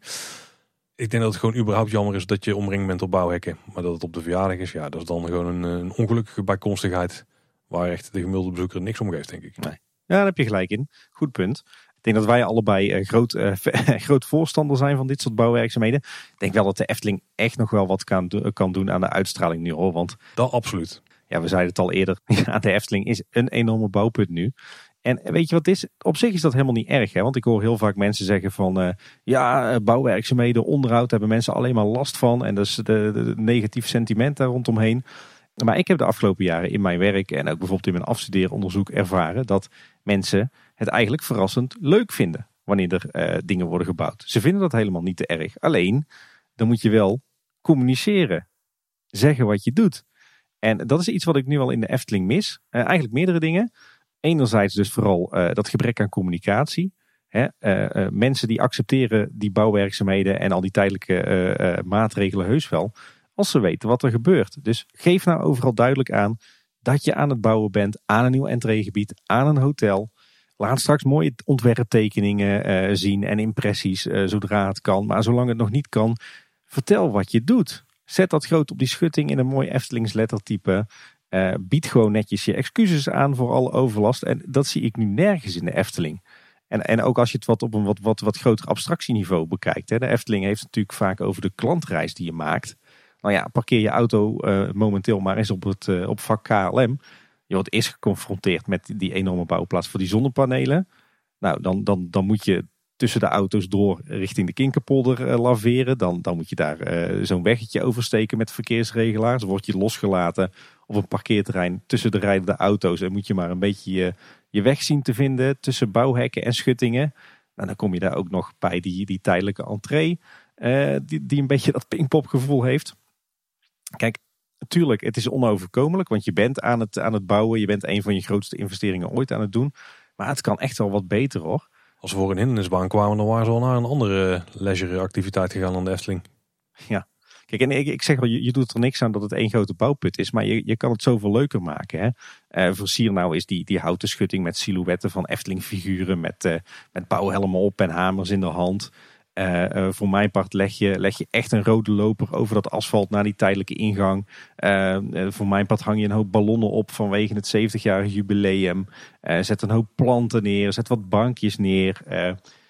B: Ik denk dat het gewoon überhaupt jammer is dat je omringd bent op bouwhekken. Maar dat het op de verjaardag is, ja, dat is dan gewoon een, een ongelukkige bijkomstigheid. Waar echt de gemiddelde bezoeker niks om geeft, denk ik.
A: Nee. Ja, daar heb je gelijk in. Goed punt. Ik denk dat wij allebei uh, groot, uh, groot voorstander zijn van dit soort bouwwerkzaamheden. Ik denk wel dat de Efteling echt nog wel wat kan, do- kan doen aan de uitstraling nu, hoor. Want
B: dat absoluut.
A: Ja, we zeiden het al eerder. Ja, de Efteling is een enorme bouwput nu. En weet je wat het is? Op zich is dat helemaal niet erg. Hè? Want ik hoor heel vaak mensen zeggen van... Uh, ja, bouwwerkzaamheden, onderhoud, hebben mensen alleen maar last van. En dat is de, de, de negatief sentiment daar rondomheen. Maar ik heb de afgelopen jaren in mijn werk... en ook bijvoorbeeld in mijn afstudeeronderzoek ervaren... dat mensen het eigenlijk verrassend leuk vinden... wanneer er uh, dingen worden gebouwd. Ze vinden dat helemaal niet te erg. Alleen, dan moet je wel communiceren. Zeggen wat je doet. En dat is iets wat ik nu al in de Efteling mis. Uh, eigenlijk meerdere dingen... Enerzijds dus vooral uh, dat gebrek aan communicatie. Hè? Uh, uh, mensen die accepteren die bouwwerkzaamheden en al die tijdelijke uh, uh, maatregelen heus wel. Als ze weten wat er gebeurt. Dus geef nou overal duidelijk aan dat je aan het bouwen bent aan een nieuw entreegebied, aan een hotel. Laat straks mooie ontwerptekeningen uh, zien en impressies uh, zodra het kan. Maar zolang het nog niet kan, vertel wat je doet. Zet dat groot op die schutting in een mooi Eftelings lettertype. Uh, bied gewoon netjes je excuses aan voor alle overlast. En dat zie ik nu nergens in de Efteling. En, en ook als je het wat op een wat, wat, wat groter abstractieniveau bekijkt. Hè. De Efteling heeft het natuurlijk vaak over de klantreis die je maakt. Nou ja, parkeer je auto uh, momenteel maar eens op, het, uh, op vak K L M. Je wordt eerst geconfronteerd met die enorme bouwplaats voor die zonnepanelen. Nou, dan, dan, dan moet je tussen de auto's door richting de Kinkerpolder uh, laveren. Dan, dan moet je daar uh, zo'n weggetje oversteken met verkeersregelaars. Dan word je losgelaten op een parkeerterrein tussen de rijdende auto's. En moet je maar een beetje je, je weg zien te vinden tussen bouwhekken en schuttingen. Nou, dan kom je daar ook nog bij die, die tijdelijke entree. Uh, die, die een beetje dat Pinkpop-gevoel heeft. Kijk, natuurlijk, het is onoverkomelijk. Want je bent aan het, aan het bouwen. Je bent een van je grootste investeringen ooit aan het doen. Maar het kan echt wel wat beter, hoor.
B: Als we voor een hindernisbaan kwamen, dan waren ze al naar een andere leisure activiteit gegaan dan de Efteling.
A: Ja, kijk, en ik, ik zeg wel, je, je doet er niks aan dat het één grote bouwput is. Maar je, je kan het zoveel leuker maken. Hè? Uh, versier nou is die, die houten schutting met silhouetten van Efteling figuren. Met, uh, met bouwhelmen op en hamers in de hand. Uh, uh, voor mijn part leg je, leg je echt een rode loper over dat asfalt naar die tijdelijke ingang. Uh, uh, voor mijn part hang je een hoop ballonnen op vanwege het zeventigjarig jubileum. Uh, zet een hoop planten neer, zet wat bankjes neer. Uh,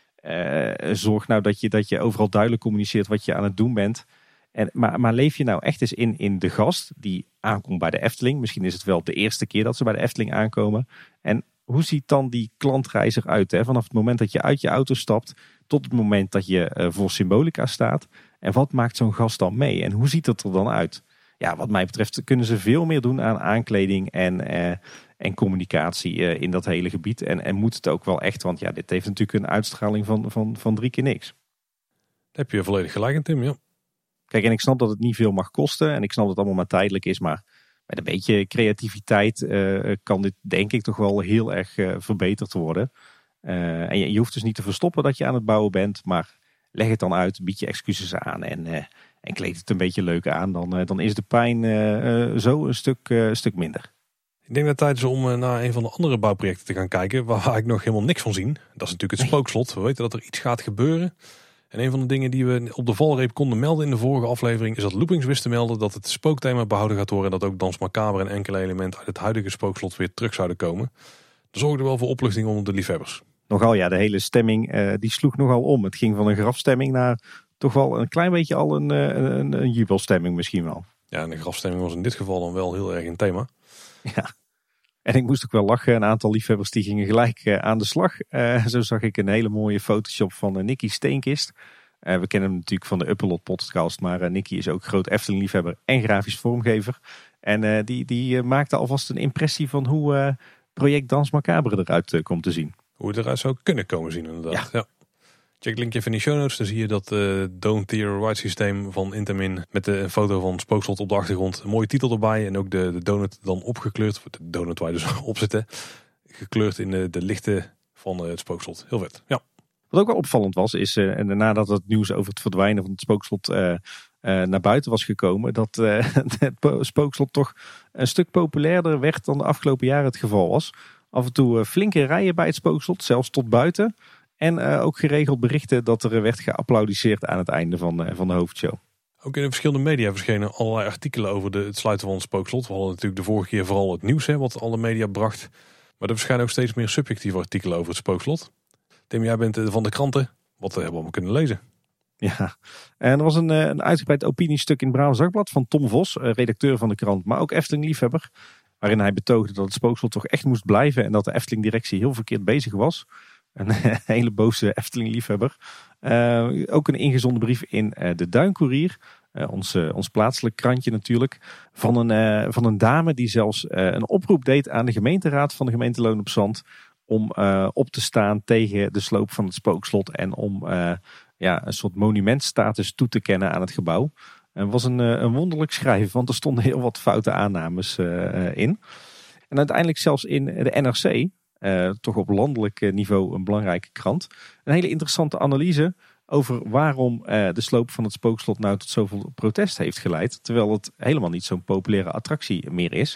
A: uh, zorg nou dat je, dat je overal duidelijk communiceert wat je aan het doen bent. En, maar, maar leef je nou echt eens in, in de gast die aankomt bij de Efteling. Misschien is het wel de eerste keer dat ze bij de Efteling aankomen. En hoe ziet dan die klantreis eruit? Hè? Vanaf het moment dat je uit je auto stapt tot het moment dat je uh, voor Symbolica staat. En wat maakt zo'n gast dan mee? En hoe ziet het er dan uit? Ja, wat mij betreft kunnen ze veel meer doen aan aankleding en, uh, en communicatie uh, in dat hele gebied. En, en moet het ook wel echt, want ja, dit heeft natuurlijk een uitstraling van, van, van drie keer niks.
B: Daar heb je volledig gelijk in, Tim, ja.
A: Kijk, en ik snap dat het niet veel mag kosten. En ik snap dat het allemaal maar tijdelijk is. Maar met een beetje creativiteit uh, kan dit denk ik toch wel heel erg uh, verbeterd worden. Uh, en je, je hoeft dus niet te verstoppen dat je aan het bouwen bent. Maar leg het dan uit, bied je excuses aan en, uh, en kleed het een beetje leuk aan. Dan, uh, dan is de pijn uh, uh, zo een stuk, uh, stuk minder.
B: Ik denk dat het tijd is om uh, naar een van de andere bouwprojecten te gaan kijken. Waar ik nog helemaal niks van zien. Dat is natuurlijk het spookslot. We weten dat er iets gaat gebeuren. En een van de dingen die we op de valreep konden melden in de vorige aflevering is dat Loopings wist te melden dat het spookthema behouden gaat worden en dat ook Dans Macabre en enkele elementen uit het huidige spookslot weer terug zouden komen. Dat zorgde wel voor opluchting onder de liefhebbers.
A: Nogal ja, de hele stemming uh, die sloeg nogal om. Het ging van een grafstemming naar toch wel een klein beetje al een, een, een, een jubelstemming misschien wel.
B: Ja, en de grafstemming was in dit geval dan wel heel erg een thema.
A: Ja. En ik moest ook wel lachen. Een aantal liefhebbers die gingen gelijk uh, aan de slag. Uh, zo zag ik een hele mooie Photoshop van uh, Nicky Steenkist. Uh, we kennen hem natuurlijk van de Uppelot podcast. Maar uh, Nicky is ook groot Efteling liefhebber en grafisch vormgever. En uh, die, die uh, maakte alvast een impressie van hoe uh, project Dans Macabre eruit uh, komt te zien.
B: Hoe het eruit zou kunnen komen zien inderdaad. Ja. Ja. Check het linkje even in de show notes. Dan zie je dat uh, Don't Theor Ride systeem van Intamin met de een foto van Spookslot op de achtergrond. Een mooie titel erbij. En ook de, de donut dan opgekleurd. De donut waar je dus op zit. Gekleurd in de, de lichten van uh, het Spookslot. Heel vet. Ja.
A: Wat ook wel opvallend was, is uh, en nadat het nieuws over het verdwijnen van het Spookslot uh, uh, naar buiten was gekomen, dat uh, het Spookslot toch een stuk populairder werd dan de afgelopen jaren het geval was. Af en toe uh, flinke rijen bij het Spookslot, zelfs tot buiten. En uh, ook geregeld berichten dat er werd geapplaudisseerd aan het einde van, uh, van de hoofdshow.
B: Ook in de verschillende media verschenen allerlei artikelen over de, het sluiten van het Spookslot. We hadden natuurlijk de vorige keer vooral het nieuws, hè, wat alle media bracht. Maar er verschijnen ook steeds meer subjectieve artikelen over het Spookslot. Tim, jij bent van de kranten. Wat hebben we allemaal kunnen lezen?
A: Ja, en er was een, een uitgebreid opiniestuk in het Brabants Dagblad van Tom Vos, redacteur van de krant, maar ook Efteling-liefhebber. Waarin hij betoogde dat het Spookslot toch echt moest blijven en dat de Efteling-directie heel verkeerd bezig was. Een hele boze Efteling-liefhebber. Uh, ook een ingezonden brief in uh, de Duinkoerier. Uh, ons, uh, ons plaatselijk krantje natuurlijk. Van een, uh, van een dame die zelfs uh, een oproep deed aan de gemeenteraad van de gemeente Loon op Zand. Om uh, op te staan tegen de sloop van het Spookslot. En om uh, ja, een soort monumentstatus toe te kennen aan het gebouw. Het was een, uh, een wonderlijk schrijven. Want er stonden heel wat foute aannames uh, in. En uiteindelijk zelfs in de N R C. Uh, toch op landelijk niveau een belangrijke krant. Een hele interessante analyse over waarom uh, de sloop van het Spookslot nou tot zoveel protest heeft geleid. Terwijl het helemaal niet zo'n populaire attractie meer is.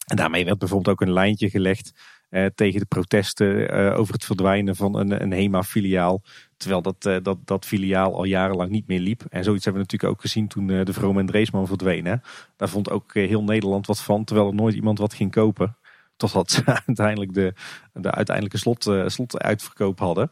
A: En daarmee werd bijvoorbeeld ook een lijntje gelegd uh, tegen de protesten uh, over het verdwijnen van een, een HEMA-filiaal. Terwijl dat, uh, dat, dat filiaal al jarenlang niet meer liep. En zoiets hebben we natuurlijk ook gezien toen uh, de Vroom en Dreesman verdwenen. Daar vond ook uh, heel Nederland wat van, terwijl er nooit iemand wat ging kopen. Totdat ze uiteindelijk de, de uiteindelijke slot, uh, slot uitverkoop hadden.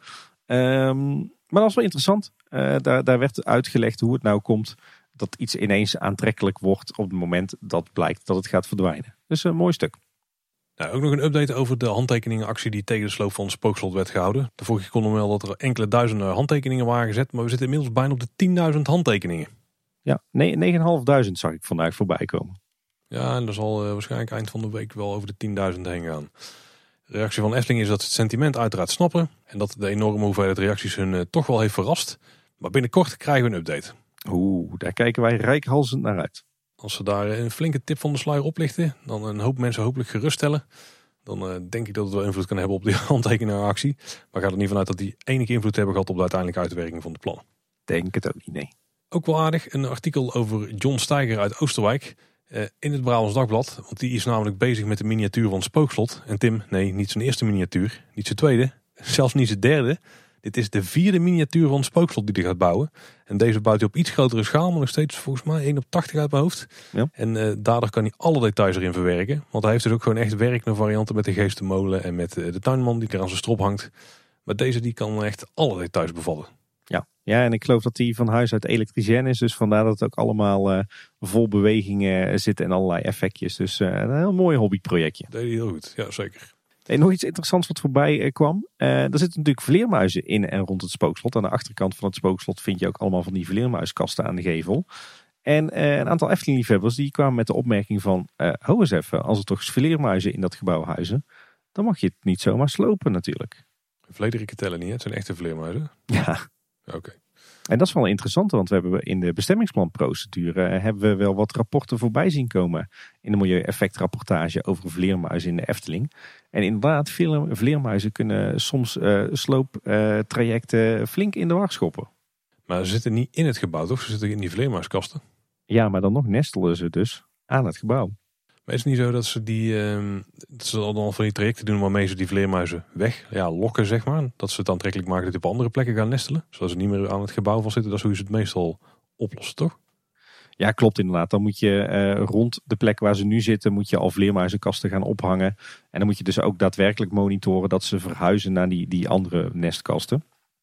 A: Um, maar dat was wel interessant. Uh, daar, daar werd uitgelegd hoe het nou komt dat iets ineens aantrekkelijk wordt op het moment dat blijkt dat het gaat verdwijnen. Dus een mooi stuk.
B: Nou, ook nog een update over de handtekeningenactie die tegen de sloop van het Spookslot werd gehouden. De vorige keer konden we wel dat er enkele duizenden handtekeningen waren gezet, maar we zitten inmiddels bijna op de tienduizend handtekeningen.
A: Ja, negen duizend vijfhonderd zag ik vandaag voorbij komen.
B: Ja, en dat zal uh, waarschijnlijk eind van de week wel over de tienduizend heen gaan. De reactie van Efteling is dat ze het sentiment uiteraard snappen en dat de enorme hoeveelheid reacties hun uh, toch wel heeft verrast. Maar binnenkort krijgen we een update.
A: Oeh, daar kijken wij reikhalzend naar uit.
B: Als ze daar een flinke tip van de sluier oplichten, dan een hoop mensen hopelijk geruststellen. Dan uh, denk ik dat het wel invloed kan hebben op die handtekeningenactie. Maar gaat er niet vanuit dat die enige invloed hebben gehad op de uiteindelijke uitwerking van de plannen.
A: Denk het ook niet, nee.
B: Ook wel aardig, een artikel over John Steiger uit Oosterwijk uh, in het Brabants Dagblad. Want die is namelijk bezig met de miniatuur van het Spookslot. En Tim, nee, niet zijn eerste miniatuur, niet zijn tweede, zelfs niet zijn derde. Dit is de vierde miniatuur van het Spookslot die hij gaat bouwen. En deze bouwt hij op iets grotere schaal, maar nog steeds volgens mij één op tachtig uit mijn hoofd. Ja. En uh, daardoor kan hij alle details erin verwerken. Want hij heeft dus ook gewoon echt werkende varianten met de geestenmolen en met uh, de tuinman die er aan zijn strop hangt. Maar deze die kan echt alle details bevatten.
A: Ja, ja, en ik geloof dat hij van huis uit elektricien is. Dus vandaar dat het ook allemaal uh, vol bewegingen zit en allerlei effectjes. Dus uh, een heel mooi hobbyprojectje.
B: Dat deed hij heel goed, ja zeker.
A: En nog iets interessants wat voorbij uh, kwam. Uh, er zitten natuurlijk vleermuizen in en rond het Spookslot. Aan de achterkant van het Spookslot vind je ook allemaal van die vleermuiskasten aan de gevel. En uh, een aantal Efteling-liefhebbers die kwamen met de opmerking van... Uh, ho eens even, als er toch vleermuizen in dat gebouw huizen... dan mag je het niet zomaar slopen natuurlijk.
B: Vlederiken tellen niet, hè? Het zijn echte vleermuizen.
A: Ja.
B: Oké. Okay.
A: En dat is wel interessant, want we hebben in de bestemmingsplanprocedure hebben we wel wat rapporten voorbij zien komen in de milieueffectrapportage over vleermuizen in de Efteling. En inderdaad, veel vleermuizen kunnen soms uh, slooptrajecten uh, flink in de war schoppen.
B: Maar ze zitten niet in het gebouw, toch? Ze zitten in die vleermuiskasten.
A: Ja, maar dan nog nestelen ze dus aan het gebouw.
B: Maar is het niet zo dat ze die uh, dat ze dan van die trajecten doen waarmee ze die vleermuizen weg ja, lokken, zeg maar. Dat ze het aantrekkelijk maken dat die op andere plekken gaan nestelen. Zodat ze niet meer aan het gebouw vastzitten. Dat is hoe ze het meestal oplossen, toch?
A: Ja, klopt inderdaad. Dan moet je uh, rond de plek waar ze nu zitten, moet je al vleermuizenkasten gaan ophangen. En dan moet je dus ook daadwerkelijk monitoren dat ze verhuizen naar die, die andere nestkasten.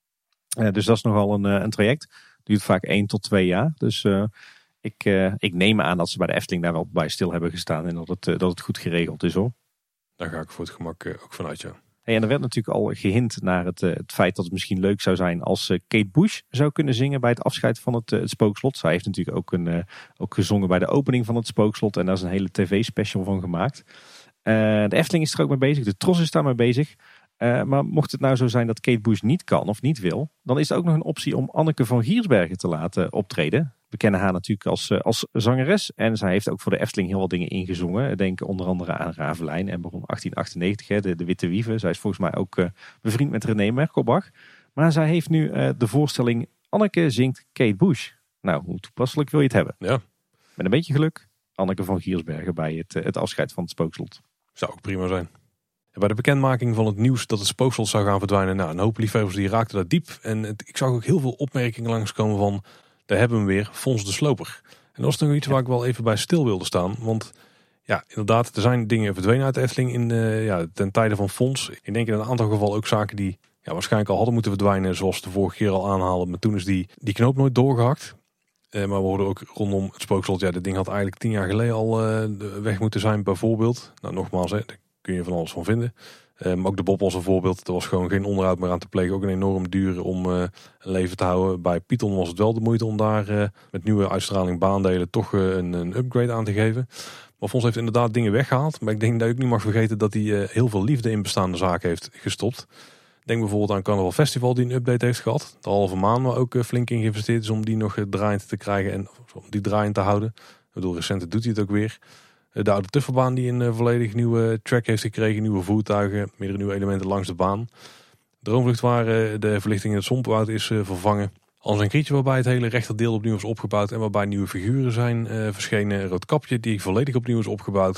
A: Uh, dus dat is nogal een, uh, een traject. Duurt vaak één tot twee jaar. Dus... Uh, Ik, uh, ik neem aan dat ze bij de Efteling daar wel bij stil hebben gestaan en dat het, uh, dat het goed geregeld is hoor.
B: Daar ga ik voor het gemak uh, ook vanuit, ja.
A: Hey, en er werd natuurlijk al gehint naar het, uh, het feit dat het misschien leuk zou zijn als uh, Kate Bush zou kunnen zingen bij het afscheid van het, uh, het Spookslot. Zij heeft natuurlijk ook, een, uh, ook gezongen bij de opening van het Spookslot en daar is een hele tv-special van gemaakt. Uh, de Efteling is er ook mee bezig, de Tros is daar mee bezig. Uh, maar mocht het nou zo zijn dat Kate Bush niet kan of niet wil, dan is er ook nog een optie om Anneke van Giersbergen te laten optreden. We kennen haar natuurlijk als, als zangeres en zij heeft ook voor de Efteling heel wat dingen ingezongen. Denk onder andere aan Ravelijn en begon achttien achtennegentig, hè, de, de Witte Wieven. Zij is volgens mij ook uh, bevriend met René Merkelbach. Maar zij heeft nu uh, de voorstelling Anneke zingt Kate Bush. Nou, hoe toepasselijk wil je het hebben?
B: Ja.
A: Met een beetje geluk, Anneke van Giersbergen bij het, uh, het afscheid van het Spookslot.
B: Zou ook prima zijn. En bij de bekendmaking van het nieuws dat het Spookslot zou gaan verdwijnen, nou, een hoop liefhebbers die raakten daar diep. En het, ik zag ook heel veel opmerkingen langskomen van, daar hebben we hem weer, Fons de Sloper. En dat is nog iets waar ik wel even bij stil wilde staan. Want ja, inderdaad, er zijn dingen verdwenen uit de Efteling in, uh, ja, ten tijde van Fons. Ik denk in een aantal gevallen ook zaken die ja, waarschijnlijk al hadden moeten verdwijnen, zoals de vorige keer al aanhaalden. Maar toen is die, die knoop nooit doorgehakt. Uh, maar we hoorden ook rondom het Spookslot, ja, dit ding had eigenlijk tien jaar geleden al uh, weg moeten zijn bijvoorbeeld. Nou, nogmaals, hè, daar kun je van alles van vinden. Uh, maar ook de Bob was een voorbeeld. Er was gewoon geen onderhoud meer aan te plegen. Ook een enorm duur om uh, een leven te houden. Bij Python was het wel de moeite om daar uh, met nieuwe uitstraling baandelen toch uh, een, een upgrade aan te geven. Maar Fons heeft inderdaad dingen weggehaald. Maar ik denk dat je ook niet mag vergeten dat hij uh, heel veel liefde in bestaande zaken heeft gestopt. Denk bijvoorbeeld aan Carnaval Festival die een update heeft gehad. De halve maan waar ook uh, flink in geïnvesteerd is om die nog uh, draaiend te krijgen en om die draaiend te houden. Ik bedoel, recent doet hij het ook weer. De oude Tufferbaan die een uh, volledig nieuwe track heeft gekregen. Nieuwe voertuigen, meerdere nieuwe elementen langs de baan. Droomvlucht waar uh, de verlichting in het Sompenwoud is uh, vervangen. Als een Krietje waarbij het hele rechterdeel opnieuw is opgebouwd. En waarbij nieuwe figuren zijn uh, verschenen. Roodkapje die volledig opnieuw is opgebouwd.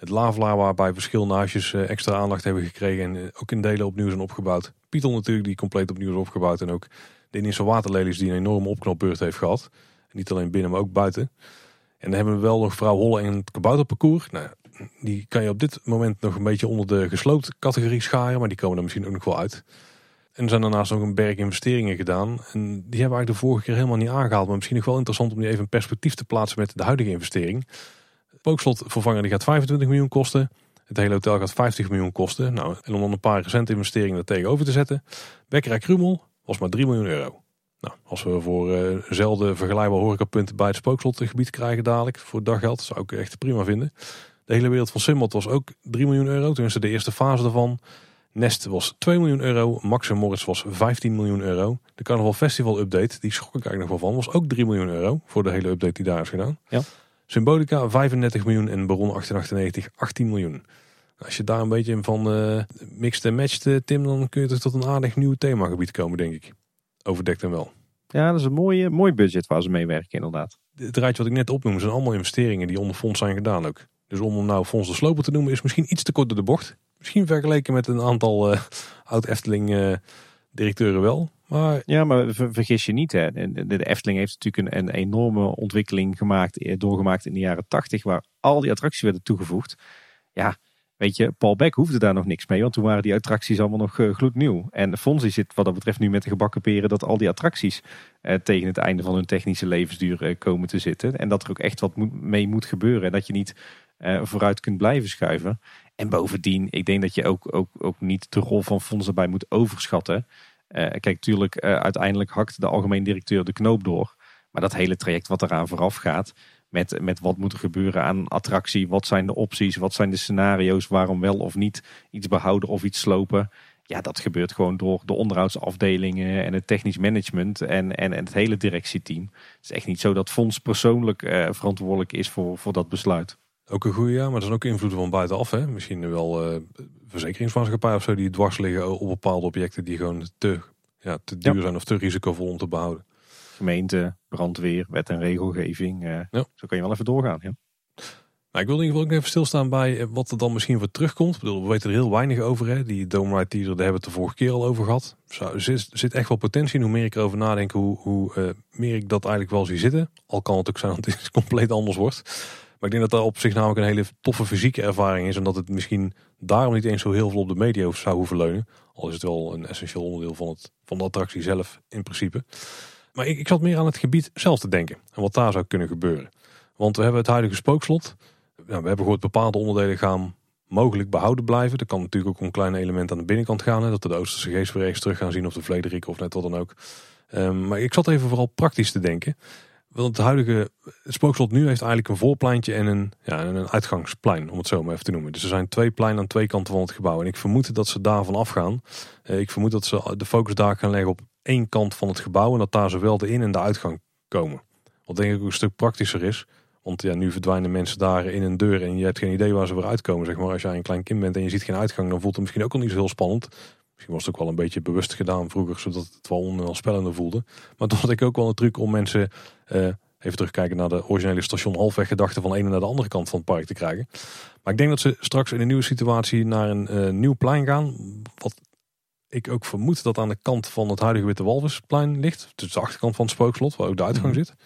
B: Het Lavelaar, waarbij verschillende huisjes uh, extra aandacht hebben gekregen. En uh, ook in delen opnieuw zijn opgebouwd. Python natuurlijk, die compleet opnieuw is opgebouwd. En ook de Indische waterlelies, die een enorme opknapbeurt heeft gehad. En niet alleen binnen, maar ook buiten. En dan hebben we wel nog Vrouw Holle en het kabouterparcours. Nou, die kan je op dit moment nog een beetje onder de gesloopt categorie scharen. Maar die komen er misschien ook nog wel uit. En er zijn daarnaast nog een berg investeringen gedaan. En die hebben we eigenlijk de vorige keer helemaal niet aangehaald. Maar misschien nog wel interessant om die even in perspectief te plaatsen met de huidige investering. De spookslotvervanger die gaat vijfentwintig miljoen kosten. Het hele hotel gaat vijftig miljoen kosten. Nou, en om dan een paar recente investeringen er tegenover te zetten. Bekkerij Krumel was maar drie miljoen euro. Nou, als we voor uh, zelden vergelijkbare horecapunten bij het spookslotgebied krijgen dadelijk. Voor daggeld, zou ik echt prima vinden. De hele wereld van Simbad was ook drie miljoen euro. Tenminste de eerste fase daarvan. Nest was twee miljoen euro. Max en Moritz was vijftien miljoen euro. De Carnaval Festival update, die schrok ik eigenlijk nog wel van, was ook drie miljoen euro. Voor de hele update die daar is gedaan.
A: Ja.
B: Symbolica vijfendertig miljoen en Baron achttien achtennegentig achttien miljoen. Als je daar een beetje van uh, mixed en matched, uh, Tim, dan kun je toch tot een aardig nieuw themagebied komen, denk ik. Overdekt en wel.
A: Ja, dat is een mooi, mooi budget waar ze mee werken, inderdaad.
B: Het rijtje wat ik net opnoem zijn allemaal investeringen die onder fonds zijn gedaan ook. Dus om hem nou Fons de Sloper te noemen is misschien iets te kort door de bocht. Misschien vergeleken met een aantal uh, oud-Efteling uh, directeuren wel. Maar...
A: Ja, maar vergis je niet. Hè. De, de Efteling heeft natuurlijk een, een enorme ontwikkeling gemaakt, doorgemaakt in de jaren tachtig. Waar al die attracties werden toegevoegd. Ja, weet je, Paul Beck hoefde daar nog niks mee. Want toen waren die attracties allemaal nog uh, gloednieuw. En Fonzie zit wat dat betreft nu met de gebakken peren dat al die attracties uh, tegen het einde van hun technische levensduur uh, komen te zitten. En dat er ook echt wat moet, mee moet gebeuren. En dat je niet uh, vooruit kunt blijven schuiven. En bovendien, ik denk dat je ook, ook, ook niet de rol van Fons erbij moet overschatten. Uh, kijk, natuurlijk, uh, uiteindelijk hakt de algemeen directeur de knoop door. Maar dat hele traject wat eraan vooraf gaat, met, met wat moet er gebeuren aan een attractie, wat zijn de opties, wat zijn de scenario's, waarom wel of niet iets behouden of iets slopen. Ja, dat gebeurt gewoon door de onderhoudsafdelingen en het technisch management en, en, en het hele directieteam. Het is echt niet zo dat Fons persoonlijk uh, verantwoordelijk is voor, voor dat besluit.
B: Ook een goede, ja, maar er zijn ook invloeden van buitenaf. Hè? Misschien wel uh, verzekeringsmaatschappijen of zo die dwars liggen op bepaalde objecten die gewoon te, ja, te duur ja. zijn of te risicovol om te behouden.
A: Gemeente, brandweer, wet en regelgeving. Uh, ja. Zo kan je wel even doorgaan. Ja.
B: Nou, ik wil in ieder geval ook even stilstaan bij wat er dan misschien voor terugkomt. Ik bedoel, we weten er heel weinig over. Hè? Die Dome Ride teaser, daar hebben we het de vorige keer al over gehad. Er zit, zit echt wel potentie in. Hoe meer ik erover nadenk, hoe, hoe uh, meer ik dat eigenlijk wel zie zitten. Al kan het ook zijn dat het compleet anders wordt. Maar ik denk dat daar op zich namelijk een hele toffe fysieke ervaring is. En dat het misschien daarom niet eens zo heel veel op de media zou hoeven leunen. Al is het wel een essentieel onderdeel van, het, van de attractie zelf in principe. Maar ik, ik zat meer aan het gebied zelf te denken. En wat daar zou kunnen gebeuren. Want we hebben het huidige spookslot. Nou, we hebben gehoord bepaalde onderdelen gaan mogelijk behouden blijven. Er kan natuurlijk ook een klein element aan de binnenkant gaan. Hè, dat we de Oosterse geest weer ergens terug gaan zien. Of de Vlederik of net wat dan ook. Um, maar ik zat even vooral praktisch te denken. Want het huidige het spookslot nu heeft eigenlijk een voorpleintje en een, ja, een uitgangsplein, om het zo maar even te noemen. Dus er zijn twee pleinen aan twee kanten van het gebouw. En ik vermoed dat ze daarvan afgaan. Uh, ik vermoed dat ze de focus daar gaan leggen op één kant van het gebouw. En dat daar zowel de in- en de uitgang komen. Wat denk ik ook een stuk praktischer is. Want ja, nu verdwijnen mensen daar in een deur en je hebt geen idee waar ze weer uitkomen. Zeg maar. Als jij een klein kind bent en je ziet geen uitgang, dan voelt het misschien ook al niet zo heel spannend. Misschien was het ook wel een beetje bewust gedaan vroeger, zodat het wel onheilspellender voelde. Maar toen had ik ook wel een truc om mensen, uh, even terugkijken naar de originele station halfweg gedachten, van de ene naar de andere kant van het park te krijgen. Maar ik denk dat ze straks in een nieuwe situatie naar een uh, nieuw plein gaan. Wat ik ook vermoed dat aan de kant van het huidige Witte Walvisplein ligt. Dus de achterkant van het spookslot, waar ook de uitgang zit.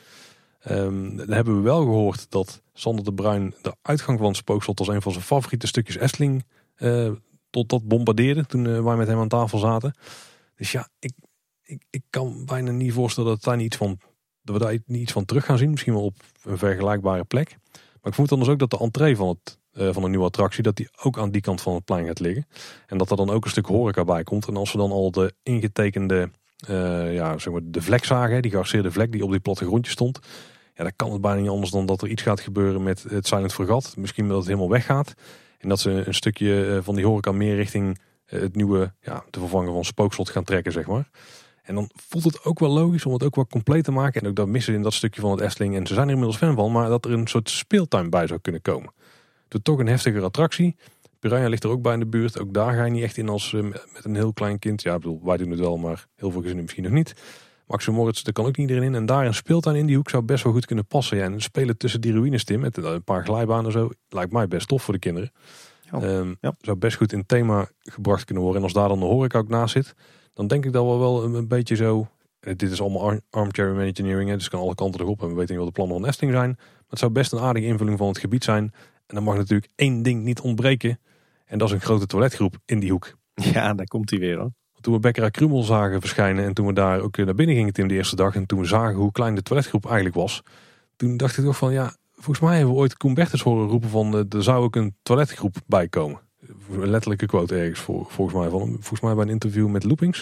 B: Um, dan hebben we wel gehoord dat Sander de Bruin de uitgang van het spookslot als een van zijn favoriete stukjes Efteling uh, tot dat bombardeerde toen uh, wij met hem aan tafel zaten. Dus ja, ik, ik, ik kan bijna niet voorstellen dat, daar niet iets van, dat we daar niet iets van terug gaan zien. Misschien wel op een vergelijkbare plek. Maar ik vermoed anders ook dat de entree van, het, uh, van een nieuwe attractie, dat die ook aan die kant van het plein gaat liggen. En dat er dan ook een stuk horeca bij komt. En als we dan al de ingetekende, uh, ja, zeg maar de vlek zagen, die gearseerde vlek die op die plattegrondje stond. Ja, dan kan het bijna niet anders dan dat er iets gaat gebeuren met het Silent Fregat. Misschien dat het helemaal weggaat. En dat ze een stukje van die horeca meer richting het nieuwe, ja, de vervanger van Spookslot gaan trekken, zeg maar. En dan voelt het ook wel logisch om het ook wat compleet te maken. En ook dat missen in dat stukje van het Efteling. En ze zijn er inmiddels fan van, maar dat er een soort speeltuin bij zou kunnen komen. Doet toch een heftige attractie. Piranha ligt er ook bij in de buurt. Ook daar ga je niet echt in als uh, met een heel klein kind. Ja, ik bedoel, wij doen het wel, maar heel veel gezinnen misschien nog niet. Maxim Moritz, daar kan ook niet iedereen in. En daar een speeltuin in die hoek zou best wel goed kunnen passen. Ja, en spelen tussen die ruïnes, Tim, met een paar glijbanen en zo, lijkt mij best tof voor de kinderen.
A: Oh,
B: um,
A: ja.
B: Zou best goed in het thema gebracht kunnen worden. En als daar dan de horeca ook naast zit, dan denk ik dat we wel een, een beetje zo... Dit is allemaal arm, armchair engineering, hè, dus kan alle kanten erop. En we weten niet wat de plannen van nesting zijn. Maar het zou best een aardige invulling van het gebied zijn. En dan mag natuurlijk één ding niet ontbreken. En dat is een grote toiletgroep in die hoek.
A: Ja, daar komt hij weer hoor.
B: Toen we Bekkera Krumel zagen verschijnen en toen we daar ook naar binnen gingen, Tim, de eerste dag. En toen we zagen hoe klein de toiletgroep eigenlijk was. Toen dacht ik toch van, ja, volgens mij hebben we ooit Koen Bertens horen roepen van, uh, er zou ook een toiletgroep bij komen. Een letterlijke quote ergens voor, volgens mij van hem. Volgens mij bij een interview met Loopings.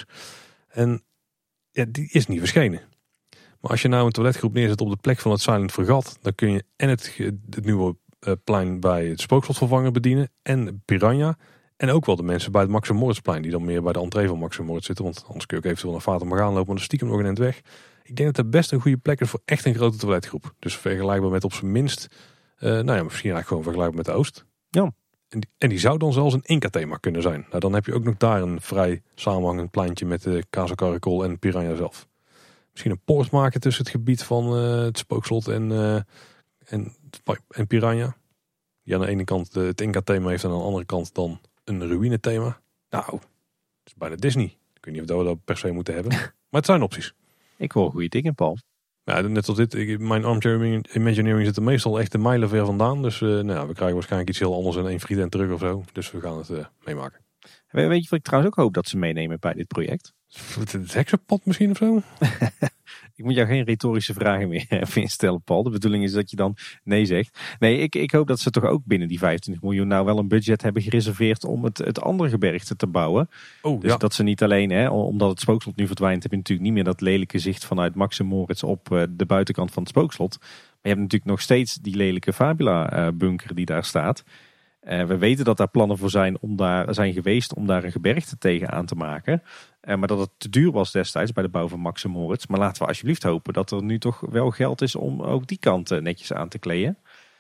B: En ja, die is niet verschenen. Maar als je nou een toiletgroep neerzet op de plek van het Silent Fregat, dan kun je en het, het nieuwe uh, plein bij het Spookslotvervanger bedienen en Piranha. En ook wel de mensen bij het Maxim Moritzplein, die dan meer bij de entree van Maxim Moritz zitten. Want anders kun je ook eventueel naar Fatima gaan lopen, maar dan stiekem nog een eind weg. Ik denk dat dat best een goede plek is voor echt een grote toiletgroep. Dus vergelijkbaar met op zijn minst, uh, nou ja, misschien eigenlijk gewoon vergelijkbaar met de Oost.
A: Ja.
B: En die, en die zou dan zelfs een Inca-thema kunnen zijn. Nou, dan heb je ook nog daar een vrij samenhangend pleintje met de Casa Caracol en Piranha zelf. Misschien een poort maken tussen het gebied van uh, het Spookslot en, uh, en, en Piranha. Die aan de ene kant uh, het Inca-thema heeft en aan de andere kant dan een ruïne-thema. Nou, het is bijna Disney. Ik weet niet of we dat per se moeten hebben. Maar het zijn opties.
A: Ik hoor goede dingen, Paul.
B: Ja, net als dit. Ik, mijn armchair imagineering zit er meestal echt een mijlen ver vandaan. Dus uh, nou ja, we krijgen waarschijnlijk iets heel anders in één friet terug of zo. Dus we gaan het uh, meemaken.
A: Weet je wat ik trouwens ook hoop dat ze meenemen bij dit project?
B: Het heksenpad misschien of zo?
A: Ik moet jou geen retorische vragen meer even instellen, Paul. De bedoeling is dat je dan nee zegt. Nee, ik, ik hoop dat ze toch ook binnen die vijfentwintig miljoen nou wel een budget hebben gereserveerd om het, het andere gebergte te bouwen.
B: Oh,
A: dus
B: ja.
A: dat ze niet alleen, hè, omdat het spookslot nu verdwijnt, heb je natuurlijk niet meer dat lelijke zicht vanuit Maxim Moritz op uh, de buitenkant van het spookslot. Maar je hebt natuurlijk nog steeds die lelijke Fabula uh, bunker die daar staat. Uh, we weten dat daar plannen voor zijn, om daar, zijn geweest om daar een gebergte tegen aan te maken. Uh, maar dat het te duur was destijds bij de bouw van Maxim Moritz. Maar laten we alsjeblieft hopen dat er nu toch wel geld is om ook die kant uh, netjes aan te kleden.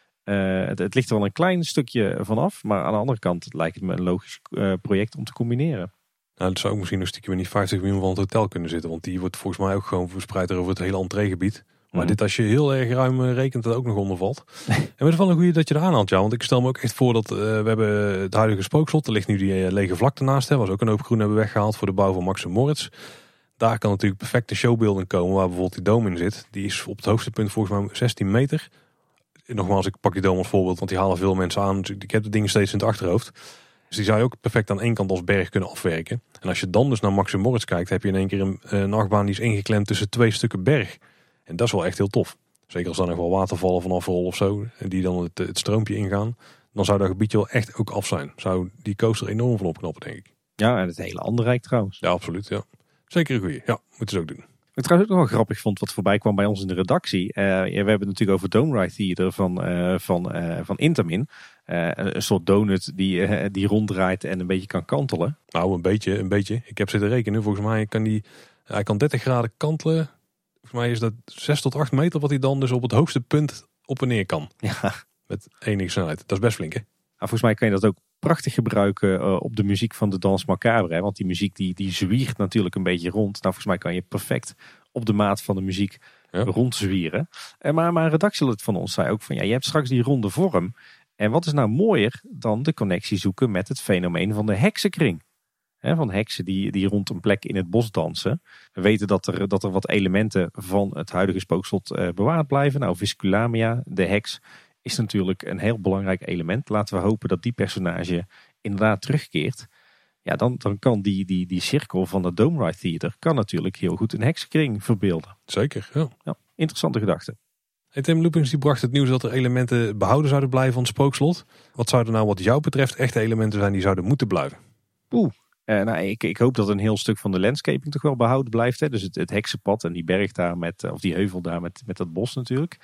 A: Uh, het, het ligt er wel een klein stukje vanaf. Maar aan de andere kant lijkt het me een logisch uh, project om te combineren.
B: Nou, dat zou ook misschien nog stiekem in die vijftig miljoen van het hotel kunnen zitten. Want die wordt volgens mij ook gewoon verspreid over het hele entreegebied. Maar mm. dit als je heel erg ruim rekent, dat ook nog onder valt. En het is wel een goede dat je er aanhaalt, ja. Want ik stel me ook echt voor dat uh, we hebben het huidige spookslot. Er ligt nu die uh, lege vlakte naast. Hè, waar ze ook een hoop groen hebben weggehaald voor de bouw van Maxim Moritz. Daar kan natuurlijk perfecte showbeelden komen waar bijvoorbeeld die dome in zit. Die is op het hoogste punt volgens mij zestien meter. Nogmaals, ik pak die dome als voorbeeld, want die halen veel mensen aan. Ik heb de dingen steeds in het achterhoofd. Dus die zou je ook perfect aan één kant als berg kunnen afwerken. En als je dan dus naar Maxim Moritz kijkt, heb je in één keer een, een achtbaan die is ingeklemd tussen twee stukken berg. En dat is wel echt heel tof. Zeker als er nog wel watervallen vanaf rollen of zo, en die dan het, het stroompje ingaan. Dan zou dat gebiedje wel echt ook af zijn. Zou die coaster enorm van opknappen, denk ik.
A: Ja, en het hele andere rijk trouwens.
B: Ja, absoluut. Ja. Zeker een goeie. Ja, moeten ze ook doen.
A: Wat ik trouwens ook nog wel grappig vond, wat voorbij kwam bij ons in de redactie. Uh, ja, we hebben het natuurlijk over Dome Ride Theater van, uh, van, uh, van Intamin. Uh, een soort donut die, uh, die ronddraait en een beetje kan kantelen.
B: Nou, een beetje, een beetje. Ik heb zitten rekenen. Volgens mij kan die, hij kan dertig graden kantelen. Volgens mij is dat zes tot acht meter wat hij dan dus op het hoogste punt op en neer kan.
A: Ja.
B: Met enige snelheid. Dat is best flink, hè?
A: Nou, volgens mij kan je dat ook prachtig gebruiken uh, op de muziek van de Danse Macabre. Hè? Want die muziek die, die zwiert natuurlijk een beetje rond. Nou, volgens mij kan je perfect op de maat van de muziek ja. rondzwieren. Uh, maar, maar een redactielid van ons zei ook van ja, je hebt straks die ronde vorm. En wat is nou mooier dan de connectie zoeken met het fenomeen van de heksenkring? He, van heksen die, die rond een plek in het bos dansen. We weten dat er, dat er wat elementen van het huidige spookslot uh, bewaard blijven. Nou, Visculamia, de heks, is natuurlijk een heel belangrijk element. Laten we hopen dat die personage inderdaad terugkeert. Ja, dan, dan kan die, die, die cirkel van het Dome Ride Theater kan natuurlijk heel goed een heksenkring verbeelden.
B: Zeker, ja.
A: Ja, interessante gedachte.
B: Hey, Tim Loopings die bracht het nieuws dat er elementen behouden zouden blijven van het spookslot. Wat zouden nou wat jou betreft echte elementen zijn die zouden moeten blijven?
A: Oeh. Uh, nou, ik, ik hoop dat een heel stuk van de landscaping toch wel behouden blijft. Hè? Dus het, het heksenpad en die berg daar met, of die heuvel daar met, met dat bos natuurlijk.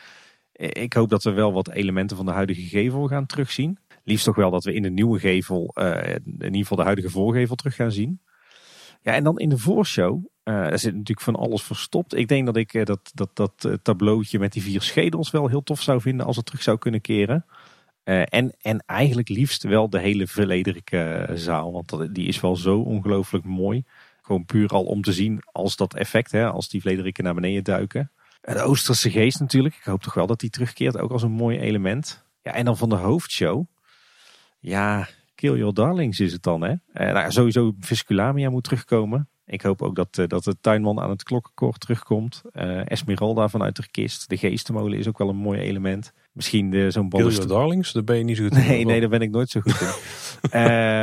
A: Ik hoop dat we wel wat elementen van de huidige gevel gaan terugzien. Liefst toch wel dat we in de nieuwe gevel, uh, in ieder geval de huidige voorgevel terug gaan zien. Ja, en dan in de voorshow, uh, daar zit natuurlijk van alles verstopt. Ik denk dat ik uh, dat, dat, dat uh, tableautje met die vier schedels wel heel tof zou vinden als het terug zou kunnen keren. Uh, en, en eigenlijk liefst wel de hele verledelijke uh, zaal. Want dat, die is wel zo ongelooflijk mooi. Gewoon puur al om te zien als dat effect, hè, als die vlederikken naar beneden duiken. De Oosterse geest natuurlijk. Ik hoop toch wel dat die terugkeert, ook als een mooi element. Ja, en dan van de hoofdshow. Ja, Kill Your Darlings is het dan, hè. Uh, nou, sowieso Visculamia moet terugkomen. Ik hoop ook dat, uh, dat de tuinman aan het klokkenkoor terugkomt. Uh, Esmeralda vanuit de kist. De geestenmolen is ook wel een mooi element. Misschien de, zo'n
B: balustrade. Kill Your Darlings, daar ben je niet zo goed in.
A: Nee, nee, daar ben ik nooit zo goed in.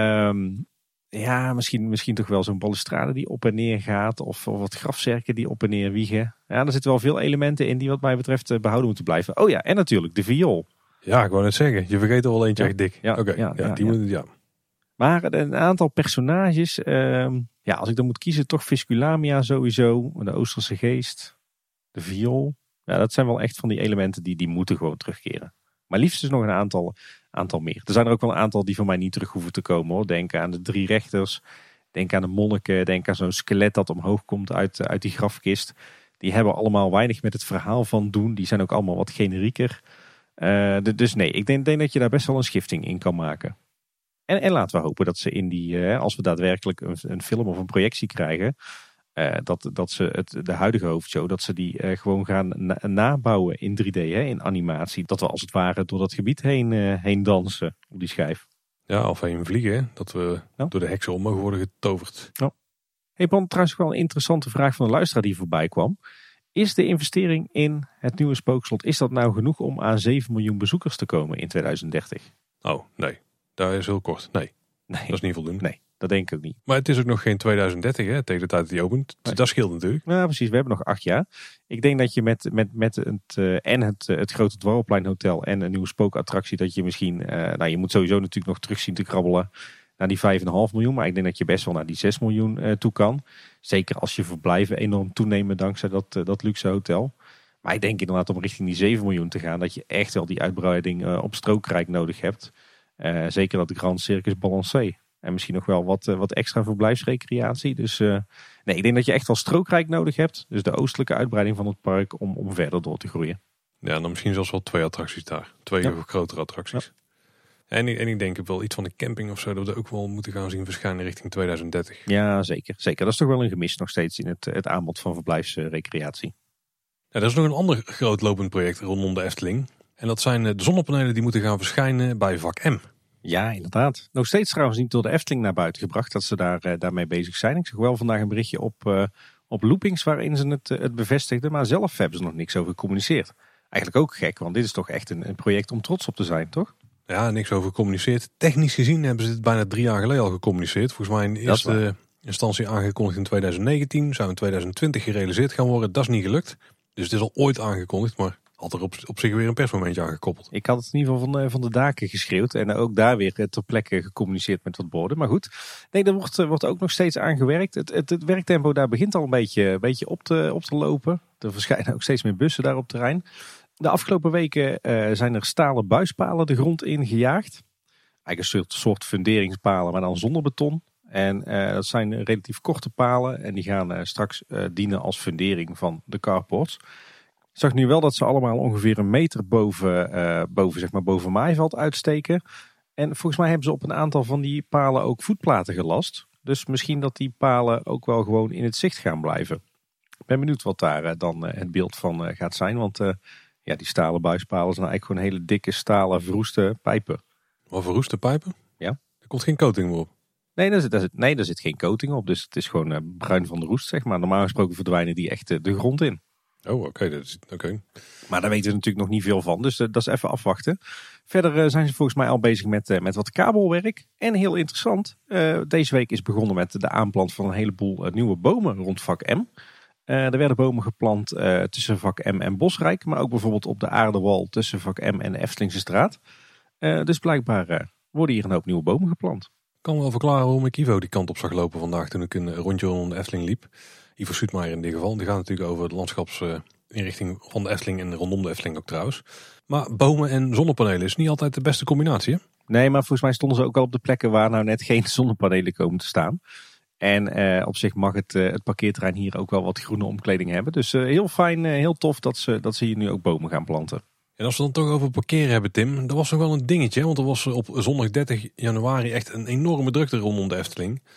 A: um, ja, misschien, misschien toch wel zo'n balustrade die op en neer gaat. Of, of wat grafzerken die op en neer wiegen. Ja, er zitten wel veel elementen in die wat mij betreft behouden moeten blijven. Oh ja, en natuurlijk de viool.
B: Ja, ik wou net zeggen. Je vergeet er wel eentje
A: ja.
B: echt dik.
A: Ja,
B: Oké, okay. ja, ja, die ja. moet ja.
A: Maar een aantal personages. Um, ja, als ik dan moet kiezen, toch Visculamia sowieso. De Oosterse geest. De viool. Ja, dat zijn wel echt van die elementen die, die moeten gewoon terugkeren. Maar liefst dus nog een aantal, aantal meer. Er zijn er ook wel een aantal die van mij niet terug hoeven te komen, hoor. Denk aan de drie rechters. Denk aan de monniken. Denk aan zo'n skelet dat omhoog komt uit, uit die grafkist. Die hebben allemaal weinig met het verhaal van doen. Die zijn ook allemaal wat generieker. Uh, dus nee, ik denk, denk dat je daar best wel een schifting in kan maken. En, en laten we hopen dat ze in die, uh, als we daadwerkelijk een, een film of een projectie krijgen, uh, dat, dat ze het, de huidige hoofdshow, dat ze die uh, gewoon gaan na, nabouwen in drie D, hè, in animatie. Dat we als het ware door dat gebied heen, uh, heen dansen op die schijf.
B: Ja, of heen vliegen, hè? Dat we ja. door de heksen om mogen worden getoverd.
A: Ja. Hey Pan, trouwens wel een interessante vraag van een luisteraar die voorbij kwam. Is de investering in het nieuwe Spookslot, is dat nou genoeg om aan zeven miljoen bezoekers te komen in tweeduizend dertig?
B: Oh, nee. Daar is heel kort. Nee. nee. Dat is niet voldoende.
A: Nee, dat denk ik ook niet.
B: Maar het is ook nog geen tweeduizend dertig, hè, tegen de tijd dat die opent. Nee. Dat scheelt natuurlijk.
A: Ja, precies. We hebben nog acht jaar. Ik denk dat je met, met, met het, uh, en het, uh, het grote Dwarrelplein Hotel en een nieuwe spookattractie, dat je misschien, uh, nou je moet sowieso natuurlijk nog terug zien te krabbelen naar die vijf komma vijf miljoen. Maar ik denk dat je best wel naar die zes miljoen uh, toe kan. Zeker als je verblijven enorm toenemen dankzij dat, uh, dat luxe hotel. Maar ik denk inderdaad om richting die zeven miljoen te gaan, dat je echt wel die uitbreiding uh, op Strookrijk nodig hebt. Uh, zeker dat de Grand Circus Balancé. En misschien nog wel wat, uh, wat extra verblijfsrecreatie. Dus uh, nee, ik denk dat je echt wel Strookrijk nodig hebt. Dus de oostelijke uitbreiding van het park om, om verder door te groeien.
B: Ja, dan misschien zelfs wel twee attracties daar. Twee ja. grotere attracties. Ja. En, en ik denk wel iets van de camping of zo, dat we ook wel moeten gaan zien verschijnen richting tweeduizend dertig.
A: Ja, zeker. zeker. Dat is toch wel een gemis nog steeds in het, het aanbod van verblijfsrecreatie.
B: Ja, er is nog een ander groot lopend project rondom de Efteling. En dat zijn de zonnepanelen die moeten gaan verschijnen bij vak M.
A: Ja, inderdaad. Nog steeds trouwens niet door de Efteling naar buiten gebracht dat ze daar, uh, daarmee bezig zijn. Ik zag wel vandaag een berichtje op, uh, op Loopings waarin ze het, uh, het bevestigden. Maar zelf hebben ze nog niks over gecommuniceerd. Eigenlijk ook gek, want dit is toch echt een, een project om trots op te zijn, toch?
B: Ja, niks over gecommuniceerd. Technisch gezien hebben ze dit bijna drie jaar geleden al gecommuniceerd. Volgens mij in eerste instantie aangekondigd in tweeduizend negentien. Zou in tweeduizend twintig gerealiseerd gaan worden. Dat is niet gelukt. Dus het is al ooit aangekondigd, maar had er op, op zich weer een persmomentje aangekoppeld.
A: Ik had het in ieder geval van de, van de daken geschreeuwd. En ook daar weer ter plekke gecommuniceerd met wat borden. Maar goed, nee, er wordt, wordt ook nog steeds aan gewerkt. Het, het, het werktempo daar begint al een beetje, een beetje op, te, op te lopen. Er verschijnen ook steeds meer bussen daar op het terrein. De afgelopen weken uh, zijn er stalen buispalen de grond in gejaagd. Eigenlijk een soort, soort funderingspalen, maar dan zonder beton. En uh, dat zijn relatief korte palen. En die gaan uh, straks uh, dienen als fundering van de carports. Ik zag nu wel dat ze allemaal ongeveer een meter boven, uh, boven, zeg maar boven maaiveld uitsteken. En volgens mij hebben ze op een aantal van die palen ook voetplaten gelast. Dus misschien dat die palen ook wel gewoon in het zicht gaan blijven. Ik ben benieuwd wat daar uh, dan uh, het beeld van uh, gaat zijn. Want uh, ja, die stalen buispalen zijn eigenlijk gewoon hele dikke stalen verroeste pijpen.
B: Wat verroeste pijpen?
A: Ja.
B: Er komt geen coating meer op.
A: Nee, daar zit, daar zit, nee, daar zit geen coating op. Dus het is gewoon uh, bruin van de roest, zeg maar. Normaal gesproken verdwijnen die echt uh, de grond in.
B: Oh, oké. Okay, dat is oké. Okay.
A: Maar daar weten we natuurlijk nog niet veel van. Dus uh, dat is even afwachten. Verder uh, zijn ze volgens mij al bezig met, uh, met wat kabelwerk. En heel interessant. Uh, deze week is begonnen met de aanplant van een heleboel uh, nieuwe bomen rond vak M. Uh, er werden bomen geplant uh, tussen vak M en Bosrijk. Maar ook bijvoorbeeld op de Aardewal tussen vak M en de Eftelingse straat. Uh, dus blijkbaar uh, worden hier een hoop nieuwe bomen geplant.
B: Ik kan wel verklaren waarom ik Ivo die kant op zag lopen vandaag toen ik een rondje rond de Efteling liep. Ivo Soetmaier in dit geval. Die gaat natuurlijk over de landschapsinrichting van de Efteling en rondom de Efteling ook trouwens. Maar bomen en zonnepanelen is niet altijd de beste combinatie, hè?
A: Nee, maar volgens mij stonden ze ook al op de plekken waar nou net geen zonnepanelen komen te staan. En uh, op zich mag het, uh, het parkeerterrein hier ook wel wat groene omkleding hebben. Dus uh, heel fijn, uh, heel tof dat ze, dat ze hier nu ook bomen gaan planten.
B: En als we dan toch over parkeren hebben, Tim, dat was nog wel een dingetje. Want er was op zondag dertig januari echt een enorme drukte rondom de Efteling.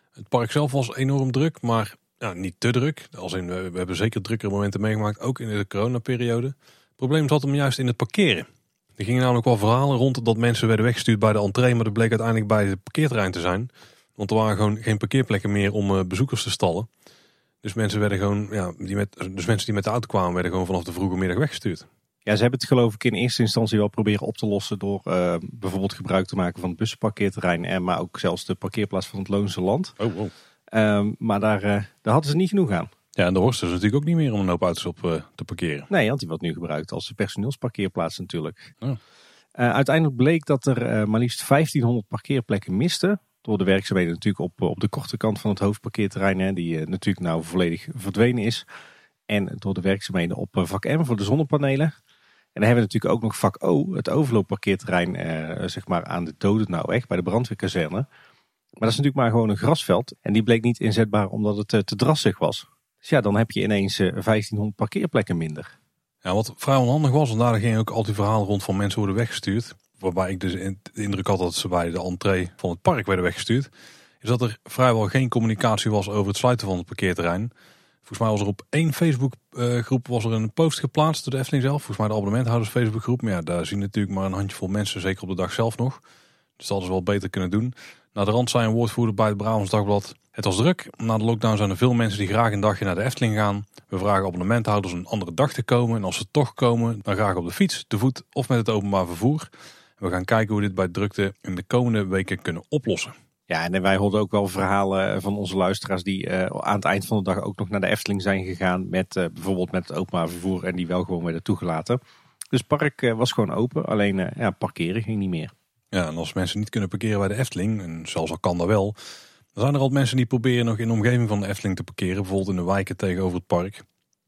B: Het park zelf was enorm druk, maar ja, niet te druk. Als in, we, we hebben zeker drukkere momenten meegemaakt, ook in de coronaperiode. Het probleem zat hem juist in het parkeren. Er gingen namelijk wel verhalen rond dat mensen werden weggestuurd bij de entree, maar dat bleek uiteindelijk bij het parkeerterrein te zijn. Want er waren gewoon geen parkeerplekken meer om uh, bezoekers te stallen. Dus mensen werden gewoon, ja, die met, dus mensen die met de auto kwamen, werden gewoon vanaf de vroege middag weggestuurd.
A: Ja, ze hebben het geloof ik in eerste instantie wel proberen op te lossen door uh, bijvoorbeeld gebruik te maken van het bussenparkeerterrein, en maar ook zelfs de parkeerplaats van het Loonse Land.
B: Oh, wow.
A: Um, maar daar, uh, daar hadden ze niet genoeg aan.
B: Ja, en de Horst is natuurlijk ook niet meer om een hoop auto's op uh, te parkeren.
A: Nee, want die wordt nu gebruikt als personeelsparkeerplaats natuurlijk.
B: Oh.
A: Uh, uiteindelijk bleek dat er uh, maar liefst vijftienhonderd parkeerplekken misten. Door de werkzaamheden natuurlijk op, op de korte kant van het hoofdparkeerterrein, hè, die uh, natuurlijk nou volledig verdwenen is. En door de werkzaamheden op uh, vak M voor de zonnepanelen. En dan hebben we natuurlijk ook nog vak O, het overloopparkeerterrein uh, zeg maar aan de Dodennauweg bij de brandweerkazerne. Maar dat is natuurlijk maar gewoon een grasveld. En die bleek niet inzetbaar omdat het uh, te drassig was. Dus ja, dan heb je ineens uh, vijftienhonderd parkeerplekken minder.
B: Ja, wat vrij onhandig was, en daar gingen ook al die verhalen rond van mensen worden weggestuurd. Waarbij ik dus de indruk had dat ze bij de entree van het park werden weggestuurd. Is dat er vrijwel geen communicatie was over het sluiten van het parkeerterrein. Volgens mij was er op één Facebookgroep was er een post geplaatst door de Efteling zelf. Volgens mij de abonnementhouders Facebookgroep. Maar ja, daar zien natuurlijk maar een handjevol mensen, zeker op de dag zelf nog. Dus dat hadden ze wel beter kunnen doen. Na de rand zei een woordvoerder bij het Brabants Dagblad: het was druk. Na de lockdown zijn er veel mensen die graag een dagje naar de Efteling gaan. We vragen abonnementhouders een andere dag te komen. En als ze toch komen, dan graag op de fiets, te voet of met het openbaar vervoer. En we gaan kijken hoe dit bij drukte in de komende weken kunnen oplossen.
A: Ja, en wij hoorden ook wel verhalen van onze luisteraars die uh, aan het eind van de dag ook nog naar de Efteling zijn gegaan. Met uh, bijvoorbeeld met het openbaar vervoer en die wel gewoon werden toegelaten. Dus het park uh, was gewoon open, alleen uh, ja, parkeren ging niet meer.
B: Ja, en als mensen niet kunnen parkeren bij de Efteling, en zelfs al kan dat wel, dan zijn er al mensen die proberen nog in de omgeving van de Efteling te parkeren. Bijvoorbeeld in de wijken tegenover het park.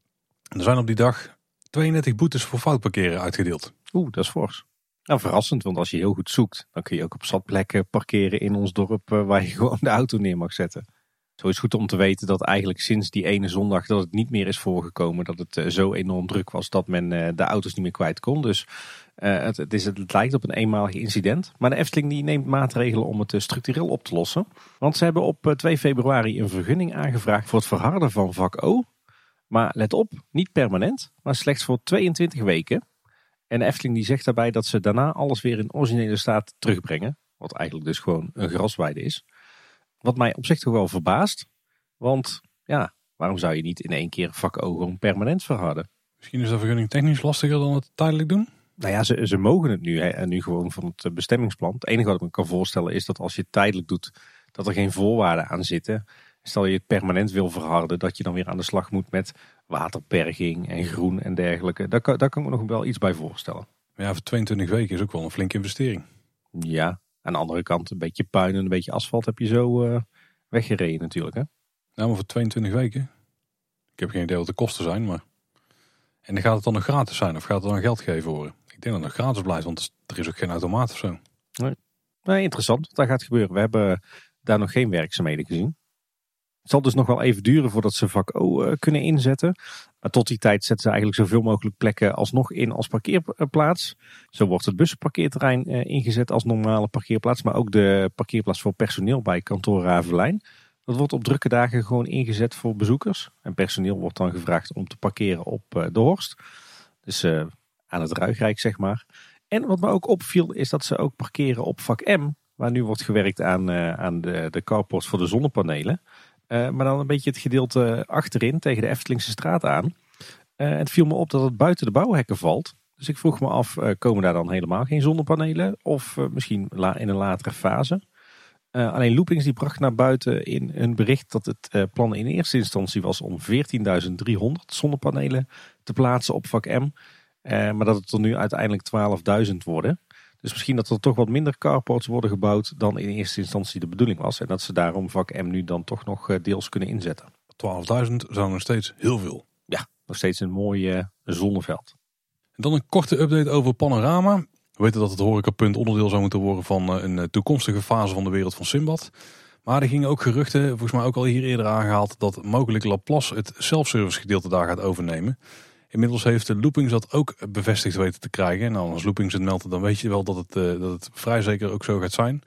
B: En er zijn op die dag tweeëndertig boetes voor fout parkeren uitgedeeld.
A: Oeh, dat is fors. Nou, verrassend, want als je heel goed zoekt, dan kun je ook op zatplekken parkeren in ons dorp uh, waar je gewoon de auto neer mag zetten. Zo is het goed om te weten dat eigenlijk sinds die ene zondag dat het niet meer is voorgekomen, dat het uh, zo enorm druk was dat men uh, de auto's niet meer kwijt kon. Dus uh, het, het, is, het lijkt op een eenmalig incident. Maar de Efteling die neemt maatregelen om het uh, structureel op te lossen. Want ze hebben op uh, twee februari een vergunning aangevraagd voor het verharden van vak O. Maar let op, niet permanent, maar slechts voor tweeëntwintig weken. En de Efteling die zegt daarbij dat ze daarna alles weer in originele staat terugbrengen. Wat eigenlijk dus gewoon een grasweide is. Wat mij op zich toch wel verbaast. Want ja, waarom zou je niet in één keer vak O gewoon permanent verharden?
B: Misschien is dat vergunning technisch lastiger dan het tijdelijk doen?
A: Nou ja, ze, ze mogen het nu. Hè, en nu gewoon van het bestemmingsplan. Het enige wat ik me kan voorstellen is dat als je het tijdelijk doet, dat er geen voorwaarden aan zitten. Stel je het permanent wil verharden, dat je dan weer aan de slag moet met waterberging en groen en dergelijke. Daar kan, daar kan ik me nog wel iets bij voorstellen.
B: Maar ja, voor tweeëntwintig weken is ook wel een flinke investering.
A: Ja, aan de andere kant een beetje puin en een beetje asfalt heb je zo uh, weggereden natuurlijk. Hè?
B: Nou, maar voor tweeëntwintig weken. Ik heb geen idee wat de kosten zijn, maar... En dan gaat het dan nog gratis zijn of gaat het dan geld geven worden? Ik denk dat het nog gratis blijft, want er is ook geen automaat of zo.
A: Nee, nee interessant wat daar gaat gebeuren. We hebben daar nog geen werkzaamheden gezien. Het zal dus nog wel even duren voordat ze vak O uh, kunnen inzetten. Maar tot die tijd zetten ze eigenlijk zoveel mogelijk plekken alsnog in als parkeerplaats. Zo wordt het bussenparkeerterrein uh, ingezet als normale parkeerplaats. Maar ook de parkeerplaats voor personeel bij kantoor Ravelijn. Dat wordt op drukke dagen gewoon ingezet voor bezoekers. En personeel wordt dan gevraagd om te parkeren op uh, de Horst. Dus uh, aan het Ruigrijk zeg maar. En wat me ook opviel is dat ze ook parkeren op vak M. Waar nu wordt gewerkt aan, uh, aan de, de carport voor de zonnepanelen. Uh, maar dan een beetje het gedeelte achterin tegen de Eftelingse straat aan. Uh, het viel me op dat het buiten de bouwhekken valt. Dus ik vroeg me af, uh, komen daar dan helemaal geen zonnepanelen? Of uh, misschien la- in een latere fase? Uh, alleen Loopings die bracht naar buiten in een bericht dat het uh, plan in eerste instantie was om veertienduizend driehonderd zonnepanelen te plaatsen op vak M. Uh, maar dat het er nu uiteindelijk twaalfduizend worden. Dus misschien dat er toch wat minder carports worden gebouwd dan in eerste instantie de bedoeling was. En dat ze daarom vak M nu dan toch nog deels kunnen inzetten.
B: twaalfduizend zijn nog steeds heel veel.
A: Ja, nog steeds een mooi uh, zonneveld.
B: En dan een korte update over Panorama. We weten dat het horecapunt onderdeel zou moeten worden van een toekomstige fase van de wereld van Simbad. Maar er gingen ook geruchten, volgens mij ook al hier eerder aangehaald, dat mogelijk Laplace het self-service gedeelte daar gaat overnemen. Inmiddels heeft de Loopings dat ook bevestigd weten te krijgen. Nou, als Loopings het meldt, dan weet je wel dat het, uh, dat het vrij zeker ook zo gaat zijn.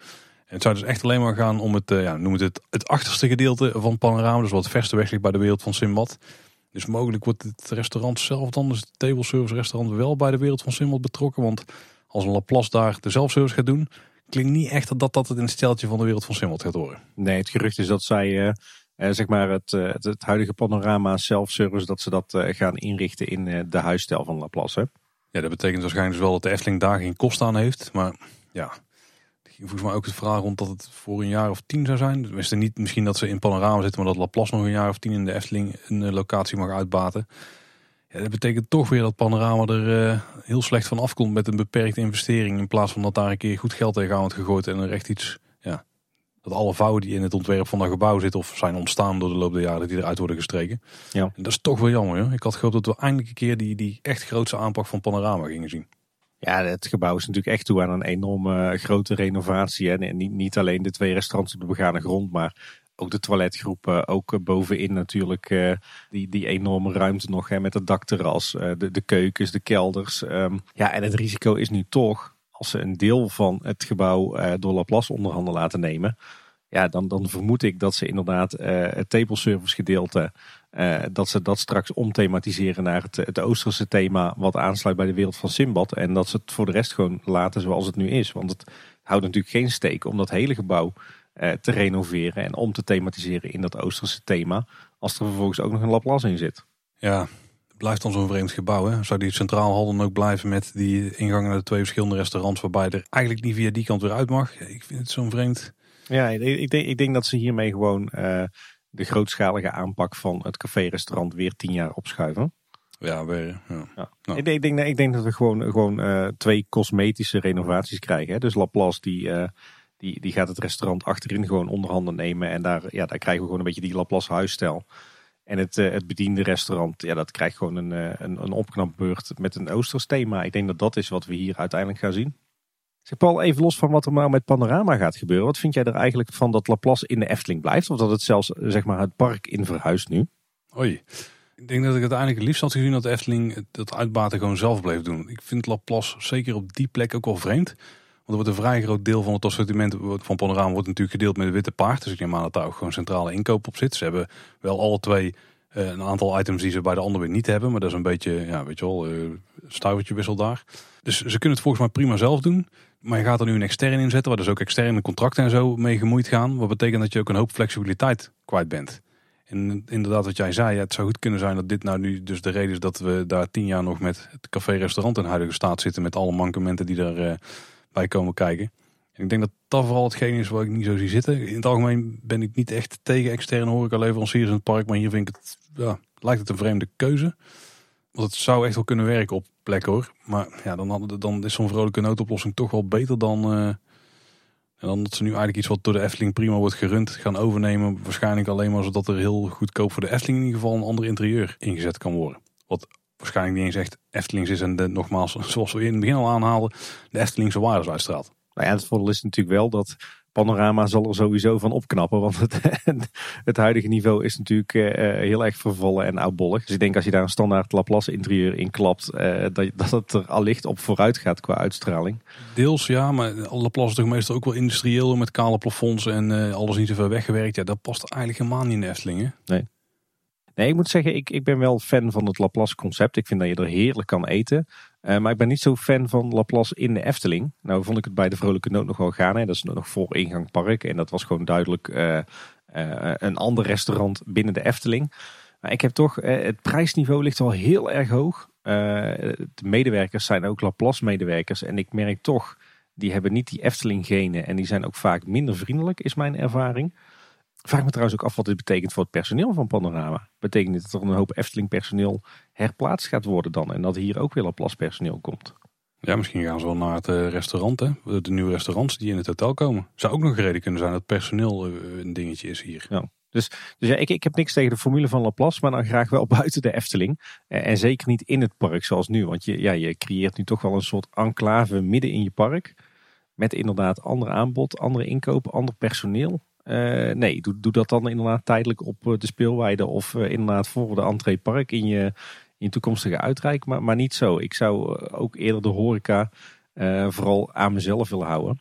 B: En het zou dus echt alleen maar gaan om het, uh, ja, noem het, het het achterste gedeelte van Panorama. Dus wat verste weg ligt bij de wereld van Simbad. Dus mogelijk wordt het restaurant zelf dan, dus het table service restaurant, wel bij de wereld van Simbad betrokken. Want als een Laplace daar de zelfservice gaat doen, klinkt niet echt dat dat het in het steltje van de wereld van Simbad gaat horen.
A: Nee, het gerucht is dat zij uh, uh, zeg maar het, uh, het, het huidige Panorama self-service, dat ze dat uh, gaan inrichten in uh, de huisstijl van Laplace. Hè?
B: Ja, dat betekent waarschijnlijk dus wel dat de Efteling daar geen kosten aan heeft. Maar ja, volgens mij ook het verhaal rond dat het voor een jaar of tien zou zijn. Dus het niet misschien dat ze in Panorama zitten, maar dat Laplace nog een jaar of tien in de Efteling een uh, locatie mag uitbaten. Ja, dat betekent toch weer dat Panorama er uh, heel slecht van afkomt met een beperkte investering. In plaats van dat daar een keer goed geld tegenaan wordt gegooid en er echt iets, ja, dat alle vouwen die in het ontwerp van dat gebouw zitten of zijn ontstaan door de loop der jaren, die eruit worden gestreken. Ja. En dat is toch wel jammer. Hè? Ik had gehoopt dat we eindelijk een keer die, die echt grootste aanpak van Panorama gingen zien.
A: Ja, het gebouw is natuurlijk echt toe aan een enorme grote renovatie. Hè? En niet, niet alleen de twee restaurants op de begane grond, maar ook de toiletgroepen, ook bovenin natuurlijk uh, die, die enorme ruimte nog, hè, met het dakterras, uh, de, de keukens, de kelders. Um, ja, en het risico is nu toch, als ze een deel van het gebouw uh, door Laplace onderhanden laten nemen, ja, dan, dan vermoed ik dat ze inderdaad uh, het table service gedeelte, uh, dat ze dat straks omthematiseren naar het, het Oosterse thema wat aansluit bij de wereld van Simbad. En dat ze het voor de rest gewoon laten zoals het nu is. Want het houdt natuurlijk geen steek om dat hele gebouw uh, te renoveren en om te thematiseren in dat Oosterse thema. Als er vervolgens ook nog een Laplace in zit.
B: Ja, het blijft dan zo'n vreemd gebouw. Hè? Zou die centraal hal dan ook blijven met die ingangen naar de twee verschillende restaurants, waarbij je er eigenlijk niet via die kant weer uit mag? Ik vind het zo'n vreemd. Ja,
A: ik denk, ik denk dat ze hiermee gewoon uh, de grootschalige aanpak van het café-restaurant weer tien jaar opschuiven.
B: Ja, weer. Ja.
A: Ja. Nou. Ik, denk, ik, denk, ik denk dat we gewoon, gewoon uh, twee cosmetische renovaties krijgen. Hè? Dus Laplace die, uh, die, die gaat het restaurant achterin gewoon onderhanden nemen. En daar, ja, daar krijgen we gewoon een beetje die Laplace huisstijl. En het, uh, het bediende restaurant, ja, dat krijgt gewoon een, uh, een, een opknapbeurt met een Oosters thema. Ik denk dat dat is wat we hier uiteindelijk gaan zien. Zeg Paul, even los van wat er nou met Panorama gaat gebeuren. Wat vind jij er eigenlijk van dat Laplace in de Efteling blijft? Of dat het zelfs, zeg maar, het park in verhuist nu?
B: Oei, ik denk dat ik het uiteindelijk het liefst had gezien dat de Efteling het uitbaten gewoon zelf bleef doen. Ik vind Laplace zeker op die plek ook wel vreemd. Want er wordt een vrij groot deel van het assortiment van Panorama wordt natuurlijk gedeeld met de Witte Paard. Dus ik neem aan dat daar ook gewoon centrale inkoop op zit. Ze hebben wel alle twee uh, een aantal items die ze bij de andere weer niet hebben. Maar dat is een beetje, ja, weet je wel, uh, stuivertje wissel daar. Dus ze kunnen het volgens mij prima zelf doen. Maar je gaat er nu een extern in zetten, waar dus ook externe contracten en zo mee gemoeid gaan. Wat betekent dat je ook een hoop flexibiliteit kwijt bent. En inderdaad wat jij zei, het zou goed kunnen zijn dat dit nou nu dus de reden is dat we daar tien jaar nog met het café-restaurant in huidige staat zitten. Met alle mankementen die erbij uh, bij komen kijken. En ik denk dat dat vooral hetgeen is waar ik niet zo zie zitten. In het algemeen ben ik niet echt tegen externe horecaleveranciers in het park. Maar hier vind ik het, ja, lijkt het een vreemde keuze. Want het zou echt wel kunnen werken op plek hoor. Maar ja, dan, dan is zo'n vrolijke noodoplossing toch wel beter dan, uh, dan dat ze nu eigenlijk iets wat door de Efteling prima wordt gerund gaan overnemen. Waarschijnlijk alleen maar zodat er heel goedkoop voor de Efteling in ieder geval een ander interieur ingezet kan worden. Wat waarschijnlijk niet eens echt Eftelings is en de, nogmaals, zoals we in het begin al aanhaalden, de Eftelingse waardes uitstraalt.
A: Nou ja, het voordeel is natuurlijk wel dat Panorama zal er sowieso van opknappen. Want het, het huidige niveau is natuurlijk uh, heel erg vervallen en oudbollig. Dus ik denk als je daar een standaard Laplace interieur in klapt, uh, dat, dat het er allicht op vooruit gaat qua uitstraling.
B: Deels ja, maar Laplace is toch meestal ook wel industrieel met kale plafonds en uh, alles niet zoveel weggewerkt. Ja, dat past eigenlijk helemaal niet in de Efteling, hè?
A: Nee. Nee, ik moet zeggen, ik, ik ben wel fan van het Laplace concept. Ik vind dat je er heerlijk kan eten. Uh, maar ik ben niet zo fan van Laplace in de Efteling. Nou vond ik het bij de Vrolijke Noot nog wel gaan. Hè. Dat is nog voor ingang park. En dat was gewoon duidelijk uh, uh, een ander restaurant binnen de Efteling. Maar ik heb toch, uh, het prijsniveau ligt wel heel erg hoog. Uh, de medewerkers zijn ook Laplace medewerkers. En ik merk toch, die hebben niet die Efteling genen. En die zijn ook vaak minder vriendelijk, is mijn ervaring. Ik vraag me trouwens ook af wat dit betekent voor het personeel van Panorama. Betekent dit dat er een hoop Efteling personeel herplaatst gaat worden dan? En dat hier ook weer Laplace personeel komt?
B: Ja, misschien gaan ze wel naar het restaurant, hè? De nieuwe restaurants die in het hotel komen. Zou ook nog een reden kunnen zijn dat personeel een dingetje is hier.
A: Ja. Dus, dus ja, ik, ik heb niks tegen de formule van Laplace, maar dan graag wel buiten de Efteling. En zeker niet in het park zoals nu. Want je, ja, je creëert nu toch wel een soort enclave midden in je park. Met inderdaad ander aanbod, andere inkopen, ander personeel. Uh, nee, doe, doe dat dan inderdaad tijdelijk op de speelweide of uh, inderdaad voor de entreepark in je, in je toekomstige uitreik. Maar, maar niet zo. Ik zou ook eerder de horeca uh, vooral aan mezelf willen houden.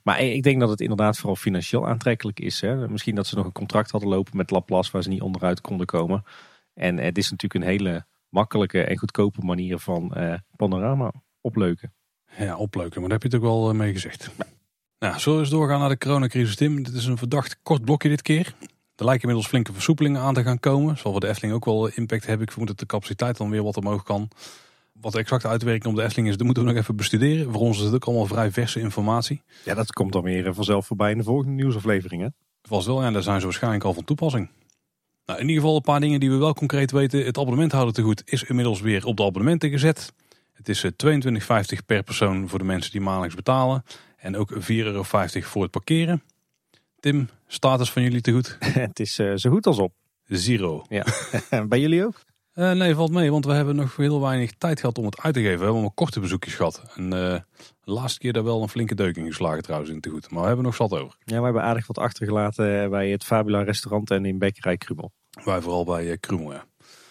A: Maar ik denk dat het inderdaad vooral financieel aantrekkelijk is. Hè. Misschien dat ze nog een contract hadden lopen met Laplace waar ze niet onderuit konden komen. En het is natuurlijk een hele makkelijke en goedkope manier van uh, Panorama opleuken.
B: Ja, opleuken, maar daar heb je het ook wel mee gezegd. Ja. Nou, zullen we eens doorgaan naar de coronacrisis, Tim? Dit is een verdacht kort blokje dit keer. Er lijken inmiddels flinke versoepelingen aan te gaan komen. Zal voor de Efteling ook wel impact hebben. Ik vermoed dat de capaciteit dan weer wat omhoog kan. Wat de exacte uitwerking op de Efteling is, dat moeten we nog even bestuderen. Voor ons is het ook allemaal vrij verse informatie.
A: Ja, dat komt dan weer vanzelf voorbij in de volgende nieuwsafleveringen.
B: Vast wel, ja, daar zijn ze waarschijnlijk al van toepassing. Nou, in ieder geval een paar dingen die we wel concreet weten. Het abonnementhoudertegoed is inmiddels weer op de abonnementen gezet. Het is tweeëntwintig vijftig per persoon voor de mensen die maandelijks betalen. En ook vier euro vijftig voor het parkeren. Tim, status van jullie tegoed?
A: Het is uh, zo goed als op.
B: Zero.
A: Ja. Bij jullie ook?
B: Uh, nee, valt mee, want we hebben nog heel weinig tijd gehad om het uit te geven. We hebben allemaal korte bezoekjes gehad. En uh, de laatste keer daar wel een flinke deuk in geslagen trouwens in tegoed. Maar we hebben nog zat over.
A: Ja, we hebben aardig wat achtergelaten bij het Fabula restaurant en in Bekkerij Krumel.
B: Wij vooral bij uh, Krumel, ja.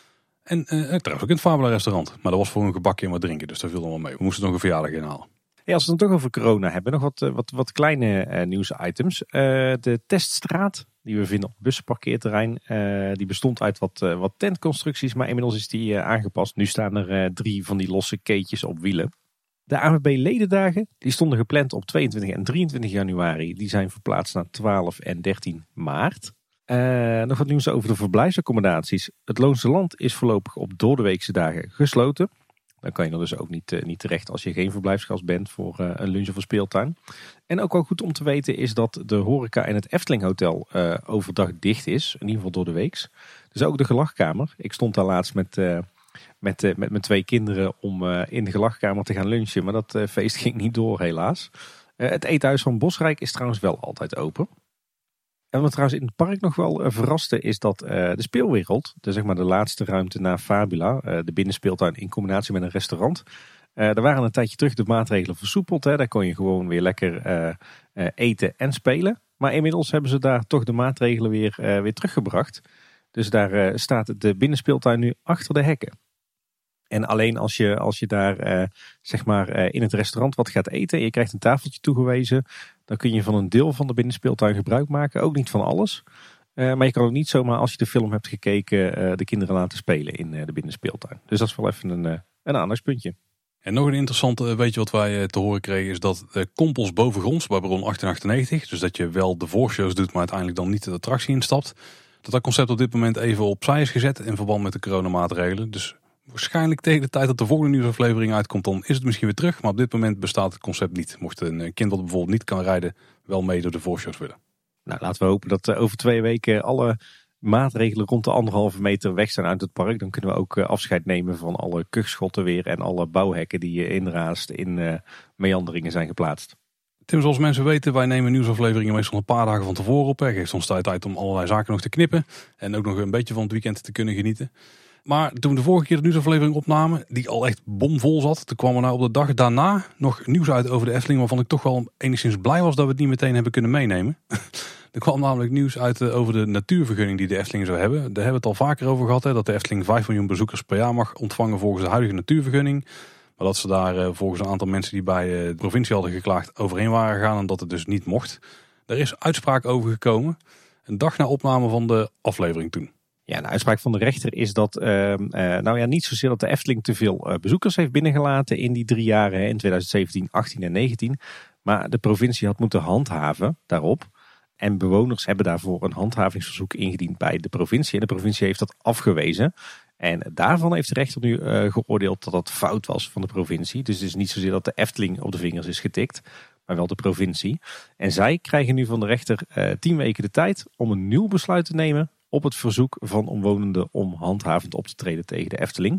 B: En uh, trouwens ook in het Fabula restaurant. Maar dat was voor een gebakje en wat drinken, dus daar viel allemaal mee. We moesten nog een verjaardag inhalen.
A: Ja, als we het dan toch over corona hebben, nog wat, wat, wat kleine uh, nieuwsitems. Uh, de teststraat die we vinden op het bussenparkeerterrein, uh, die bestond uit wat, uh, wat tentconstructies, maar inmiddels is die uh, aangepast. Nu staan er uh, drie van die losse keetjes op wielen. De A N W B-ledendagen die stonden gepland op tweeëntwintig en drieëntwintig januari. Die zijn verplaatst naar twaalf en dertien maart. Uh, nog wat nieuws over de verblijfsaccommodaties. Het Loonse Land is voorlopig op doordeweekse dagen gesloten. Dan kan je er dus ook niet, uh, niet terecht als je geen verblijfsgast bent voor uh, een lunch of een speeltuin. En ook wel goed om te weten is dat de horeca in het Efteling Hotel uh, overdag dicht is. In ieder geval door de weeks. Dus ook de gelachkamer. Ik stond daar laatst met, uh, met, uh, met mijn twee kinderen om uh, in de gelachkamer te gaan lunchen. Maar dat uh, feest ging niet door helaas. Uh, het eethuis van Bosrijk is trouwens wel altijd open. En wat trouwens in het park nog wel uh, verraste is dat uh, de speelwereld, de, zeg maar de laatste ruimte na Fabula, uh, de binnenspeeltuin in combinatie met een restaurant. Uh, er waren een tijdje terug de maatregelen versoepeld. Hè. Daar kon je gewoon weer lekker uh, uh, eten en spelen. Maar inmiddels hebben ze daar toch de maatregelen weer, uh, weer teruggebracht. Dus daar uh, staat de binnenspeeltuin nu achter de hekken. En alleen als je, als je daar uh, zeg maar uh, in het restaurant wat gaat eten en je krijgt een tafeltje toegewezen, dan kun je van een deel van de binnenspeeltuin gebruik maken. Ook niet van alles. Uh, maar je kan ook niet zomaar als je de film hebt gekeken uh, de kinderen laten spelen in uh, de binnenspeeltuin. Dus dat is wel even een, uh, een aandachtspuntje.
B: En nog een interessant uh, weetje wat wij uh, te horen kregen is dat uh, kompels bovengronds bij Baron achttien achtennegentig, dus dat je wel de voorshows doet maar uiteindelijk dan niet de attractie instapt, dat dat concept op dit moment even opzij is gezet in verband met de coronamaatregelen. Dus waarschijnlijk tegen de tijd dat de volgende nieuwsaflevering uitkomt, dan is het misschien weer terug. Maar op dit moment bestaat het concept niet. Mocht een kind wat bijvoorbeeld niet kan rijden, wel mee door de voorshows willen.
A: Nou, laten we hopen dat over twee weken alle maatregelen rond de anderhalve meter weg zijn uit het park. Dan kunnen we ook afscheid nemen van alle kuchschotten weer en alle bouwhekken die in Raast in uh, meanderingen zijn geplaatst.
B: Tim, zoals mensen weten, wij nemen nieuwsafleveringen meestal een paar dagen van tevoren op. Hè. Geeft ons tijd om allerlei zaken nog te knippen. En ook nog een beetje van het weekend te kunnen genieten. Maar toen we de vorige keer de nieuwsaflevering opnamen, die al echt bomvol zat, toen kwam er nou op de dag daarna nog nieuws uit over de Efteling, waarvan ik toch wel enigszins blij was dat we het niet meteen hebben kunnen meenemen. Er kwam namelijk nieuws uit over de natuurvergunning die de Efteling zou hebben. Daar hebben we het al vaker over gehad, hè, dat de Efteling vijf miljoen bezoekers per jaar mag ontvangen volgens de huidige natuurvergunning. Maar dat ze daar volgens een aantal mensen die bij de provincie hadden geklaagd overheen waren gegaan en dat het dus niet mocht. Er is uitspraak over gekomen, een dag na opname van de aflevering toen.
A: Ja, de uitspraak van de rechter is dat, uh, uh, nou ja, niet zozeer dat de Efteling te veel uh, bezoekers heeft binnengelaten in die drie jaren, hè, in twintig zeventien, achttien en negentien. Maar de provincie had moeten handhaven daarop. En bewoners hebben daarvoor een handhavingsverzoek ingediend bij de provincie. En de provincie heeft dat afgewezen. En daarvan heeft de rechter nu uh, geoordeeld dat dat fout was van de provincie. Dus het is niet zozeer dat de Efteling op de vingers is getikt, maar wel de provincie. En zij krijgen nu van de rechter uh, tien weken de tijd om een nieuw besluit te nemen op het verzoek van omwonenden om handhavend op te treden tegen de Efteling.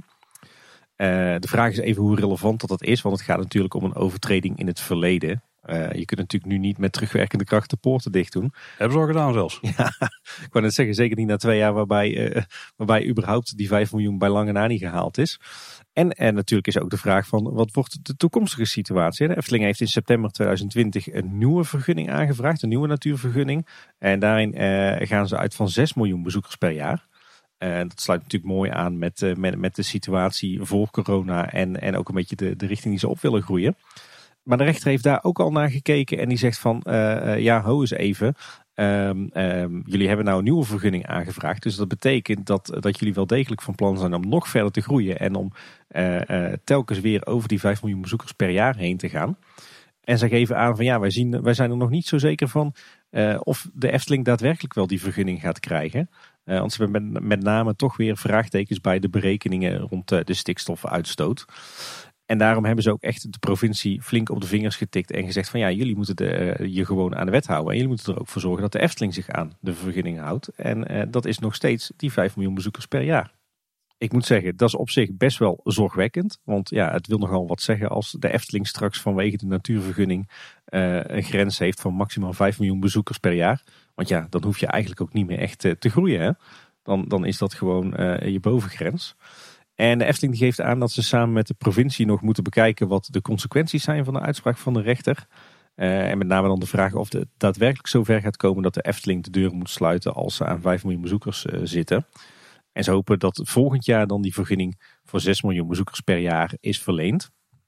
A: Uh, de vraag is even hoe relevant dat, dat is, want het gaat natuurlijk om een overtreding in het verleden. Uh, je kunt natuurlijk nu niet met terugwerkende kracht de poorten dicht doen.
B: Hebben ze al gedaan zelfs.
A: Ja, ik wou net zeggen, zeker niet na twee jaar waarbij, uh, waarbij überhaupt die vijf miljoen bij lange na niet gehaald is. En, en natuurlijk is ook de vraag van wat wordt de toekomstige situatie. De Efteling heeft in september twintig twintig een nieuwe vergunning aangevraagd, een nieuwe natuurvergunning. En daarin uh, gaan ze uit van zes miljoen bezoekers per jaar. Uh, dat sluit natuurlijk mooi aan met, uh, met, met de situatie voor corona en, en ook een beetje de, de richting die ze op willen groeien. Maar de rechter heeft daar ook al naar gekeken en die zegt van, uh, uh, ja, ho eens even. Um, um, jullie hebben nou een nieuwe vergunning aangevraagd. Dus dat betekent dat, dat jullie wel degelijk van plan zijn om nog verder te groeien. En om uh, uh, telkens weer over die vijf miljoen bezoekers per jaar heen te gaan. En zij geven aan van ja, wij, zien, wij zijn er nog niet zo zeker van uh, of de Efteling daadwerkelijk wel die vergunning gaat krijgen. Uh, want ze hebben met, met name toch weer vraagtekens bij de berekeningen rond uh, de stikstofuitstoot. En daarom hebben ze ook echt de provincie flink op de vingers getikt en gezegd van ja, jullie moeten de, uh, je gewoon aan de wet houden. En jullie moeten er ook voor zorgen dat de Efteling zich aan de vergunning houdt. En uh, dat is nog steeds die vijf miljoen bezoekers per jaar. Ik moet zeggen, dat is op zich best wel zorgwekkend. Want ja, het wil nogal wat zeggen als de Efteling straks vanwege de natuurvergunning uh, een grens heeft van maximaal vijf miljoen bezoekers per jaar. Want ja, dan hoef je eigenlijk ook niet meer echt uh, te groeien. Hè? Dan, dan is dat gewoon uh, je bovengrens. En de Efteling die geeft aan dat ze samen met de provincie nog moeten bekijken wat de consequenties zijn van de uitspraak van de rechter. Uh, en met name dan de vraag of het daadwerkelijk zover gaat komen dat de Efteling de deuren moet sluiten als ze aan vijf miljoen bezoekers uh, zitten. En ze hopen dat volgend jaar dan die vergunning voor zes miljoen bezoekers per jaar is verleend.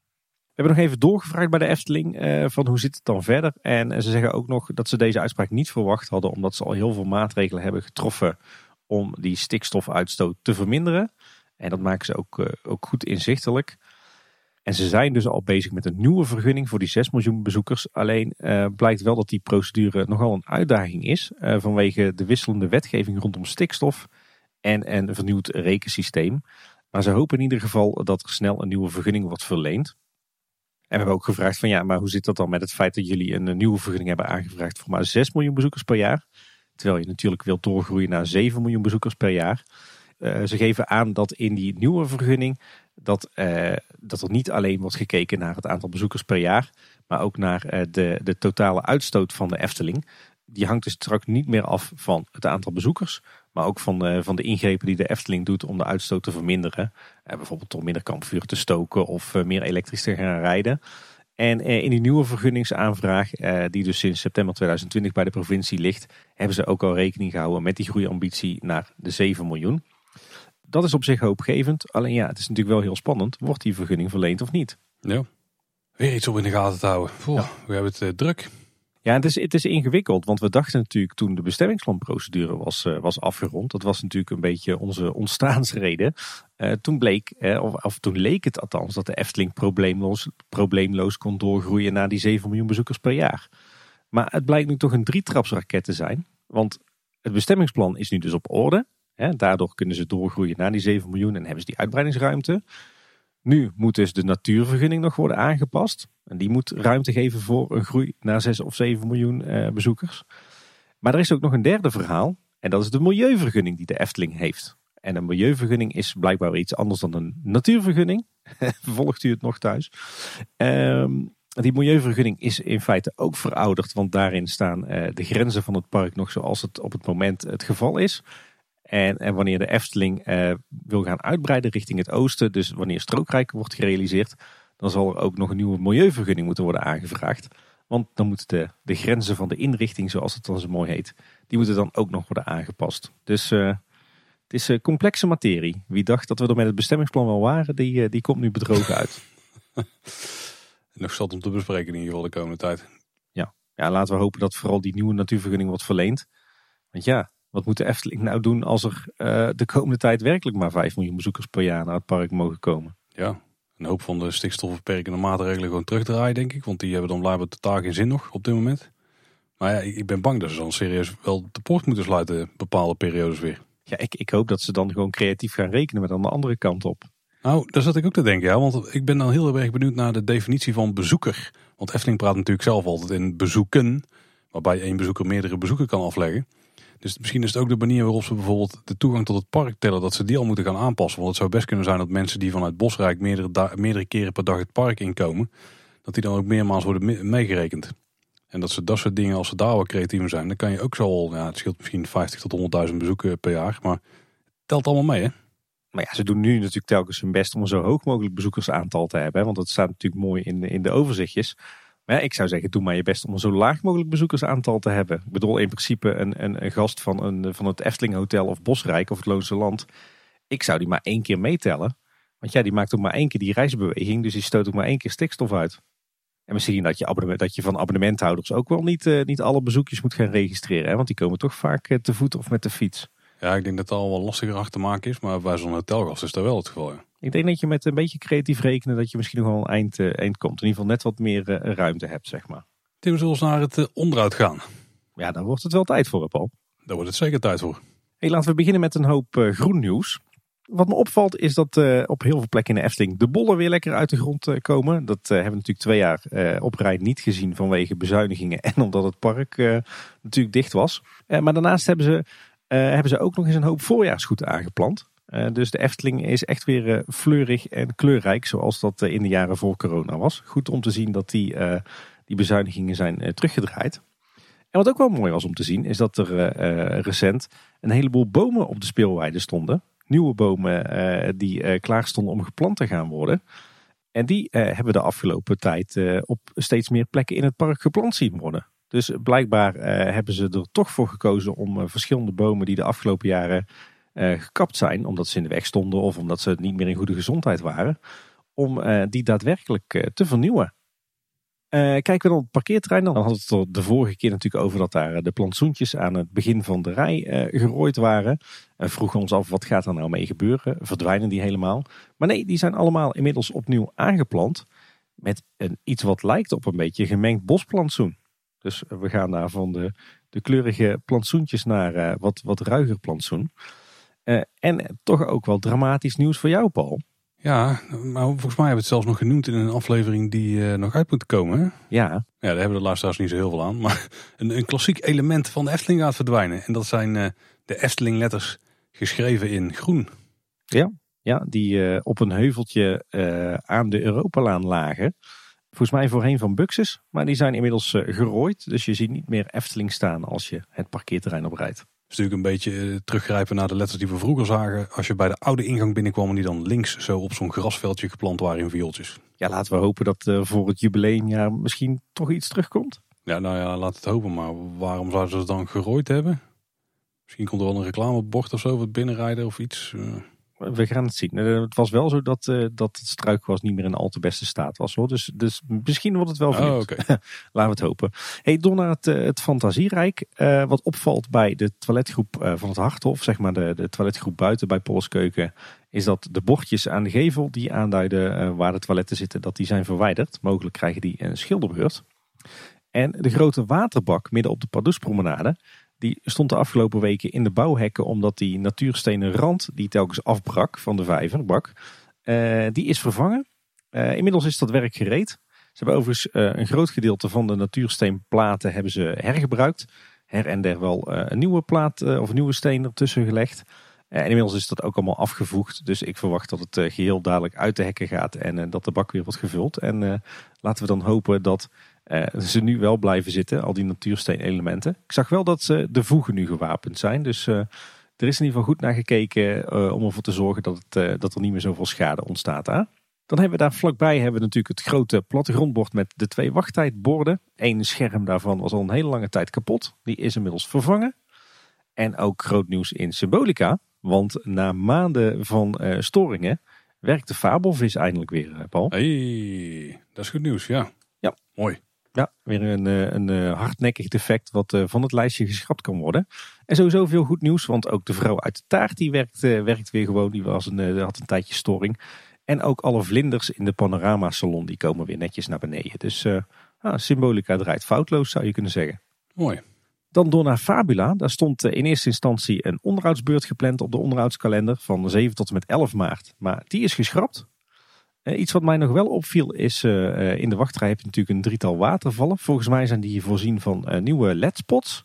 A: We hebben nog even doorgevraagd bij de Efteling uh, van hoe zit het dan verder. En ze zeggen ook nog dat ze deze uitspraak niet verwacht hadden omdat ze al heel veel maatregelen hebben getroffen om die stikstofuitstoot te verminderen. En dat maken ze ook, uh, ook goed inzichtelijk. En ze zijn dus al bezig met een nieuwe vergunning voor die zes miljoen bezoekers. Alleen uh, blijkt wel dat die procedure nogal een uitdaging is uh, vanwege de wisselende wetgeving rondom stikstof en een vernieuwd rekensysteem. Maar ze hopen in ieder geval dat er snel een nieuwe vergunning wordt verleend. En we hebben ook gevraagd van ja, maar hoe zit dat dan met het feit dat jullie een nieuwe vergunning hebben aangevraagd voor maar zes miljoen bezoekers per jaar? Terwijl je natuurlijk wilt doorgroeien naar zeven miljoen bezoekers per jaar. Uh, ze geven aan dat in die nieuwe vergunning dat, uh, dat er niet alleen wordt gekeken naar het aantal bezoekers per jaar, maar ook naar uh, de, de totale uitstoot van de Efteling. Die hangt dus straks niet meer af van het aantal bezoekers, maar ook van, uh, van de ingrepen die de Efteling doet om de uitstoot te verminderen. Uh, bijvoorbeeld door minder kampvuur te stoken of uh, meer elektrisch te gaan rijden. En uh, in die nieuwe vergunningsaanvraag, uh, die dus sinds september tweeduizend twintig bij de provincie ligt, hebben ze ook al rekening gehouden met die groeiambitie naar de zeven miljoen. Dat is op zich hoopgevend. Alleen ja, het is natuurlijk wel heel spannend. Wordt die vergunning verleend of niet?
B: Ja. Weer iets om in de gaten te houden. Poh, ja. We hebben het uh, druk.
A: Ja, het is, het is ingewikkeld. Want we dachten natuurlijk toen de bestemmingsplanprocedure was, uh, was afgerond. Dat was natuurlijk een beetje onze ontstaansreden. Uh, toen bleek, uh, of, of toen leek het althans, dat de Efteling probleemloos, probleemloos kon doorgroeien naar die zeven miljoen bezoekers per jaar. Maar het blijkt nu toch een drietrapsraket te zijn. Want het bestemmingsplan is nu dus op orde. He, daardoor kunnen ze doorgroeien naar die zeven miljoen en hebben ze die uitbreidingsruimte. Nu moet dus de natuurvergunning nog worden aangepast. En die moet ruimte geven voor een groei naar zes of zeven miljoen eh, bezoekers. Maar er is ook nog een derde verhaal. En dat is de milieuvergunning die de Efteling heeft. En een milieuvergunning is blijkbaar iets anders dan een natuurvergunning. Volgt u het nog thuis? Um, die milieuvergunning is in feite ook verouderd. Want daarin staan uh, de grenzen van het park nog zoals het op het moment het geval is. En, en wanneer de Efteling uh, wil gaan uitbreiden richting het oosten, dus wanneer Strookrijk wordt gerealiseerd, dan zal er ook nog een nieuwe milieuvergunning moeten worden aangevraagd. Want dan moeten de, de grenzen van de inrichting, zoals het dan zo mooi heet, die moeten dan ook nog worden aangepast. Dus uh, het is uh, complexe materie. Wie dacht dat we er met het bestemmingsplan wel waren, die, uh, die komt nu bedrogen uit.
B: Nog zat om te bespreken in ieder geval de komende tijd.
A: Ja. ja, laten we hopen dat vooral die nieuwe natuurvergunning wordt verleend. Want ja, wat moet de Efteling nou doen als er uh, de komende tijd werkelijk maar vijf miljoen bezoekers per jaar naar het park mogen komen?
B: Ja, een hoop van de stikstofbeperkende maatregelen gewoon terugdraaien, denk ik. Want die hebben dan blijkbaar totaal geen zin nog op dit moment. Maar ja, ik ben bang dat ze dan serieus wel de poort moeten sluiten bepaalde periodes weer.
A: Ja, ik, ik hoop dat ze dan gewoon creatief gaan rekenen met aan de andere kant op.
B: Nou, daar zat ik ook te denken, ja. Want ik ben dan heel erg benieuwd naar de definitie van bezoeker. Want Efteling praat natuurlijk zelf altijd in bezoeken, waarbij één bezoeker meerdere bezoeken kan afleggen. Dus misschien is het ook de manier waarop ze bijvoorbeeld de toegang tot het park tellen, dat ze die al moeten gaan aanpassen. Want het zou best kunnen zijn dat mensen die vanuit Bosrijk meerdere, da- meerdere keren per dag het park inkomen, dat die dan ook meermaals worden me- meegerekend. En dat ze dat soort dingen, als ze daar wel creatief in zijn, dan kan je ook zo al, ja, het scheelt misschien vijftig tot honderdduizend bezoeken per jaar, maar het telt allemaal mee, hè?
A: Maar ja, ze doen nu natuurlijk telkens hun best om een zo hoog mogelijk bezoekersaantal te hebben. Hè? Want dat staat natuurlijk mooi in de, in de overzichtjes. Maar ja, ik zou zeggen, doe maar je best om een zo laag mogelijk bezoekersaantal te hebben. Ik bedoel, in principe een, een, een gast van, een, van het Efteling Hotel of Bosrijk of het Loonse Land. Ik zou die maar één keer meetellen. Want ja, die maakt ook maar één keer die reisbeweging. Dus die stoot ook maar één keer stikstof uit. En misschien dat je, abonnement, dat je van abonnementhouders ook wel niet, uh, niet alle bezoekjes moet gaan registreren. Hè? Want die komen toch vaak uh, te voet of met de fiets.
B: Ja, ik denk dat het al wel lastiger achter te maken is. Maar bij zo'n hotelgast is dat wel het geval. Ja.
A: Ik denk dat je met een beetje creatief rekenen dat je misschien nog wel een eind, uh, eind komt. In ieder geval net wat meer uh, ruimte hebt, zeg maar.
B: Tim, we zullen eens naar het uh, onderhoud gaan.
A: Ja, daar wordt het wel tijd voor, Paul.
B: Daar wordt het zeker tijd voor.
A: Hey, laten we beginnen met een hoop uh, groen nieuws. Wat me opvalt is dat uh, op heel veel plekken in de Efteling de bollen weer lekker uit de grond uh, komen. Dat uh, hebben we natuurlijk twee jaar uh, op rij niet gezien vanwege bezuinigingen en omdat het park uh, natuurlijk dicht was. Uh, maar daarnaast hebben ze, uh, hebben ze ook nog eens een hoop voorjaarsgoed aangeplant. Uh, dus de Efteling is echt weer uh, fleurig en kleurrijk zoals dat uh, in de jaren voor corona was. Goed om te zien dat die, uh, die bezuinigingen zijn uh, teruggedraaid. En wat ook wel mooi was om te zien is dat er uh, recent een heleboel bomen op de speelweide stonden. Nieuwe bomen uh, die uh, klaar stonden om geplant te gaan worden. En die uh, hebben de afgelopen tijd uh, op steeds meer plekken in het park geplant zien worden. Dus blijkbaar uh, hebben ze er toch voor gekozen om uh, verschillende bomen die de afgelopen jaren uh, gekapt zijn. Omdat ze in de weg stonden of omdat ze niet meer in goede gezondheid waren. Om uh, die daadwerkelijk uh, te vernieuwen. Uh, kijken we dan op het parkeerterrein, dan hadden we het er de vorige keer natuurlijk over dat daar de plantsoentjes aan het begin van de rij uh, gerooid waren. Uh, vroegen ons af, wat gaat er nou mee gebeuren? Verdwijnen die helemaal? Maar nee, die zijn allemaal inmiddels opnieuw aangeplant met een, iets wat lijkt op een beetje gemengd bosplantsoen. Dus uh, we gaan daar van de, de kleurige plantsoentjes naar uh, wat, wat ruiger plantsoen. Uh, en toch ook wel dramatisch nieuws voor jou, Paul.
B: Ja, maar volgens mij hebben we het zelfs nog genoemd in een aflevering die uh, nog uit moet komen. Hè?
A: Ja.
B: Ja, daar hebben de luisteraars niet zo heel veel aan. Maar een, een klassiek element van de Efteling gaat verdwijnen. En dat zijn uh, de Efteling letters geschreven in groen.
A: Ja, ja die uh, op een heuveltje uh, aan de Europalaan lagen. Volgens mij voorheen van Buxus. Maar die zijn inmiddels uh, gerooid. Dus je ziet niet meer Efteling staan als je het parkeerterrein oprijdt.
B: Het is natuurlijk een beetje uh, teruggrijpen naar de letters die we vroeger zagen. Als je bij de oude ingang binnenkwam en die dan links zo op zo'n grasveldje geplant waren in viooltjes.
A: Ja, laten we hopen dat uh, voor het jubileumjaar misschien toch iets terugkomt.
B: Ja, nou ja, laat het hopen. Maar waarom zouden ze het dan gerooid hebben? Misschien komt er wel een reclamebord of zo voor het binnenrijden of iets. Uh...
A: We gaan het zien. Het was wel zo dat, uh, dat het struikgewas niet meer in al te beste staat was, hoor. Dus, dus misschien wordt het wel vernieuwd.
B: Oh, okay.
A: Laten we het hopen. Hey, door naar het, uh, het Fantasierijk. Uh, wat opvalt bij de toiletgroep uh, van het Harthof, zeg maar de, de toiletgroep buiten bij Polskeuken, is dat de bordjes aan de gevel die aanduiden uh, waar de toiletten zitten, dat die zijn verwijderd. Mogelijk krijgen die een schilderbeurt. En de grote waterbak midden op de Pardoespromenade, die stond de afgelopen weken in de bouwhekken omdat die natuurstenen rand die telkens afbrak van de vijverbak, uh, die is vervangen. Uh, inmiddels is dat werk gereed. Ze hebben overigens uh, een groot gedeelte van de natuursteenplaten hebben ze hergebruikt. Her en der wel uh, een nieuwe plaat uh, of een nieuwe steen ertussen gelegd. Uh, en inmiddels is dat ook allemaal afgevoegd. Dus ik verwacht dat het uh, geheel dadelijk uit de hekken gaat en uh, dat de bak weer wordt gevuld. En uh, laten we dan hopen dat Uh, ze nu wel blijven zitten, al die natuursteenelementen. Ik zag wel dat ze de voegen nu gewapend zijn. Dus uh, er is in ieder geval goed naar gekeken uh, om ervoor te zorgen dat, het, uh, dat er niet meer zoveel schade ontstaat. Hè? Dan hebben we daar vlakbij hebben we natuurlijk het grote plattegrondbord met de twee wachttijdborden. Eén scherm daarvan was al een hele lange tijd kapot. Die is inmiddels vervangen. En ook groot nieuws in Symbolica. Want na maanden van uh, storingen werkt de fabelvis eindelijk weer, Paul.
B: Hey, dat is goed nieuws, ja.
A: Ja.
B: Mooi.
A: Ja, weer een, een, een hardnekkig defect wat van het lijstje geschrapt kan worden. En sowieso veel goed nieuws, want ook de vrouw uit de taart die werkt, werkt weer gewoon. Die was een, had een tijdje storing. En ook alle vlinders in de Panorama Salon die komen weer netjes naar beneden. Dus uh, ah, Symbolica draait foutloos, zou je kunnen zeggen.
B: Mooi.
A: Dan door naar Fabula. Daar stond in eerste instantie een onderhoudsbeurt gepland op de onderhoudskalender van zeven tot en met elf maart. Maar die is geschrapt. Uh, iets wat mij nog wel opviel is, uh, in de wachtrij heb je natuurlijk een drietal watervallen. Volgens mij zijn die voorzien van uh, nieuwe L E D-spots.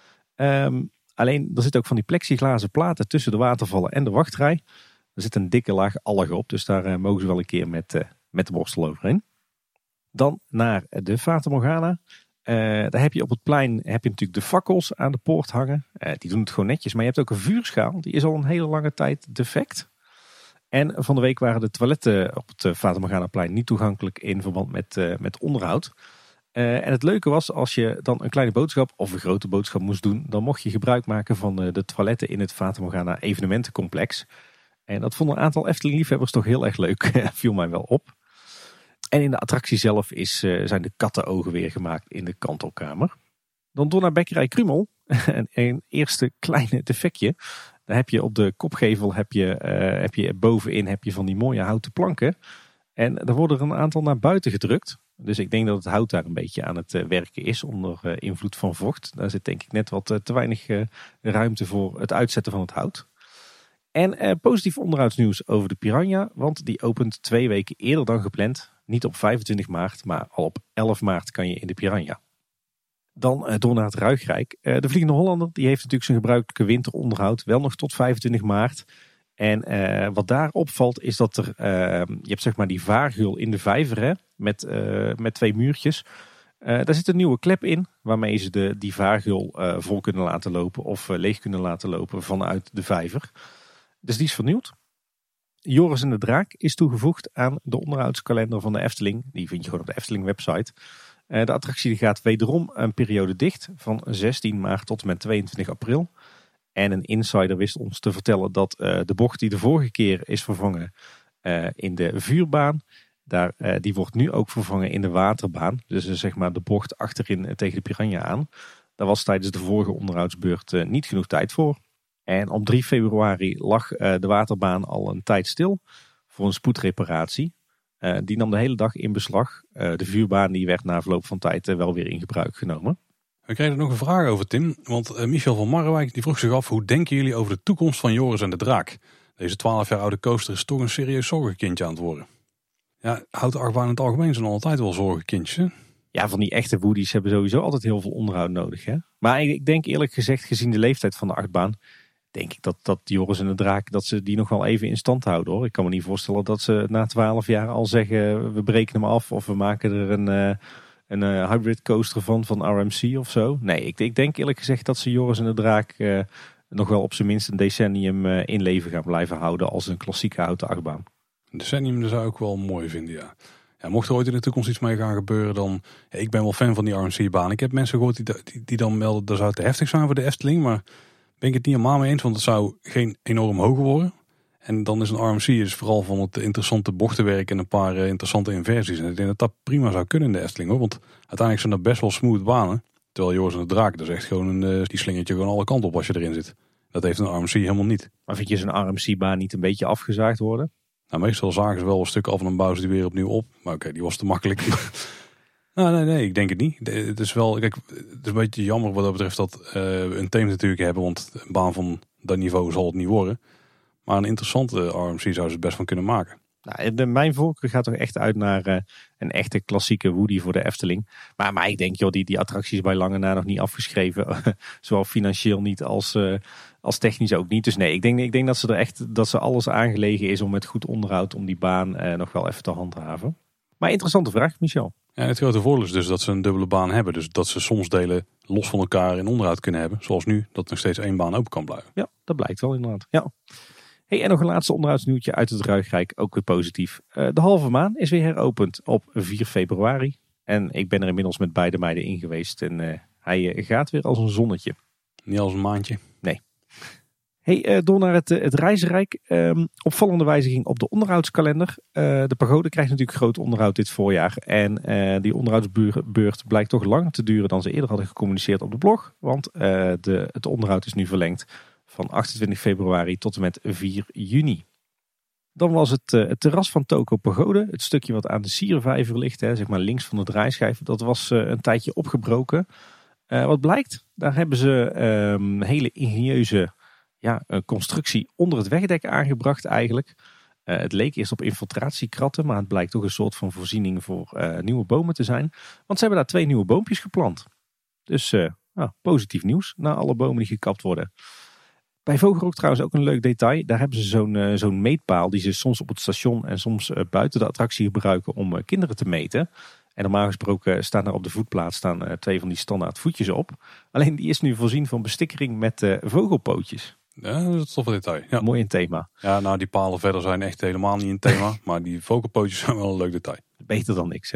A: Um, alleen, er zitten ook van die plexiglazen platen tussen de watervallen en de wachtrij. Er zit een dikke laag algen op, dus daar uh, mogen ze wel een keer met, uh, met de borstel overheen. Dan naar de Fata Morgana. Uh, daar heb je op het plein heb je natuurlijk de fakkels aan de poort hangen. Uh, die doen het gewoon netjes, maar je hebt ook een vuurschaal. Die is al een hele lange tijd defect. En van de week waren de toiletten op het Fata Morgana-plein niet toegankelijk in verband met, uh, met onderhoud. Uh, en het leuke was, als je dan een kleine boodschap of een grote boodschap moest doen, dan mocht je gebruik maken van uh, de toiletten in het Fata Morgana evenementencomplex. En dat vonden een aantal Efteling-liefhebbers toch heel erg leuk, viel mij wel op. En in de attractie zelf is, uh, zijn de kattenogen weer gemaakt in de kantelkamer. Dan door naar Bekkerij Krumel. een, een eerste kleine defectje. Daar heb je op de kopgevel, heb je, uh, heb je bovenin heb je van die mooie houten planken. En er worden er een aantal naar buiten gedrukt. Dus ik denk dat het hout daar een beetje aan het uh, werken is onder uh, invloed van vocht. Daar zit denk ik net wat uh, te weinig uh, ruimte voor het uitzetten van het hout. En uh, positief onderhoudsnieuws over de Piranha. Want die opent twee weken eerder dan gepland. Niet op vijfentwintig maart, maar al op elf maart kan je in de Piranha. Dan uh, door naar het Ruigrijk. Uh, de Vliegende Hollander die heeft natuurlijk zijn gebruikelijke winteronderhoud. Wel nog tot vijfentwintig maart. En uh, wat daar opvalt is dat er, uh, je hebt zeg maar die vaargeul in de vijver hè, met, uh, met twee muurtjes. Uh, daar zit een nieuwe klep in waarmee ze de, die vaargeul uh, vol kunnen laten lopen of uh, leeg kunnen laten lopen vanuit de vijver. Dus die is vernieuwd. Joris en de Draak is toegevoegd aan de onderhoudskalender van de Efteling. Die vind je gewoon op de Efteling website. Uh, de attractie gaat wederom een periode dicht van zestien maart tot en met tweeëntwintig april. En een insider wist ons te vertellen dat uh, de bocht die de vorige keer is vervangen uh, in de vuurbaan, daar, uh, die wordt nu ook vervangen in de waterbaan. Dus uh, zeg maar de bocht achterin uh, tegen de Piranha aan. Daar was tijdens de vorige onderhoudsbeurt uh, niet genoeg tijd voor. En op drie februari lag uh, de waterbaan al een tijd stil voor een spoedreparatie. Uh, die nam de hele dag in beslag. Uh, de vuurbaan die werd na verloop van tijd uh, wel weer in gebruik genomen.
B: We kregen er nog een vraag over, Tim. Want uh, Michel van Marrewijk die vroeg zich af, hoe denken jullie over de toekomst van Joris en de Draak? Deze twaalf jaar oude coaster is toch een serieus zorgenkindje aan het worden. Ja, houten achtbaan in het algemeen zijn altijd wel zorgenkindjes, hè?
A: Ja, van die echte woodies hebben sowieso altijd heel veel onderhoud nodig. Hè? Maar ik denk eerlijk gezegd, gezien de leeftijd van de achtbaan, denk ik dat, dat Joris en de Draak, dat ze die nog wel even in stand houden, hoor. Ik kan me niet voorstellen dat ze na twaalf jaar al zeggen, we breken hem af of we maken er een, uh, een uh, hybrid coaster van, van R M C of zo. Nee, ik, ik denk eerlijk gezegd dat ze Joris en de Draak uh, nog wel op zijn minst een decennium uh, in leven gaan blijven houden als een klassieke houten achtbaan.
B: Een decennium dat zou ik wel mooi vinden, ja. Ja, mocht er ooit in de toekomst iets mee gaan gebeuren, dan... Ja, ik ben wel fan van die R M C-baan. Ik heb mensen gehoord die, die, die dan melden, dat zou te heftig zijn voor de Efteling, maar ben ik het niet helemaal mee eens, want het zou geen enorm hoog worden. En dan is een R M C is vooral van het interessante bochtenwerk en een paar uh, interessante inversies. En ik denk dat dat prima zou kunnen in de Efteling, hoor. Want uiteindelijk zijn dat best wel smooth banen. Terwijl Joris en de Draak, dat is echt gewoon een, uh, die slingert je gewoon alle kanten op als je erin zit. Dat heeft een R M C helemaal niet.
A: Maar vind je zo'n R M C-baan niet een beetje afgezaagd worden?
B: Nou, meestal zagen ze wel een stuk af en dan bouwen ze die weer opnieuw op. Maar oké, okay, die was te makkelijk. nou, nee, nee, ik denk het niet. Het is wel, kijk, het is een beetje jammer wat dat betreft dat uh, we een thema natuurlijk hebben. Want een baan van dat niveau zal het niet worden. Maar een interessante R M C zou ze het best van kunnen maken.
A: Nou, de, mijn voorkeur gaat toch echt uit naar uh, een echte klassieke Woody voor de Efteling. Maar, maar ik denk, joh, die, die attractie is bij lange na nog niet afgeschreven. Zowel financieel niet als, uh, als technisch ook niet. Dus nee, ik denk, ik denk dat ze er echt dat ze alles aangelegen is om met goed onderhoud om die baan uh, nog wel even te handhaven. Maar interessante vraag, Michel.
B: Ja, het grote voordeel is dus dat ze een dubbele baan hebben. Dus dat ze soms delen los van elkaar in onderhoud kunnen hebben. Zoals nu, dat nog steeds één baan open kan blijven.
A: Ja, dat blijkt wel inderdaad. Ja. Hey, en nog een laatste onderhoudsnieuwtje uit het Ruigrijk, ook weer positief. Uh, de halve maan is weer heropend op vier februari. En ik ben er inmiddels met beide meiden in geweest. En uh, hij uh, gaat weer als een zonnetje.
B: Niet als een maandje?
A: Nee. Hey, uh, door naar het, uh, het Reizenrijk. Um, opvallende wijziging op de onderhoudskalender. Uh, de pagode krijgt natuurlijk groot onderhoud dit voorjaar. En uh, die onderhoudsbeurt blijkt toch langer te duren dan ze eerder hadden gecommuniceerd op de blog. Want uh, de, het onderhoud is nu verlengd van achtentwintig februari tot en met vier juni. Dan was het, uh, het terras van Toco Pagode. Het stukje wat aan de Siervijver ligt, hè, zeg maar links van de draaischijf. Dat was uh, een tijdje opgebroken. Uh, wat blijkt? Daar hebben ze een um, hele ingenieuze ja, een constructie onder het wegdek aangebracht eigenlijk. Uh, het leek eerst op infiltratiekratten, maar het blijkt toch een soort van voorziening voor uh, nieuwe bomen te zijn. Want ze hebben daar twee nieuwe boompjes geplant. Dus uh, nou, positief nieuws na alle bomen die gekapt worden. Bij Vogelrok trouwens ook een leuk detail. Daar hebben ze zo'n uh, zo'n meetpaal die ze soms op het station en soms uh, buiten de attractie gebruiken om uh, kinderen te meten. En normaal gesproken staan daar op de voetplaats staan, uh, twee van die standaard voetjes op. Alleen die is nu voorzien van bestikkering met uh, vogelpootjes.
B: Ja, dat is een toffe detail. Ja.
A: Mooi een thema.
B: Ja, nou die palen verder zijn echt helemaal niet een thema. Maar die vogelpootjes zijn wel een leuk detail.
A: Beter dan niks, hè?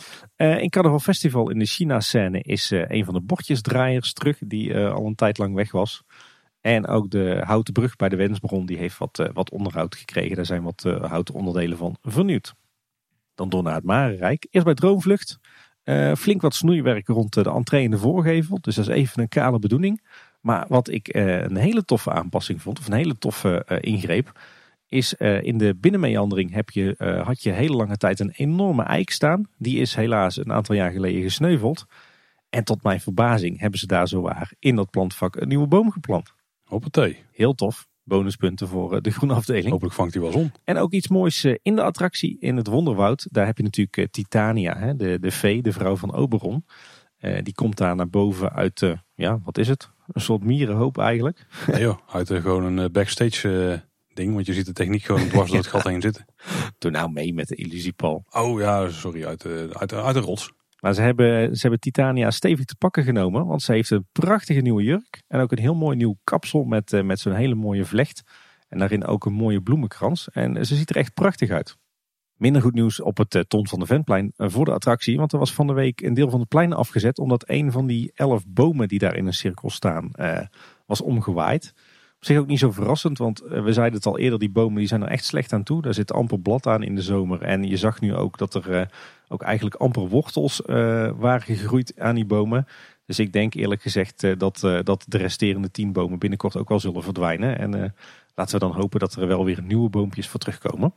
A: Uh, in Carnaval Festival in de China-scène is uh, een van de bordjesdraaiers terug die uh, al een tijd lang weg was. En ook de houten brug bij de Wensbron die heeft wat, uh, wat onderhoud gekregen. Daar zijn wat uh, houten onderdelen van vernieuwd. Dan door naar het Marenrijk. Eerst bij Droomvlucht. Uh, flink wat snoeiwerk rond de entree en de voorgevel. Dus dat is even een kale bedoeling. Maar wat ik uh, een hele toffe aanpassing vond, of een hele toffe uh, ingreep, is uh, in de binnenmeandering heb je, uh, had je hele lange tijd een enorme eik staan. Die is helaas een aantal jaar geleden gesneuveld. En tot mijn verbazing hebben ze daar zowaar in dat plantvak een nieuwe boom geplant.
B: Hoppatee.
A: Heel tof. Bonuspunten voor de groene afdeling.
B: Hopelijk vangt hij wel zon.
A: En ook iets moois in de attractie in het Wonderwoud. Daar heb je natuurlijk Titania, hè, de, de fee, de vrouw van Oberon. Uh, die komt daar naar boven uit, uh, ja, wat is het? Een soort mierenhoop eigenlijk.
B: Nee joh, uit uh, gewoon een backstage uh, ding. Want je ziet de techniek gewoon dwars door het gat heen zitten.
A: Doe nou mee met de illusie, Paul.
B: Oh ja, sorry, uit, uh, uit, uit de rots.
A: Maar ze hebben, ze hebben Titania stevig te pakken genomen. Want ze heeft een prachtige nieuwe jurk. En ook een heel mooi nieuw kapsel met, uh, met zo'n hele mooie vlecht. En daarin ook een mooie bloemenkrans. En ze ziet er echt prachtig uit. Minder goed nieuws op het uh, Ton van de Ventplein uh, voor de attractie. Want er was van de week een deel van het plein afgezet. Omdat een van die elf bomen die daar in een cirkel staan uh, was omgewaaid. Op zich ook niet zo verrassend. Want uh, we zeiden het al eerder. Die bomen die zijn er echt slecht aan toe. Daar zit amper blad aan in de zomer. En je zag nu ook dat er uh, ook eigenlijk amper wortels uh, waren gegroeid aan die bomen. Dus ik denk eerlijk gezegd uh, dat, uh, dat de resterende tien bomen binnenkort ook wel zullen verdwijnen. En uh, laten we dan hopen dat er wel weer nieuwe boompjes voor terugkomen.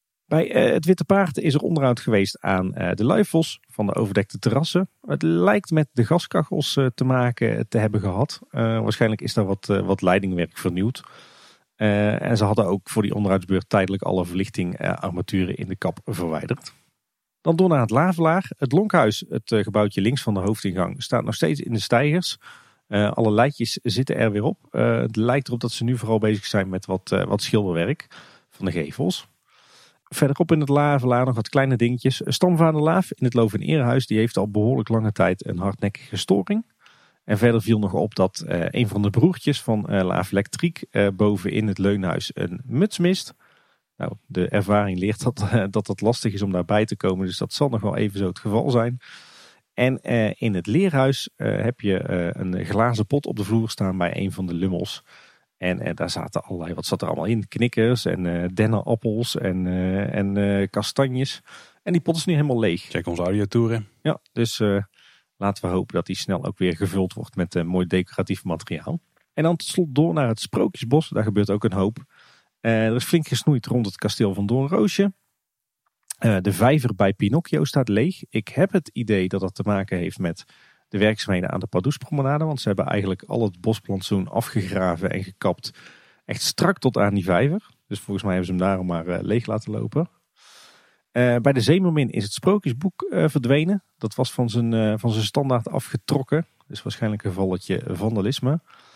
A: Bij uh, het Witte Paard is er onderhoud geweest aan uh, de luifels van de overdekte terrassen. Het lijkt met de gaskachels uh, te maken te hebben gehad. Uh, waarschijnlijk is daar wat, uh, wat leidingwerk vernieuwd. Uh, en ze hadden ook voor die onderhoudsbeurt tijdelijk alle verlichting uh, armaturen in de kap verwijderd. Dan door naar het Lavelaar. Het Lonkhuis, het uh, gebouwtje links van de hoofdingang, staat nog steeds in de steigers. Uh, alle leidjes zitten er weer op. Uh, het lijkt erop dat ze nu vooral bezig zijn met wat, uh, wat schilderwerk van de gevels. Verderop in het Lavelaar nog wat kleine dingetjes. Stamvader Laaf in het Loof- en Erehuis, die heeft al behoorlijk lange tijd een hardnekkige storing. En verder viel nog op dat uh, een van de broertjes van uh, Laaf Elektriek uh, boven in het leunhuis een muts mist. Nou, de ervaring leert dat, uh, dat het lastig is om daarbij te komen, dus dat zal nog wel even zo het geval zijn. En uh, in het leerhuis uh, heb je uh, een glazen pot op de vloer staan bij een van de lummels. En uh, daar zaten allerlei, wat zat er allemaal in? Knikkers en uh, dennenappels en, uh, en uh, kastanjes. En die pot is nu helemaal leeg.
B: Check onze audiotouren.
A: Ja, dus uh, laten we hopen dat die snel ook weer gevuld wordt met uh, mooi decoratief materiaal. En dan tot slot door naar het Sprookjesbos. Daar gebeurt ook een hoop. Uh, er is flink gesnoeid rond het kasteel van Doornroosje. Uh, de vijver bij Pinocchio staat leeg. Ik heb het idee dat dat te maken heeft met de werkzaamheden aan de Pardoespromenade. Want ze hebben eigenlijk al het bosplantsoen afgegraven en gekapt. Echt strak tot aan die vijver. Dus volgens mij hebben ze hem daarom maar uh, leeg laten lopen. Uh, bij de Zeemermin is het sprookjesboek uh, verdwenen. Dat was van zijn, uh, van zijn standaard afgetrokken. Dus waarschijnlijk een gevalletje vandalisme.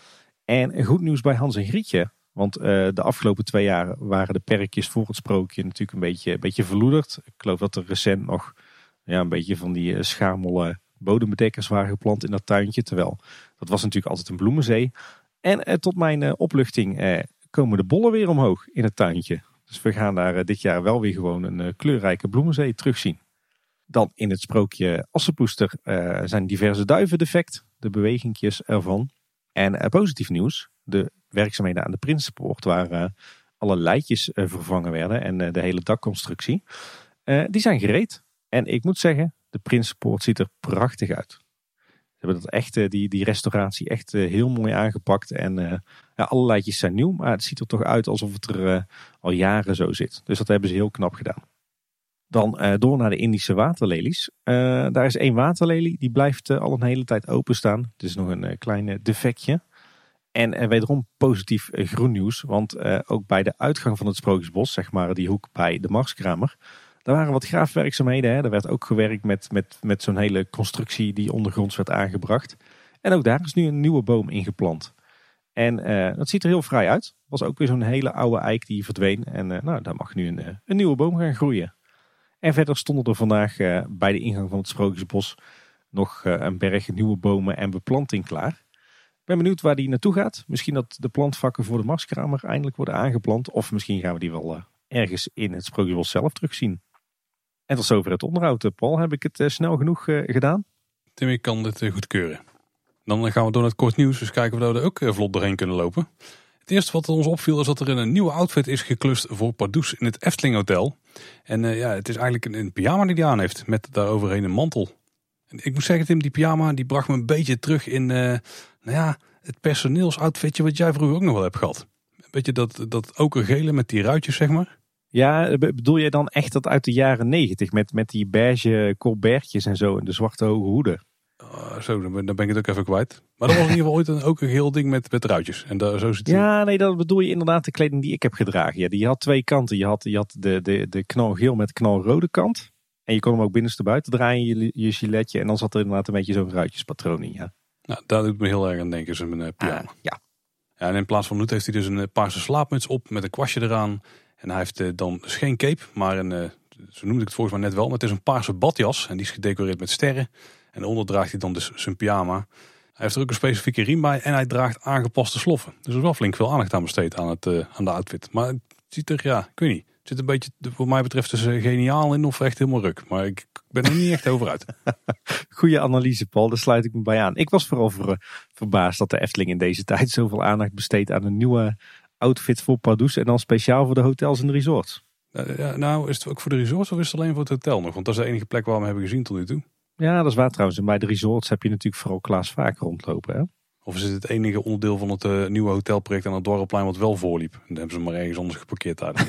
A: En goed nieuws bij Hans en Grietje. Want uh, de afgelopen twee jaar waren de perkjes voor het sprookje natuurlijk een beetje, een beetje verloederd. Ik geloof dat er recent nog ja, een beetje van die uh, schamele bodembedekkers waren geplant in dat tuintje. Terwijl dat was natuurlijk altijd een bloemenzee. En uh, tot mijn uh, opluchting uh, komen de bollen weer omhoog in het tuintje. Dus we gaan daar uh, dit jaar wel weer gewoon een uh, kleurrijke bloemenzee terugzien. Dan in het sprookje Assepoester uh, zijn diverse duiven defect. De bewegingjes ervan. En uh, positief nieuws. De werkzaamheden aan de Prinsenpoort waar uh, alle leidjes uh, vervangen werden. En uh, de hele dakconstructie. Uh, die zijn gereed. En ik moet zeggen, de Prinsenpoort ziet er prachtig uit. Ze hebben dat echt, uh, die, die restauratie echt uh, heel mooi aangepakt. En uh, ja, alle leidjes zijn nieuw. Maar het ziet er toch uit alsof het er uh, al jaren zo zit. Dus dat hebben ze heel knap gedaan. Dan uh, door naar de Indische waterlelies. Uh, daar is één waterlelie. Die blijft uh, al een hele tijd openstaan. Het is nog een uh, klein defectje. En uh, wederom positief uh, groen nieuws. Want uh, ook bij de uitgang van het Sprookjesbos, zeg maar die hoek bij de Marskramer. Daar waren wat graafwerkzaamheden. Hè. Er werd ook gewerkt met, met, met zo'n hele constructie die ondergronds werd aangebracht. En ook daar is nu een nieuwe boom ingeplant. En uh, dat ziet er heel fraai uit. Was ook weer zo'n hele oude eik die verdween. En uh, nou, daar mag nu een, uh, een nieuwe boom gaan groeien. En verder stonden er vandaag uh, bij de ingang van het Sprookjesbos nog uh, een berg nieuwe bomen en beplanting klaar. Ik ben benieuwd waar die naartoe gaat. Misschien dat de plantvakken voor de Marskramer eindelijk worden aangeplant. Of misschien gaan we die wel uh, ergens in het Sprookjesbos zelf terugzien. En tot zover het onderhoud. Paul, heb ik het uh, snel genoeg uh, gedaan?
B: Tim, ik kan dit uh, goedkeuren. Dan gaan we door naar het kort nieuws. Dus kijken of we er ook uh, vlot doorheen kunnen lopen. Het eerste wat ons opviel is dat er een nieuwe outfit is geklust voor Pardoes in het Efteling Hotel. En uh, ja, het is eigenlijk een, een pyjama die hij aan heeft met daaroverheen een mantel. En ik moet zeggen Tim, die pyjama die bracht me een beetje terug in uh, nou ja, het personeelsoutfitje wat jij vroeger ook nog wel hebt gehad. Een beetje dat, dat okergele met die ruitjes zeg maar.
A: Ja, bedoel jij dan echt dat uit de jaren negentig met, met die beige colbertjes en zo en de zwarte hoge hoeden?
B: Uh, zo, dan ben, dan ben ik het ook even kwijt. Maar dat was in ieder geval ooit een, ook een geel ding met, met ruitjes. En daar, zo zit
A: ja, nee, dat bedoel je inderdaad de kleding die ik heb gedragen. Ja, die had twee kanten. Je had, je had de, de, de knalgeel met knalrode kant. En je kon hem ook binnenstebuiten draaien, je, je giletje. En dan zat er inderdaad een beetje zo'n ruitjespatroon in, ja.
B: Nou, daar doet me heel erg aan denken, zo'n uh, pyjama.
A: Ah, ja.
B: Ja, en in plaats van hoed heeft hij dus een uh, paarse slaapmuts op met een kwastje eraan. En hij heeft uh, dan dus geen cape, maar een, uh, zo noemde ik het volgens mij net wel. Maar het is een paarse badjas en die is gedecoreerd met sterren. En onder draagt hij dan dus zijn pyjama. Hij heeft er ook een specifieke riem bij en hij draagt aangepaste sloffen. Dus er is wel flink veel aandacht aan besteed aan, het, uh, aan de outfit. Maar het ziet er, ja, ik weet niet. Het zit een beetje, wat mij betreft, tussen geniaal in of echt helemaal ruk. Maar ik ben er niet echt over uit.
A: Goeie analyse, Paul. Daar sluit ik me bij aan. Ik was vooral ver, verbaasd dat de Efteling in deze tijd zoveel aandacht besteedt aan een nieuwe outfit voor Pardoes. En dan speciaal voor de hotels en de resorts.
B: Uh, ja, nou, is het ook voor de resorts of is het alleen voor het hotel nog? Want dat is de enige plek waar we hem hebben gezien tot nu toe.
A: Ja, dat is waar trouwens. En bij de resorts heb je natuurlijk vooral Klaas Vaak rondlopen, hè?
B: Of is het het enige onderdeel van het uh, nieuwe hotelproject aan het Dwarrelplein wat wel voorliep? En dan hebben ze maar ergens anders geparkeerd daar.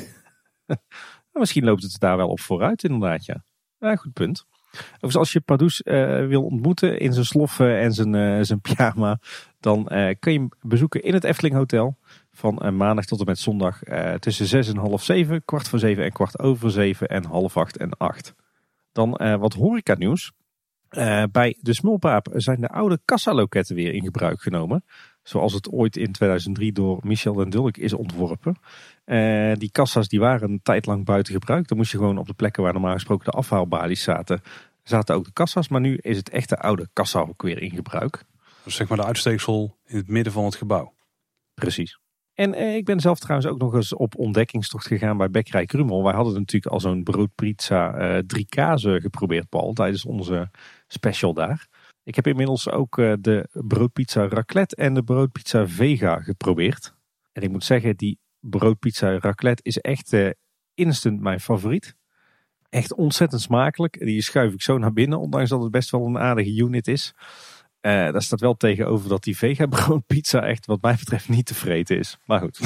A: Misschien loopt het daar wel op vooruit inderdaad, ja. Ja, goed punt. Overigens, als je Pardoes uh, wil ontmoeten in zijn sloffen en zijn, uh, zijn pyjama, dan uh, kun je hem bezoeken in het Efteling Hotel. Van uh, maandag tot en met zondag uh, tussen zes en half zeven, kwart voor zeven en kwart over zeven en half acht en acht. Dan uh, wat horeca nieuws. Uh, bij de Smulpaap zijn de oude kassaloketten weer in gebruik genomen. Zoals het ooit in tweeduizend drie door Michel den Dulk is ontworpen. Uh, die kassa's die waren een tijd lang buiten gebruik. Dan moest je gewoon op de plekken waar normaal gesproken de afhaalbalies zaten, zaten ook de kassa's. Maar nu is het echte oude kassa ook weer in gebruik.
B: Dus zeg maar de uitsteeksel in het midden van het gebouw.
A: Precies. En eh, ik ben zelf trouwens ook nog eens op ontdekkingstocht gegaan bij Bekkerij Krummel. Wij hadden natuurlijk al zo'n broodpizza uh, drie kazen geprobeerd, Paul, tijdens onze special daar. Ik heb inmiddels ook uh, de broodpizza raclette en de broodpizza vega geprobeerd. En ik moet zeggen, die broodpizza raclette is echt uh, instant mijn favoriet. Echt ontzettend smakelijk. Die schuif ik zo naar binnen, ondanks dat het best wel een aardige unit is. Uh, daar staat wel tegenover dat die vega broodpizza echt wat mij betreft niet te vreten is. Maar goed.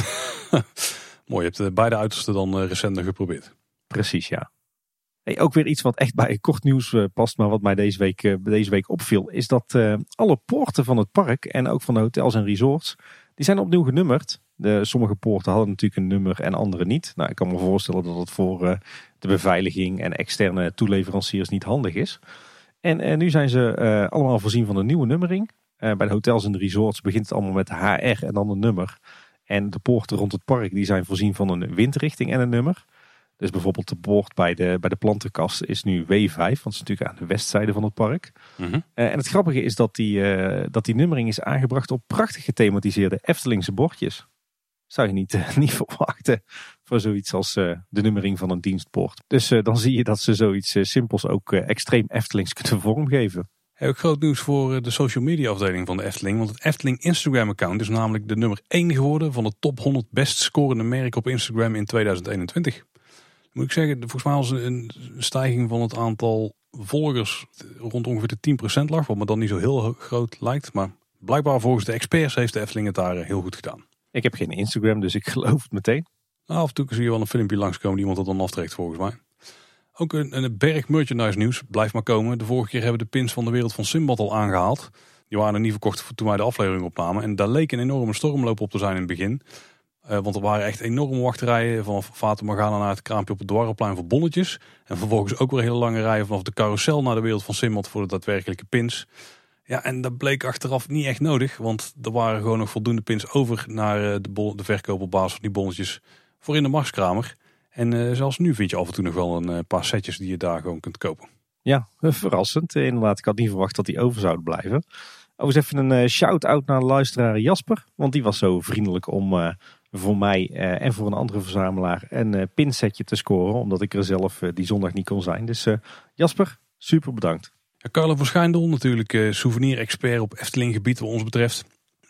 B: Mooi, je hebt beide uitersten dan uh, recent nog geprobeerd.
A: Precies, ja. Hey, ook weer iets wat echt bij kort nieuws uh, past, maar wat mij deze week, uh, deze week opviel, is dat uh, alle poorten van het park en ook van de hotels en resorts, die zijn opnieuw genummerd. De, sommige poorten hadden natuurlijk een nummer en andere niet. Nou, ik kan me voorstellen dat het voor uh, de beveiliging en externe toeleveranciers niet handig is. En uh, nu zijn ze uh, allemaal voorzien van een nieuwe nummering. Uh, bij de hotels en de resorts begint het allemaal met H R en dan een nummer. En de poorten rond het park die zijn voorzien van een windrichting en een nummer. Dus bijvoorbeeld de poort bij de, bij de plantenkast is nu W vijf, want het is natuurlijk aan de westzijde van het park.
B: Mm-hmm.
A: Uh, en het grappige is dat die, uh, dat die nummering is aangebracht op prachtig gethematiseerde Eftelingse bordjes. Zou je niet, uh, niet verwachten voor zoiets als uh, de nummering van een dienstpoort. Dus uh, dan zie je dat ze zoiets uh, simpels ook uh, extreem Eftelings kunnen vormgeven.
B: Hey, ook groot nieuws voor de social media afdeling van de Efteling. Want het Efteling Instagram account is namelijk de nummer één geworden van de top honderd best scorende merken op Instagram in tweeduizend eenentwintig. Moet ik zeggen, volgens mij was een stijging van het aantal volgers rond ongeveer de tien procent lag. Wat me dan niet zo heel groot lijkt. Maar blijkbaar volgens de experts heeft de Efteling het daar heel goed gedaan.
A: Ik heb geen Instagram, dus ik geloof het meteen.
B: Nou, af en toe zie je wel een filmpje langskomen die iemand dat dan aftrekt volgens mij. Ook een, een berg merchandise nieuws blijft maar komen. De vorige keer hebben we de pins van de wereld van Simbad al aangehaald. Die waren er niet verkocht toen wij de aflevering opnamen. En daar leek een enorme stormloop op te zijn in het begin. Uh, want er waren echt enorme wachtrijen vanaf Fata Morgana naar het kraampje op het Dwarrelplein voor bonnetjes. En vervolgens ook weer hele lange rijen vanaf de carousel naar de wereld van Simbad voor de daadwerkelijke pins. Ja, en dat bleek achteraf niet echt nodig. Want er waren gewoon nog voldoende pins over naar de, bon- de verkoop op basis van die bonnetjes voor in de Marskramer. En uh, zelfs nu vind je af en toe nog wel een uh, paar setjes die je daar gewoon kunt kopen.
A: Ja, verrassend. Inderdaad, ik had niet verwacht dat die over zouden blijven. Overigens even een uh, shout-out naar de luisteraar Jasper. Want die was zo vriendelijk om uh, voor mij uh, en voor een andere verzamelaar een uh, pinsetje te scoren. Omdat ik er zelf uh, die zondag niet kon zijn. Dus uh, Jasper, super bedankt.
B: Ja, Carlo van Schijndel, natuurlijk uh, souvenir-expert op Efteling gebied wat ons betreft.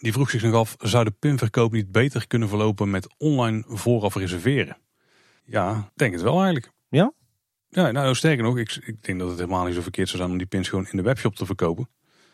B: Die vroeg zich nog af, zou de pinverkoop niet beter kunnen verlopen met online vooraf reserveren? Ja, ik denk het wel eigenlijk.
A: Ja?
B: Ja, nou sterker nog, ik, ik denk dat het helemaal niet zo verkeerd zou zijn om die pins gewoon in de webshop te verkopen.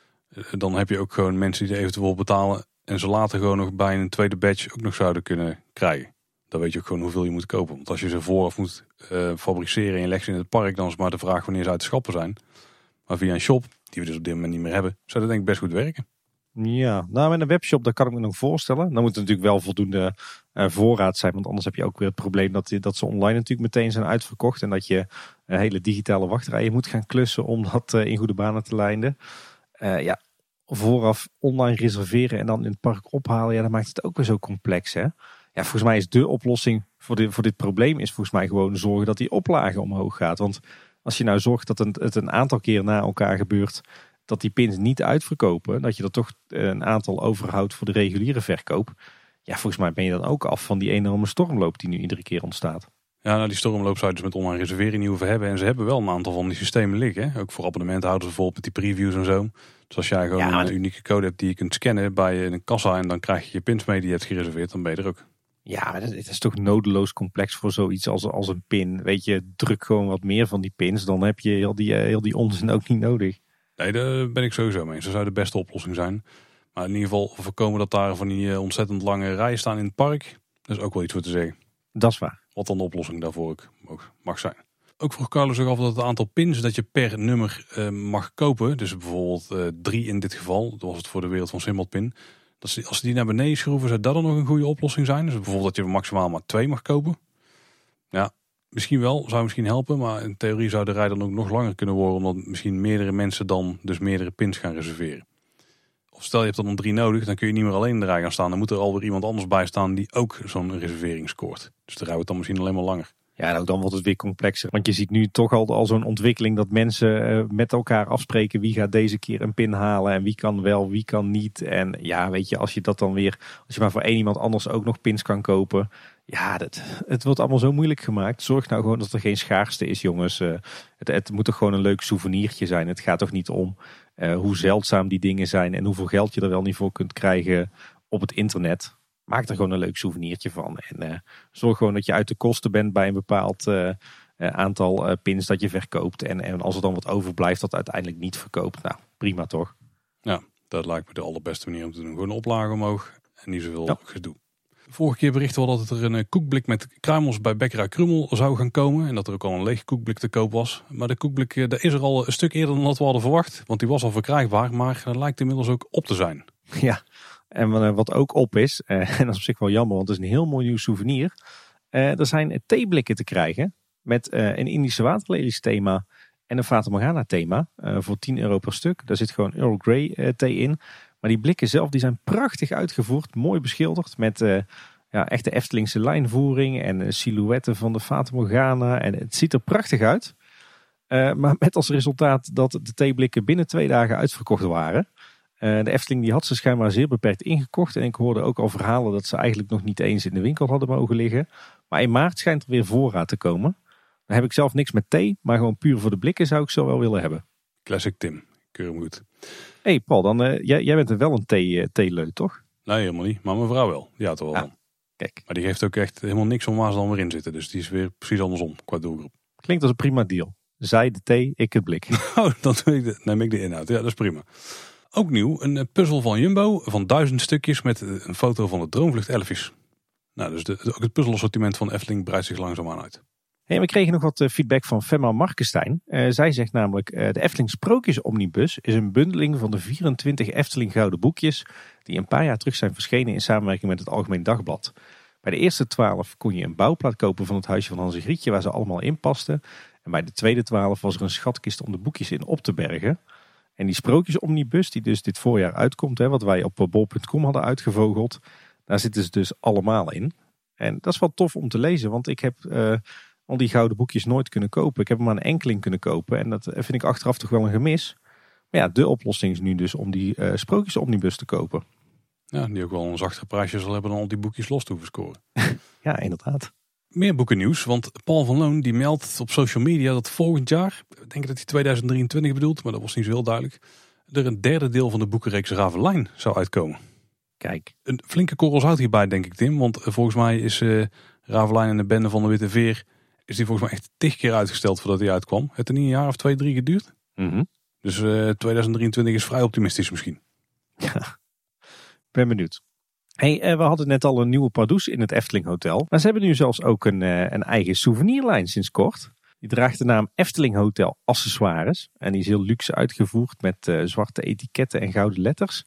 B: Dan heb je ook gewoon mensen die er eventueel betalen en ze later gewoon nog bij een tweede batch ook nog zouden kunnen krijgen. Dan weet je ook gewoon hoeveel je moet kopen. Want als je ze vooraf moet uh, fabriceren en je legt ze in het park, dan is het maar de vraag wanneer ze uit de schappen zijn. Maar via een shop, die we dus op dit moment niet meer hebben, zou dat denk ik best goed werken.
A: Ja, nou met een webshop, dat kan ik me nog voorstellen. Dan moet er natuurlijk wel voldoende uh, voorraad zijn. Want anders heb je ook weer het probleem dat, dat ze online natuurlijk meteen zijn uitverkocht. En dat je uh, hele digitale wachtrijen moet gaan klussen om dat uh, in goede banen te leiden. Uh, ja, vooraf online reserveren en dan in het park ophalen. Ja, dat maakt het ook weer zo complex, hè. Ja, volgens mij is de oplossing voor dit, voor dit probleem is volgens mij gewoon zorgen dat die oplage omhoog gaat. Want als je nou zorgt dat het een aantal keer na elkaar gebeurt dat die pins niet uitverkopen, dat je er toch een aantal overhoudt voor de reguliere verkoop. Ja, volgens mij ben je dan ook af van die enorme stormloop die nu iedere keer ontstaat.
B: Ja, nou die stormloop zou je dus met online reservering niet hoeven hebben. En ze hebben wel een aantal van die systemen liggen. Hè? Ook voor abonnementen houden ze bijvoorbeeld met die previews en zo. Dus als jij gewoon ja, een unieke code hebt die je kunt scannen bij een kassa en dan krijg je je pins mee die je hebt gereserveerd, dan ben je er ook.
A: Ja, maar het is toch nodeloos complex voor zoiets als, als een pin. Weet je, druk gewoon wat meer van die pins, dan heb je heel die, heel die onzin ook niet nodig.
B: Nee, daar ben ik sowieso mee eens. Dat zou de beste oplossing zijn. Maar in ieder geval voorkomen dat daar van die ontzettend lange rijen staan in het park. Dat is ook wel iets voor te zeggen.
A: Dat is waar.
B: Wat dan de oplossing daarvoor ook mag zijn. Ook vroeg Carlo zich af dat het aantal pins dat je per nummer uh, mag kopen. Dus bijvoorbeeld uh, drie in dit geval. Dat was het voor de wereld van Symbolpin. Dat ze, als ze die naar beneden schroeven, zou dat dan nog een goede oplossing zijn? Dus bijvoorbeeld dat je maximaal maar twee mag kopen. Ja, misschien wel. Zou misschien helpen. Maar in theorie zou de rij dan ook nog langer kunnen worden. Omdat misschien meerdere mensen dan dus meerdere pins gaan reserveren. Of stel je hebt er dan drie nodig, dan kun je niet meer alleen in de rij gaan staan. Dan moet er alweer iemand anders bij staan die ook zo'n reservering scoort. Dus de rij wordt dan misschien alleen maar langer.
A: Ja, en ook dan wordt het weer complexer. Want je ziet nu toch al, al zo'n ontwikkeling dat mensen uh, met elkaar afspreken wie gaat deze keer een pin halen en wie kan wel, wie kan niet. En ja, weet je, als je dat dan weer, als je maar voor één iemand anders ook nog pins kan kopen. Ja, dat, het wordt allemaal zo moeilijk gemaakt. Zorg nou gewoon dat er geen schaarste is, jongens. Uh, het, het moet toch gewoon een leuk souvenirtje zijn. Het gaat toch niet om uh, hoe zeldzaam die dingen zijn en hoeveel geld je er wel niet voor kunt krijgen op het internet. Maak er gewoon een leuk souvenirtje van. En uh, zorg gewoon dat je uit de kosten bent bij een bepaald uh, uh, aantal uh, pins dat je verkoopt. En, en als er dan wat overblijft dat uiteindelijk niet verkoopt. Nou, prima toch?
B: Ja, dat lijkt me de allerbeste manier om te doen. Gewoon een oplage omhoog en niet zoveel
A: ja.
B: gedoe. Vorige keer berichten we dat er een koekblik met kruimels bij Bekkerij Krummel zou gaan komen. En dat er ook al een leeg koekblik te koop was. Maar de koekblik uh, dat is er al een stuk eerder dan dat we hadden verwacht. Want die was al verkrijgbaar, maar dat lijkt inmiddels ook op te zijn.
A: Ja. En wat ook op is, en dat is op zich wel jammer, want het is een heel mooi nieuw souvenir. Er zijn theeblikken te krijgen met een Indische waterlelies thema en een Fata Morgana thema voor tien euro per stuk. Daar zit gewoon Earl Grey thee in. Maar die blikken zelf die zijn prachtig uitgevoerd, mooi beschilderd met ja, echte Eftelingse lijnvoering en silhouetten van de Fata Morgana. En het ziet er prachtig uit. Maar met als resultaat dat de theeblikken binnen twee dagen uitverkocht waren. Uh, de Efteling die had ze schijnbaar zeer beperkt ingekocht. En ik hoorde ook al verhalen dat ze eigenlijk nog niet eens in de winkel hadden mogen liggen. Maar in maart schijnt er weer voorraad te komen. Dan heb ik zelf niks met thee. Maar gewoon puur voor de blikken zou ik zo wel willen hebben.
B: Classic Tim. Keur hem goed.
A: Hé hey Paul, dan, uh, jij, jij bent er wel een thee, uh, theeleut toch?
B: Nee, helemaal niet. Maar mijn vrouw wel. Die houdt er wel
A: ah,
B: van.
A: Kijk.
B: Maar die geeft ook echt helemaal niks om waar ze dan weer in zitten. Dus die is weer precies andersom qua doelgroep.
A: Klinkt als een prima deal. Zij de thee, ik het blik.
B: Oh, dan neem ik de inhoud. Ja, dat is prima. Ook nieuw, een puzzel van Jumbo van duizend stukjes met een foto van de Droomvlucht elfjes. Nou, dus de, ook het puzzelassortiment van Efteling breidt zich langzaamaan uit.
A: Hey, we kregen nog wat feedback van Femma Markenstein. Uh, zij zegt namelijk, uh, de Efteling Sprookjes Omnibus is een bundeling van de vierentwintig Efteling gouden boekjes die een paar jaar terug zijn verschenen in samenwerking met het Algemeen Dagblad. Bij de eerste twaalf kon je een bouwplaat kopen van het huisje van Hans en Grietje waar ze allemaal in pasten. En bij de tweede twaalf was er een schatkist om de boekjes in op te bergen. En die Sprookjesomnibus die dus dit voorjaar uitkomt, hè, wat wij op bol punt com hadden uitgevogeld, daar zitten ze dus allemaal in. En dat is wel tof om te lezen, want ik heb uh, al die gouden boekjes nooit kunnen kopen. Ik heb hem maar een enkeling kunnen kopen en dat vind ik achteraf toch wel een gemis. Maar ja, de oplossing is nu dus om die uh, Sprookjesomnibus te kopen.
B: Ja, die ook wel een zachtere prijsje zal hebben dan al die boekjes los te hoeven scoren.
A: Ja, inderdaad.
B: Meer boekennieuws, want Paul van Loon die meldt op social media dat volgend jaar, ik denk dat hij tweeduizend drieëntwintig bedoelt, maar dat was niet zo heel duidelijk, er een derde deel van de boekenreeks Ravelijn zou uitkomen.
A: Kijk.
B: Een flinke korrel zout hierbij, denk ik, Tim. Want uh, volgens mij is uh, Ravelijn en de bende van de Witte Veer... is die volgens mij echt tig keer uitgesteld voordat hij uitkwam. Het heeft er niet een jaar of twee, drie geduurd.
A: Mm-hmm.
B: Dus uh, tweeduizend drieëntwintig is vrij optimistisch misschien.
A: Ja, ben benieuwd. Hey, uh, we hadden net al een nieuwe Pardoes in het Efteling Hotel. Maar ze hebben nu zelfs ook een, uh, een eigen souvenirlijn sinds kort. Die draagt de naam Efteling Hotel Accessoires. En die is heel luxe uitgevoerd met uh, zwarte etiketten en gouden letters.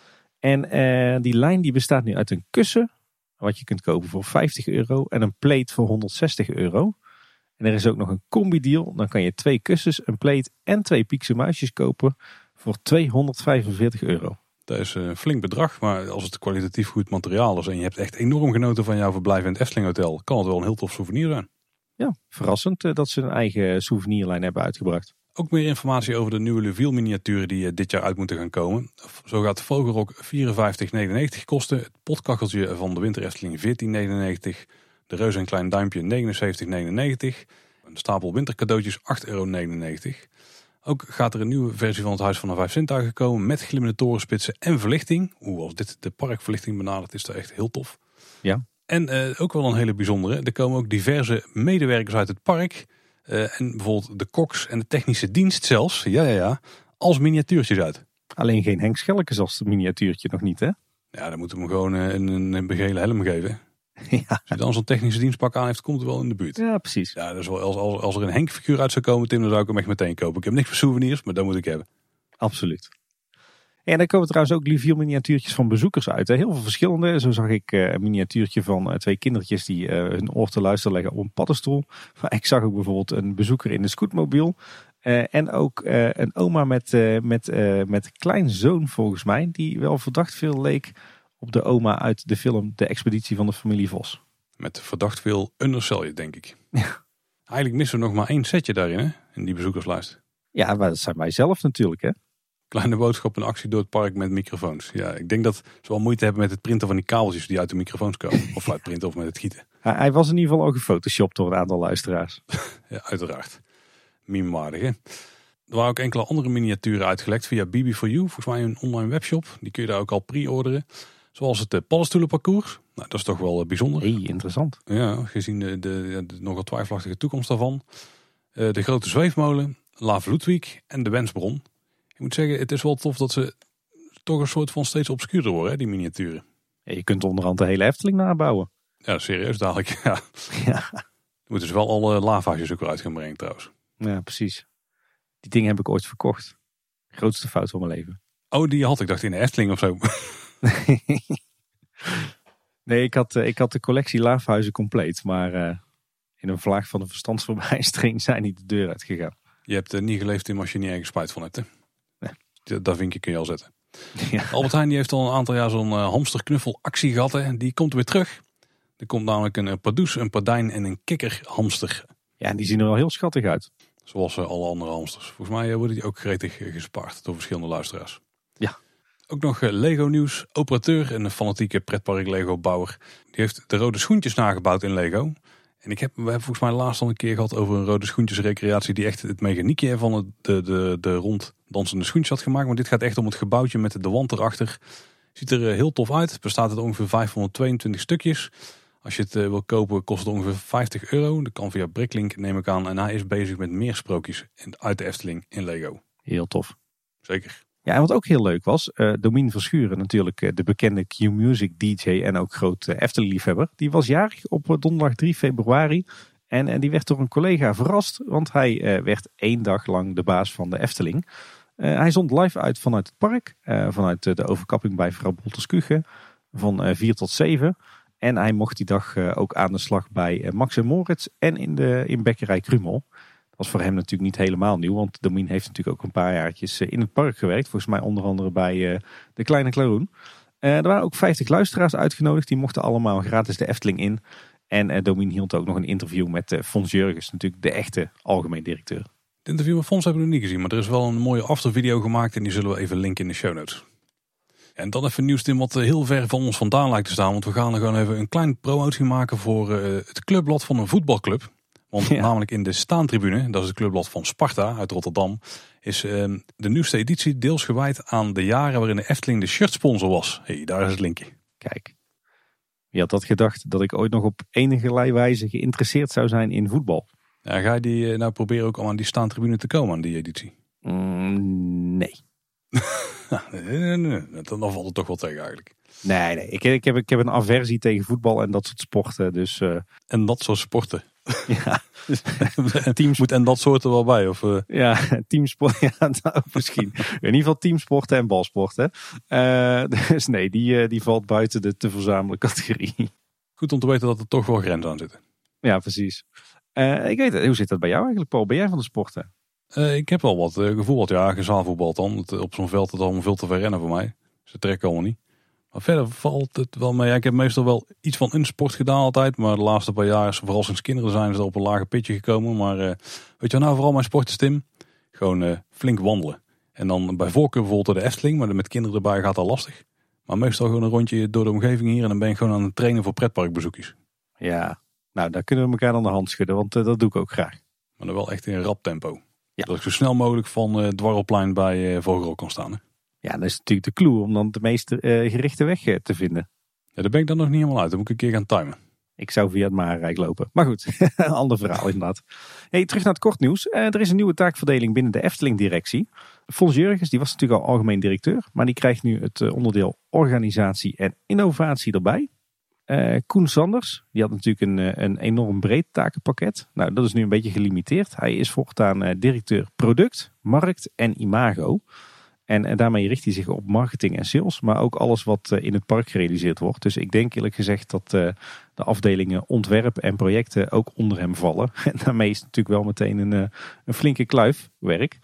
A: En uh, die lijn die bestaat nu uit een kussen, wat je kunt kopen voor vijftig euro. En een plate voor honderdzestig euro. En er is ook nog een combi-deal. Dan kan je twee kussens, een plate en twee piekse muisjes kopen voor tweehonderdvijfenveertig euro.
B: Dat is een flink bedrag, maar als het kwalitatief goed materiaal is en je hebt echt enorm genoten van jouw verblijf in het Efteling Hotel, kan het wel een heel tof souvenir zijn.
A: Ja, verrassend uh, dat ze een eigen souvenirlijn hebben uitgebracht.
B: Ook meer informatie over de nieuwe Luviel miniaturen die uh, dit jaar uit moeten gaan komen. Zo gaat de Vogelrok vierenvijftig negenennegentig kosten, het potkacheltje van de Winter Efteling veertien negenennegentig, de Reus en Klein Duimpje negenenzeventig negenennegentig, een stapel wintercadeautjes acht euro negenennegentig. Ook gaat er een nieuwe versie van het Huis van de Vijf Zintuigen komen met glimmende torenspitsen en verlichting. Oeh, als dit de parkverlichting benadert is dat echt heel tof.
A: Ja.
B: En uh, ook wel een hele bijzondere. Er komen ook diverse medewerkers uit het park. Uh, en bijvoorbeeld de koks en de technische dienst zelfs. Ja, ja, ja. Als miniatuurtjes uit.
A: Alleen geen Henk Schelkes als het miniatuurtje nog niet, hè?
B: Ja, dan moeten we hem gewoon uh, een, een begele helm geven.
A: Ja.
B: Als hij dan zo'n technische dienstpak aan heeft, komt hij wel in de buurt.
A: Ja, precies.
B: Ja, dus wel, als, als, als er een Henk figuur uit zou komen, Tim, dan zou ik hem echt meteen kopen. Ik heb niks voor souvenirs, maar dat moet ik hebben.
A: Absoluut. En dan komen trouwens ook Luviel miniatuurtjes van bezoekers uit. Hè? Heel veel verschillende. Zo zag ik uh, een miniatuurtje van uh, twee kindertjes die uh, hun oor te luisteren leggen op een paddenstoel. Maar ik zag ook bijvoorbeeld een bezoeker in de scootmobiel. Uh, en ook uh, een oma met, uh, met, uh, met kleinzoon volgens mij. Die wel verdacht veel leek op de oma uit de film De Expeditie van de Familie Vos.
B: Met verdacht veel undersell je, denk ik.
A: Ja.
B: Eigenlijk missen we nog maar één setje daarin, hè? In die bezoekerslijst.
A: Ja, maar dat zijn wij zelf natuurlijk, hè?
B: Kleine boodschap, een actie door het park met microfoons. Ja, ik denk dat ze wel moeite hebben met het printen van die kabeltjes die uit de microfoons komen. Of uitprinten of met het gieten.
A: Hij, hij was in ieder geval al gefotoshopt door een aantal luisteraars.
B: Ja, uiteraard. Meme-waardig, hè? Er waren ook enkele andere miniaturen uitgelekt via B B for You. Volgens mij een online webshop. Die kun je daar ook al pre-orderen. Zoals het uh, paddenstoelenparcours. Nou, dat is toch wel uh, bijzonder.
A: Hey, interessant.
B: Ja, gezien de, de, de, de nogal twijfelachtige toekomst daarvan. Uh, de grote zweefmolen, Lave Ludwig en de Wensbron. Ik moet zeggen, het is wel tof dat ze toch een soort van steeds obscuurder worden, hè, die miniaturen.
A: Ja, je kunt onderhand de hele Efteling nabouwen.
B: Ja, serieus dadelijk. Ja.
A: Ja.
B: Dan moeten ze wel alle lavages ook weer uit gaan brengen trouwens.
A: Ja, precies. Die dingen heb ik ooit verkocht. Grootste fout van mijn leven.
B: Oh, die had ik dacht in de Efteling of zo.
A: Nee, ik had, ik had de collectie laafhuizen compleet. Maar uh, in een vlaag van de verstandsverbijstering zijn die de deur uitgegaan.
B: Je hebt uh, niet geleefd in als je niet ergens spijt van hebt, hè?
A: Nee.
B: Dat vinkje kun je al zetten.
A: Ja.
B: Albert Heijn die heeft al een aantal jaar zo'n uh, hamsterknuffelactie gehad. Hè. Die komt weer terug. Er komt namelijk een, een pardoes, een pardijn en een kikkerhamster.
A: Ja, en die zien er wel heel schattig uit.
B: Zoals uh, alle andere hamsters. Volgens mij uh, worden die ook gretig uh, gespaard door verschillende luisteraars.
A: Ja.
B: Ook nog uh, Lego nieuws. Operateur en een fanatieke pretpark Lego bouwer. Die heeft de rode schoentjes nagebouwd in Lego. En ik heb, we hebben volgens mij laatst al een keer gehad over een rode schoentjes recreatie. Die echt het mechaniekje van het, de, de, de rond dansende schoentjes had gemaakt. Maar dit gaat echt om het gebouwtje met de wand erachter. Ziet er uh, heel tof uit. Het bestaat uit ongeveer vijfhonderdtweeëntwintig stukjes. Als je het uh, wil kopen kost het ongeveer vijftig euro. Dat kan via Bricklink neem ik aan. En hij is bezig met meer sprookjes uit de Efteling in Lego.
A: Heel tof.
B: Zeker.
A: Ja, en wat ook heel leuk was, uh, Domien Verschuren, natuurlijk uh, de bekende Q-Music D J en ook groot uh, Efteling-liefhebber. Die was jarig op uh, donderdag drie februari en, en die werd door een collega verrast, want hij uh, werd één dag lang de baas van de Efteling. Uh, hij zond live uit vanuit het park, uh, vanuit uh, de overkapping bij vrouw Bolterskuge van uh, vier tot zeven. En hij mocht die dag uh, ook aan de slag bij uh, Max en Moritz en in, de, in Bekkerij Krumel. Dat was voor hem natuurlijk niet helemaal nieuw, want Domien heeft natuurlijk ook een paar jaartjes in het park gewerkt. Volgens mij onder andere bij uh, de Kleine Klaroen. Uh, er waren ook vijftig luisteraars uitgenodigd, die mochten allemaal gratis de Efteling in. En uh, Domien hield ook nog een interview met uh, Fons Jurgens, natuurlijk de echte algemeen directeur.
B: Het interview met Fons hebben we nog niet gezien, maar er is wel een mooie aftervideo gemaakt en die zullen we even linken in de show notes. En dan even nieuws, Tim, wat heel ver van ons vandaan lijkt te staan, want we gaan er gewoon even een klein promotie maken voor uh, het clubblad van een voetbalclub. Want
A: Ja.
B: namelijk in de Staantribune, dat is het clubblad van Sparta uit Rotterdam, is uh, de nieuwste editie deels gewijd aan de jaren waarin de Efteling de shirtsponsor was. Hé, hey, daar is het linkje.
A: Kijk, wie had dat gedacht dat ik ooit nog op enige wijze geïnteresseerd zou zijn in voetbal?
B: Ja, ga je die uh, nou proberen ook om aan die Staantribune te komen, aan die editie?
A: Mm, nee.
B: nee, nee, nee, nee. Dan valt het toch wel tegen eigenlijk.
A: Nee, nee. Ik, ik, heb, ik heb een aversie tegen voetbal en dat soort sporten. Dus, uh,
B: en dat soort sporten.
A: Ja.
B: Teams moet en dat soort er wel bij. Of, uh...
A: Ja, teamsport. Ja, nou, misschien. In ieder geval teamsporten en balsporten. Uh, dus nee, die, uh, die valt buiten de te verzamelen categorie.
B: Goed om te weten dat er toch wel grenzen aan zitten.
A: Ja, precies. Uh, ik weet het. Hoe zit dat bij jou eigenlijk, Paul? Ben jij van de sporten?
B: Uh, ik heb wel wat uh, gevoeld. Ja, gezaalvoetbal dan. Het, op zo'n veld is het allemaal veel te ver rennen voor mij. Ze trekken allemaal niet. Maar verder valt het wel mee. Ja, ik heb meestal wel iets van een sport gedaan altijd. Maar de laatste paar jaar, vooral sinds kinderen zijn ze op een lager pitje gekomen. Maar uh, weet je nou, vooral mijn sport is, Tim? Gewoon uh, flink wandelen. En dan bij voorkeur bijvoorbeeld door de Efteling. Maar met kinderen erbij gaat dat lastig. Maar meestal gewoon een rondje door de omgeving hier. En dan ben ik gewoon aan het trainen voor pretparkbezoekjes.
A: Ja, nou daar kunnen we elkaar aan de hand schudden. Want uh, dat doe ik ook graag.
B: Maar dan wel echt in een rap tempo.
A: Ja.
B: Dat ik zo snel mogelijk van uh, Dwarrelplein bij uh, Vogelrol kan staan. Hè?
A: Ja, dat is natuurlijk de clue om dan de meest uh, gerichte weg uh, te vinden.
B: Ja, daar ben ik dan nog niet helemaal uit. Dan moet ik een keer gaan timen.
A: Ik zou via het Marenrijk lopen. Maar goed, een ander verhaal inderdaad. Hey, terug naar het kortnieuws. Uh, er is een nieuwe taakverdeling binnen de Efteling-directie. Fons Jurgens, die was natuurlijk al algemeen directeur. Maar die krijgt nu het uh, onderdeel organisatie en innovatie erbij. Uh, Koen Sanders, die had natuurlijk een, een enorm breed takenpakket. Nou, dat is nu een beetje gelimiteerd. Hij is voortaan uh, directeur product, markt en imago. En, en daarmee richt hij zich op marketing en sales, maar ook alles wat uh, in het park gerealiseerd wordt. Dus ik denk eerlijk gezegd dat uh, de afdelingen ontwerp en projecten ook onder hem vallen. En daarmee is het natuurlijk wel meteen een, uh, een flinke kluif werk.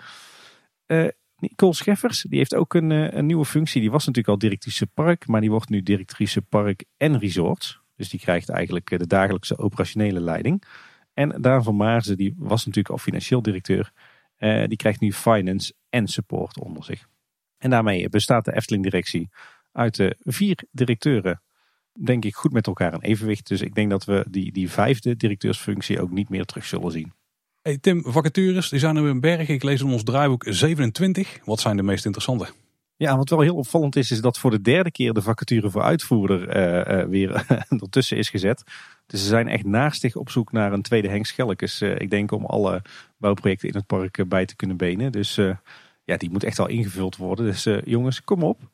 A: Uh, Nicole Scheffers, die heeft ook een, een nieuwe functie. Die was natuurlijk al directrice park, maar die wordt nu directrice park en resorts. Dus die krijgt eigenlijk de dagelijkse operationele leiding. En Daan van Maarsen, die was natuurlijk al financieel directeur. Uh, die krijgt nu finance en support onder zich. En daarmee bestaat de Efteling-directie uit de vier directeuren, denk ik, goed met elkaar in evenwicht. Dus ik denk dat we die, die vijfde directeursfunctie ook niet meer terug zullen zien.
B: Hey Tim, vacatures, die zijn er weer een berg. Ik lees in ons draaiboek zevenentwintig. Wat zijn de meest interessante?
A: Ja, wat wel heel opvallend is, is dat voor de derde keer de vacature voor uitvoerder uh, uh, weer ertussen is gezet. Dus ze zijn echt naastig op zoek naar een tweede Henk Schelkes. Uh, ik denk om alle bouwprojecten in het park uh, bij te kunnen benen. Dus uh, ja, die moet echt al ingevuld worden. Dus uh, jongens, kom op.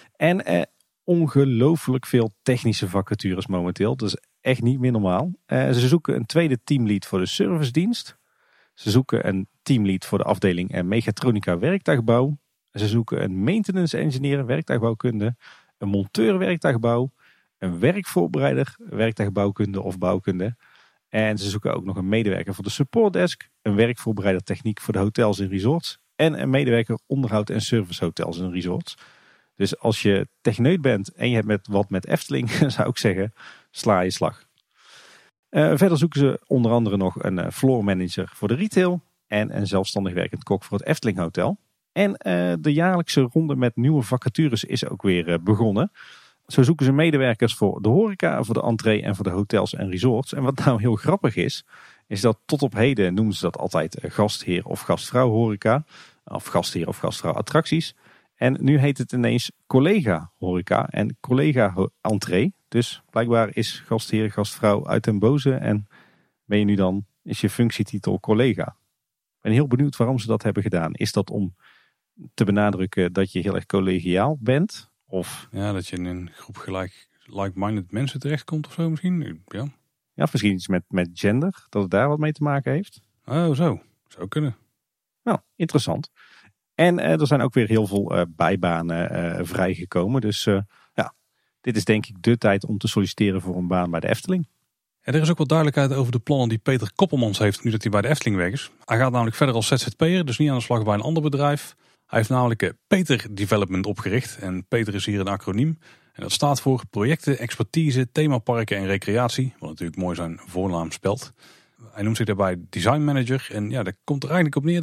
A: En uh, ongelooflijk veel technische vacatures momenteel. Dat is echt niet meer normaal. Uh, ze zoeken een tweede teamlead voor de servicedienst. Ze zoeken een teamlead voor de afdeling uh, mechatronica werktuigbouw. Ze zoeken een maintenance engineer werktuigbouwkunde, een monteur werktuigbouw, een werkvoorbereider werktuigbouwkunde of bouwkunde. En ze zoeken ook nog een medewerker voor de supportdesk, een werkvoorbereider techniek voor de hotels en resorts en een medewerker onderhoud en service hotels en resorts. Dus als je techneut bent en je hebt met wat met Efteling, zou ik zeggen, sla je slag. Uh, verder zoeken ze onder andere nog een uh, floor manager voor de retail en een zelfstandig werkend kok voor het Efteling Hotel. En uh, de jaarlijkse ronde met nieuwe vacatures is ook weer uh, begonnen. Zo zoeken ze medewerkers voor de horeca, voor de entree en voor de hotels en resorts. En wat nou heel grappig is, is dat tot op heden noemen ze dat altijd uh, gastheer of gastvrouw horeca. Of gastheer of gastvrouw attracties. En nu heet het ineens collega horeca en collega entree. Dus blijkbaar is gastheer, gastvrouw uit den boze. En ben je nu dan, is je functietitel collega. Ik ben heel benieuwd waarom ze dat hebben gedaan. Is dat om te benadrukken dat je heel erg collegiaal bent? Of
B: ja, dat je in een groep gelijk like-minded mensen terechtkomt of zo misschien. Ja,
A: ja of misschien iets met, met gender, dat het daar wat mee te maken heeft.
B: Oh zo, zou kunnen.
A: Nou, interessant. En uh, er zijn ook weer heel veel uh, bijbanen uh, vrijgekomen. Dus uh, ja, dit is denk ik de tijd om te solliciteren voor een baan bij de Efteling.
B: Ja, er is ook wat duidelijkheid over de plannen die Peter Koppelmans heeft nu dat hij bij de Efteling weg is. Hij gaat namelijk verder als Z Z P'er, dus niet aan de slag bij een ander bedrijf. Hij heeft namelijk uh, Peter Development opgericht. En Peter is hier een acroniem. En dat staat voor projecten, expertise, themaparken en recreatie. Wat natuurlijk mooi zijn voornaam spelt. Hij noemt zich daarbij design manager. En ja, dat komt er eigenlijk op neer dat hij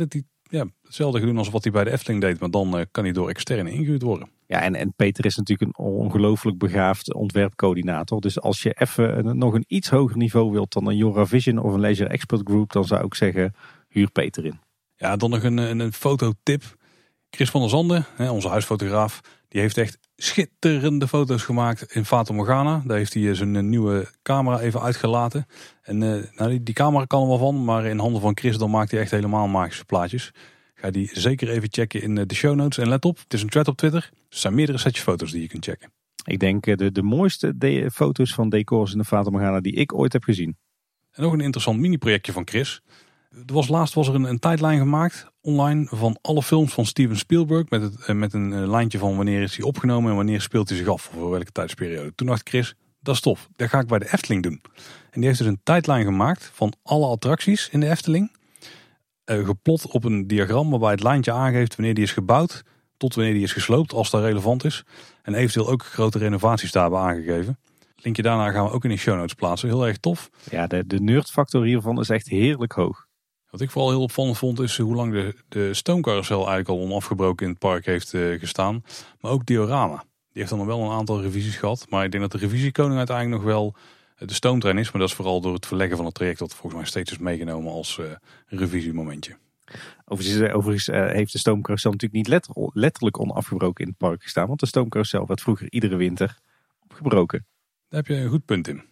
B: ja, hetzelfde doen als wat hij bij de Efteling deed. Maar dan uh, kan hij door externe ingehuurd worden.
A: Ja, en, en Peter is natuurlijk een ongelooflijk begaafd ontwerpcoördinator. Dus als je even een, nog een iets hoger niveau wilt dan een Joravision of een Leisure Expert Group, dan zou ik zeggen, huur Peter in.
B: Ja, dan nog een, een, een fototip. Chris van der Zanden, onze huisfotograaf, die heeft echt schitterende foto's gemaakt in Fata Morgana. Daar heeft hij zijn nieuwe camera even uitgelaten. En uh, nou, die, die camera kan er wel van, maar in handen van Chris dan maakt hij echt helemaal magische plaatjes. Ga die zeker even checken in de show notes. En let op, het is een thread op Twitter. Er zijn meerdere setjes foto's die je kunt checken.
A: Ik denk de, de mooiste de, foto's van decors in de Fata Morgana die ik ooit heb gezien.
B: En nog een interessant mini-projectje van Chris. Er was, laatst was er een, een tijdlijn gemaakt online van alle films van Steven Spielberg. Met, het, met een, een lijntje van wanneer is hij opgenomen en wanneer speelt hij zich af. Voor welke tijdsperiode. Toen dacht Chris, dat is tof. Dat ga ik bij de Efteling doen. En die heeft dus een tijdlijn gemaakt van alle attracties in de Efteling. Uh, geplot op een diagram waarbij het lijntje aangeeft wanneer die is gebouwd. Tot wanneer die is gesloopt als dat relevant is. En eventueel ook grote renovaties daarbij aangegeven. Linkje daarna gaan we ook in de show notes plaatsen. Heel erg tof.
A: Ja, de, de nerdfactor hiervan is echt heerlijk hoog.
B: Wat ik vooral heel opvallend vond is hoe lang de, de stoomcarousel eigenlijk al onafgebroken in het park heeft uh, gestaan. Maar ook diorama. Die heeft dan nog wel een aantal revisies gehad. Maar ik denk dat de revisiekoning uiteindelijk nog wel de stoomtrein is. Maar dat is vooral door het verleggen van het traject dat volgens mij steeds is meegenomen als uh, revisiemomentje.
A: Overigens, overigens uh, heeft de stoomcarousel natuurlijk niet letter, letterlijk onafgebroken in het park gestaan. Want de stoomcarousel werd vroeger iedere winter opgebroken.
B: Daar heb je een goed punt in.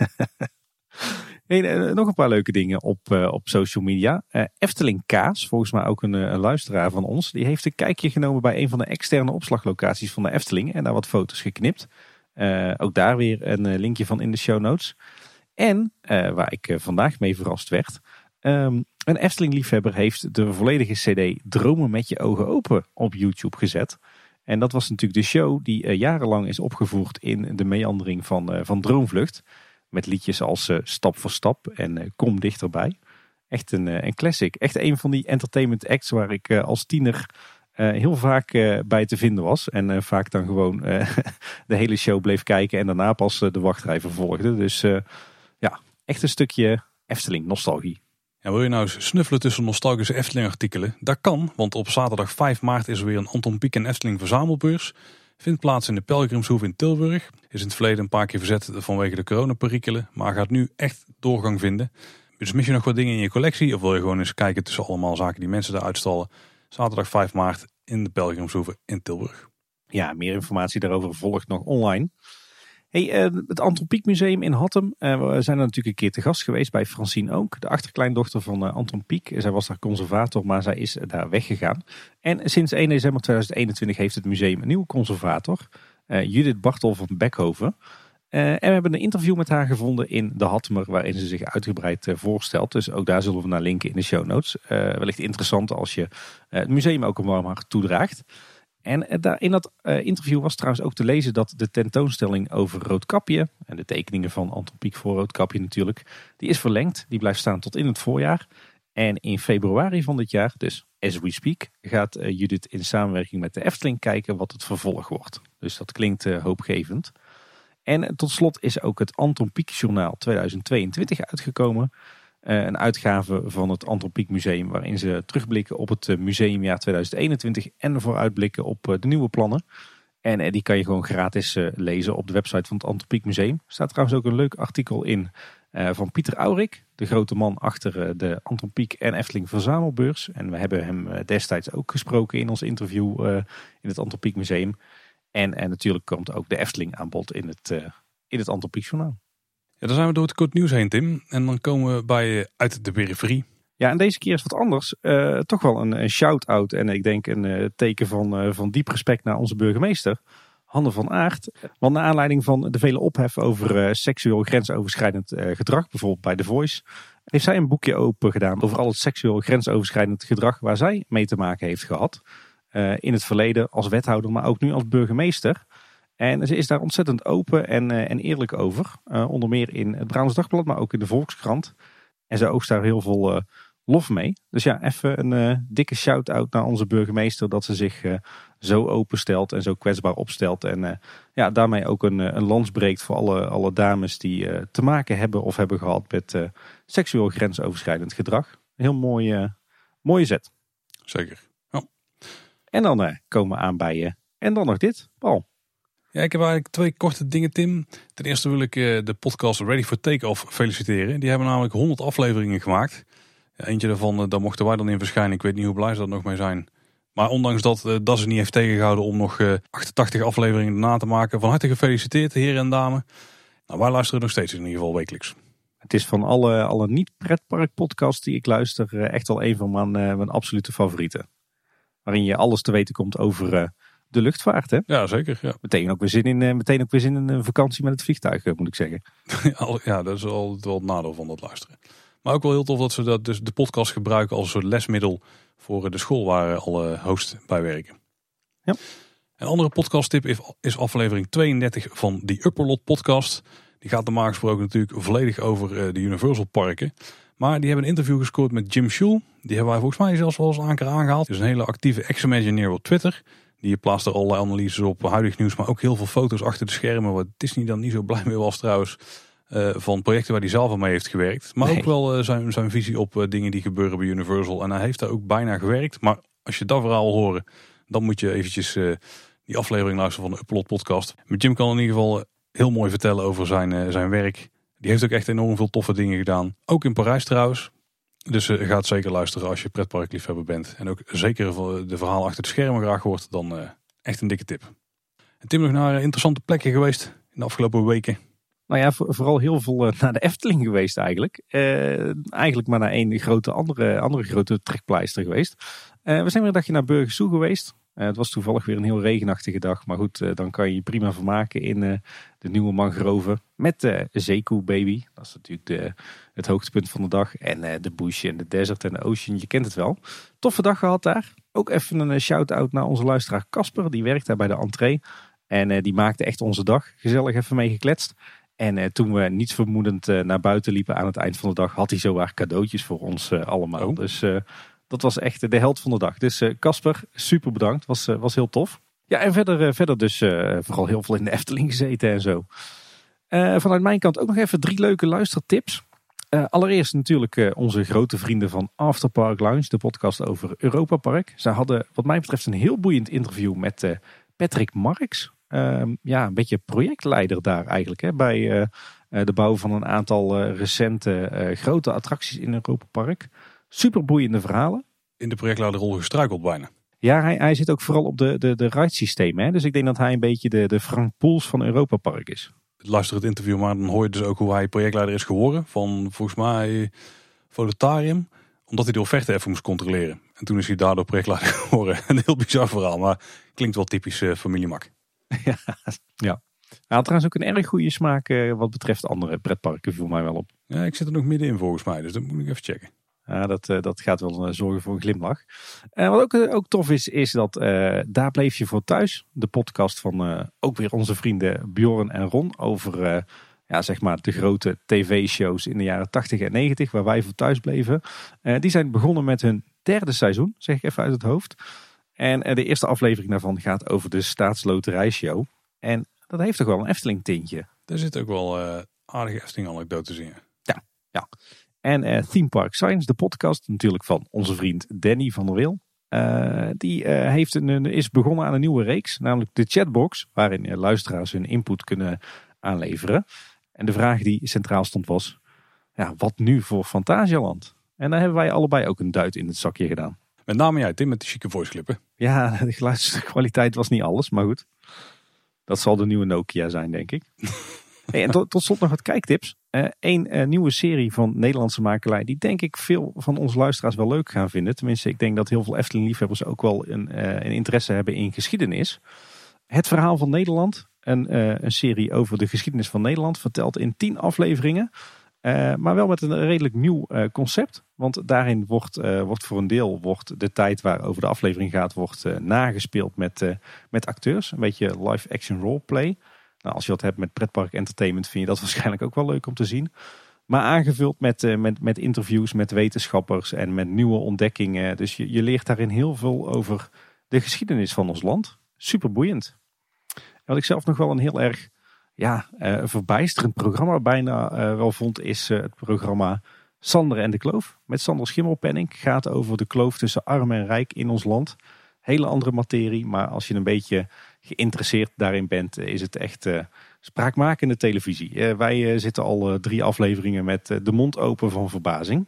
A: Hey, uh, nog een paar leuke dingen op, uh, op social media. Uh, Efteling Kaas, volgens mij ook een, een luisteraar van ons. Die heeft een kijkje genomen bij een van de externe opslaglocaties van de Efteling. En daar wat foto's geknipt. Uh, ook daar weer een uh, linkje van in de show notes. En, uh, waar ik uh, vandaag mee verrast werd. Um, een Efteling-liefhebber heeft de volledige cd Dromen met je ogen open op YouTube gezet. En dat was natuurlijk de show die uh, jarenlang is opgevoerd in de meandering van, uh, van Droomvlucht. Met liedjes als uh, Stap voor Stap en uh, Kom Dichterbij. Echt een, uh, een classic. Echt een van die entertainment acts waar ik uh, als tiener uh, heel vaak uh, bij te vinden was. En uh, vaak dan gewoon uh, de hele show bleef kijken en daarna pas uh, de wachtrij vervolgde. Dus uh, ja, echt een stukje Efteling nostalgie.
B: Ja, wil je nou eens snuffelen tussen nostalgische Efteling artikelen? Dat kan, want op zaterdag vijf maart is er weer een Anton Pieck en Efteling verzamelbeurs. Vindt plaats in de Pelgrimshoeve in Tilburg. Is in het verleden een paar keer verzet vanwege de coronaperikelen, maar gaat nu echt doorgang vinden. Dus mis je nog wat dingen in je collectie of wil je gewoon eens kijken tussen allemaal zaken die mensen daar uitstallen? Zaterdag vijf maart in de Pelgrimshoeve in Tilburg.
A: Ja, meer informatie daarover volgt nog online. Hey, uh, het Anton Pieck Museum in Hattem. Uh, we zijn er natuurlijk een keer te gast geweest bij Francine Oonk, de achterkleindochter van uh, Anton Pieck. Zij was daar conservator, maar zij is uh, daar weggegaan. En sinds één december tweeduizend eenentwintig heeft het museum een nieuwe conservator, uh, Judith Bartel van Beckhoven. Uh, en we hebben een interview met haar gevonden in de Hattemer, waarin ze zich uitgebreid uh, voorstelt. Dus ook daar zullen we naar linken in de show notes. Uh, wellicht interessant als je uh, het museum ook een warm hart toedraagt. En in dat interview was trouwens ook te lezen dat de tentoonstelling over Roodkapje, en de tekeningen van Anton Pieck voor Roodkapje natuurlijk, die is verlengd. Die blijft staan tot in het voorjaar. En in februari van dit jaar, dus as we speak, gaat Judith in samenwerking met de Efteling kijken wat het vervolg wordt. Dus dat klinkt hoopgevend. En tot slot is ook het Anton Pieck Journaal tweeduizend tweeëntwintig uitgekomen. Een uitgave van het Anton Pieck Museum waarin ze terugblikken op het museumjaar tweeduizend eenentwintig en vooruitblikken op de nieuwe plannen. En die kan je gewoon gratis lezen op de website van het Anton Pieck Museum. Er staat trouwens ook een leuk artikel in van Pieter Aurik, de grote man achter de Anton Pieck en Efteling verzamelbeurs. En we hebben hem destijds ook gesproken in ons interview in het Anton Pieck Museum. En, en natuurlijk komt ook de Efteling aan bod in het, in het Anton Pieck Journaal.
B: Ja, dan zijn we door het kort nieuws heen, Tim. En dan komen we bij uit de periferie.
A: Ja, en deze keer is wat anders. Uh, toch wel een, een shout-out en ik denk een uh, teken van, uh, van diep respect naar onze burgemeester, Hanne van Aert. Want naar aanleiding van de vele ophef over uh, seksueel grensoverschrijdend uh, gedrag, bijvoorbeeld bij The Voice, heeft zij een boekje open gedaan over al het seksueel grensoverschrijdend gedrag waar zij mee te maken heeft gehad. Uh, in het verleden als wethouder, maar ook nu als burgemeester. En ze is daar ontzettend open en, uh, en eerlijk over. Uh, onder meer in het Brabants Dagblad, maar ook in de Volkskrant. En ze oogst daar heel veel uh, lof mee. Dus ja, even een uh, dikke shout-out naar onze burgemeester dat ze zich uh, zo openstelt en zo kwetsbaar opstelt. En uh, ja, daarmee ook een, een lans breekt voor alle, alle dames die uh, te maken hebben of hebben gehad met uh, seksueel grensoverschrijdend gedrag. Een heel mooie, uh, mooie zet.
B: Zeker. Ja.
A: En dan uh, komen we aan bij je. Uh, en dan nog dit, Paul.
B: Ja, ik heb eigenlijk twee korte dingen, Tim. Ten eerste wil ik uh, de podcast Ready for Takeoff feliciteren. Die hebben namelijk honderd afleveringen gemaakt. Ja, eentje daarvan, uh, daar mochten wij dan in verschijnen. Ik weet niet hoe blij ze dat nog mee zijn. Maar ondanks dat uh, dat ze niet heeft tegengehouden om nog uh, achtentachtig afleveringen na te maken. Van harte gefeliciteerd, heren en dames. Nou, wij luisteren nog steeds in ieder geval wekelijks.
A: Het is van alle, alle niet-pretpark podcasts die ik luister uh, echt wel een van mijn, uh, mijn absolute favorieten. Waarin je alles te weten komt over uh, de luchtvaart. Hè?
B: Ja, zeker. Ja.
A: Meteen ook weer zin in, uh, meteen ook weer zin in een vakantie met het vliegtuig, uh, moet ik zeggen.
B: Ja, dat is al wel het nadeel van dat luisteren. Maar ook wel heel tof dat ze dat, dus de podcast gebruiken als een soort lesmiddel voor de school waar alle hosts bij werken.
A: Ja.
B: Een andere podcasttip is aflevering tweeëndertig van die Upperlot podcast. Die gaat normaal gesproken natuurlijk volledig over de Universal parken. Maar die hebben een interview gescoord met Jim Schul. Die hebben wij volgens mij zelfs wel eens een keer aangehaald. Dus een hele actieve ex-Imagineer op Twitter. Die plaatst er allerlei analyses op, huidig nieuws, maar ook heel veel foto's achter de schermen. Wat Disney dan niet zo blij mee was trouwens. Uh, van projecten waar hij zelf al mee heeft gewerkt. Maar nee. ook wel uh, zijn, zijn visie op uh, dingen die gebeuren bij Universal. En hij heeft daar ook bijna gewerkt. Maar als je dat verhaal wil horen, dan moet je eventjes uh, die aflevering luisteren van de Upload podcast. Met Jim kan in ieder geval uh, heel mooi vertellen over zijn, uh, zijn werk. Die heeft ook echt enorm veel toffe dingen gedaan. Ook in Parijs trouwens. Dus uh, ga het zeker luisteren als je pretparkliefhebber bent. En ook zeker de verhaal achter de schermen graag hoort. Dan uh, echt een dikke tip. En Tim, nog naar interessante plekken geweest in de afgelopen weken.
A: Nou ja, vooral heel veel naar de Efteling geweest eigenlijk. Uh, eigenlijk maar naar één grote andere, andere grote trekpleister geweest. Uh, we zijn weer een dagje naar Burgersoe geweest. Uh, het was toevallig weer een heel regenachtige dag. Maar goed, uh, dan kan je je prima vermaken in uh, de nieuwe mangroven. Met de uh, Zeekoe Baby. Dat is natuurlijk de, het hoogtepunt van de dag. En uh, de bush en de desert en de ocean. Je kent het wel. Toffe dag gehad daar. Ook even een shout-out naar onze luisteraar Casper. Die werkt daar bij de entree. En uh, die maakte echt onze dag. Gezellig even mee gekletst. En uh, toen we niets vermoedend uh, naar buiten liepen aan het eind van de dag, had hij zowaar cadeautjes voor ons uh, allemaal. Oh. Dus uh, dat was echt de held van de dag. Dus Casper, uh, super bedankt. Was, uh, was heel tof. Ja, en verder, uh, verder dus uh, vooral heel veel in de Efteling gezeten en zo. Uh, vanuit mijn kant ook nog even drie leuke luistertips. Uh, allereerst natuurlijk uh, onze grote vrienden van Afterpark Lounge, de podcast over Europa Park. Zij hadden wat mij betreft een heel boeiend interview met uh, Patrick Marx. Uh, ja, een beetje projectleider daar eigenlijk. Hè, bij uh, de bouw van een aantal uh, recente uh, grote attracties in Europa Park. Super boeiende verhalen.
B: In de projectleiderrol gestruikeld bijna.
A: Ja, hij, hij zit ook vooral op de, de, de ride-systemen. Hè? Dus ik denk dat hij een beetje de, de Frank Poels van Europa Park is.
B: Luister het interview, maar dan hoor je dus ook hoe hij projectleider is geworden. Van volgens mij Volutarium. Omdat hij de offerte even moest controleren. En toen is hij daardoor projectleider geworden. Een heel bizar verhaal, maar klinkt wel typisch uh, familie Mak.
A: Ja, ja. Hij had trouwens ook een erg goede smaak uh, wat betreft andere pretparken, viel mij wel op.
B: Ja, ik zit er nog middenin volgens mij, dus dat moet ik even checken.
A: Ja, dat, uh, dat gaat wel uh, zorgen voor een glimlach. Uh, wat ook, uh, ook tof is, is dat uh, Daar Bleef Je Voor Thuis. De podcast van uh, ook weer onze vrienden Bjorn en Ron over uh, ja, zeg maar de grote tv-shows in de jaren tachtig en negentig, waar wij voor thuis bleven. Uh, die zijn begonnen met hun derde seizoen, zeg ik even uit het hoofd. En uh, de eerste aflevering daarvan gaat over de Staatsloterijshow. En dat heeft toch wel een Efteling tintje.
B: Daar zit ook wel uh, aardige Efteling anekdotes in.
A: Ja, ja. En uh, Theme Park Science, de podcast natuurlijk van onze vriend Danny van der Wil. Uh, die uh, heeft een, is begonnen aan een nieuwe reeks, namelijk de Chatbox, waarin uh, luisteraars hun input kunnen aanleveren. En de vraag die centraal stond was, ja, wat nu voor Fantasialand? En daar hebben wij allebei ook een duit in het zakje gedaan.
B: Met name jij, Tim, met de chique voice clippen.
A: Ja, de geluidskwaliteit was niet alles, maar goed. Dat zal de nieuwe Nokia zijn, denk ik. Hey, en tot, tot slot nog wat kijktips. Eén uh, uh, nieuwe serie van Nederlandse makelij, die denk ik veel van onze luisteraars wel leuk gaan vinden. Tenminste, ik denk dat heel veel Efteling-liefhebbers ook wel een, uh, een interesse hebben in geschiedenis. Het Verhaal van Nederland, een, uh, een serie over de geschiedenis van Nederland, verteld in tien afleveringen. Uh, maar wel met een redelijk nieuw uh, concept. Want daarin wordt, uh, wordt voor een deel wordt de tijd waarover de aflevering gaat, wordt uh, nagespeeld met, uh, met acteurs. Een beetje live action roleplay. Nou, als je wat hebt met pretpark entertainment vind je dat waarschijnlijk ook wel leuk om te zien. Maar aangevuld met, uh, met, met interviews met wetenschappers en met nieuwe ontdekkingen. Dus je, je leert daarin heel veel over de geschiedenis van ons land. Super boeiend. En wat ik zelf nog wel een heel erg ja, uh, verbijsterend programma bijna uh, wel vond, is uh, het programma Sander en de Kloof met Sander Schimmelpenninck gaat over de kloof tussen arm en rijk in ons land. Hele andere materie, maar als je een beetje geïnteresseerd daarin bent, is het echt uh, spraakmakende televisie. Uh, wij uh, zitten al uh, drie afleveringen met uh, de mond open van verbazing.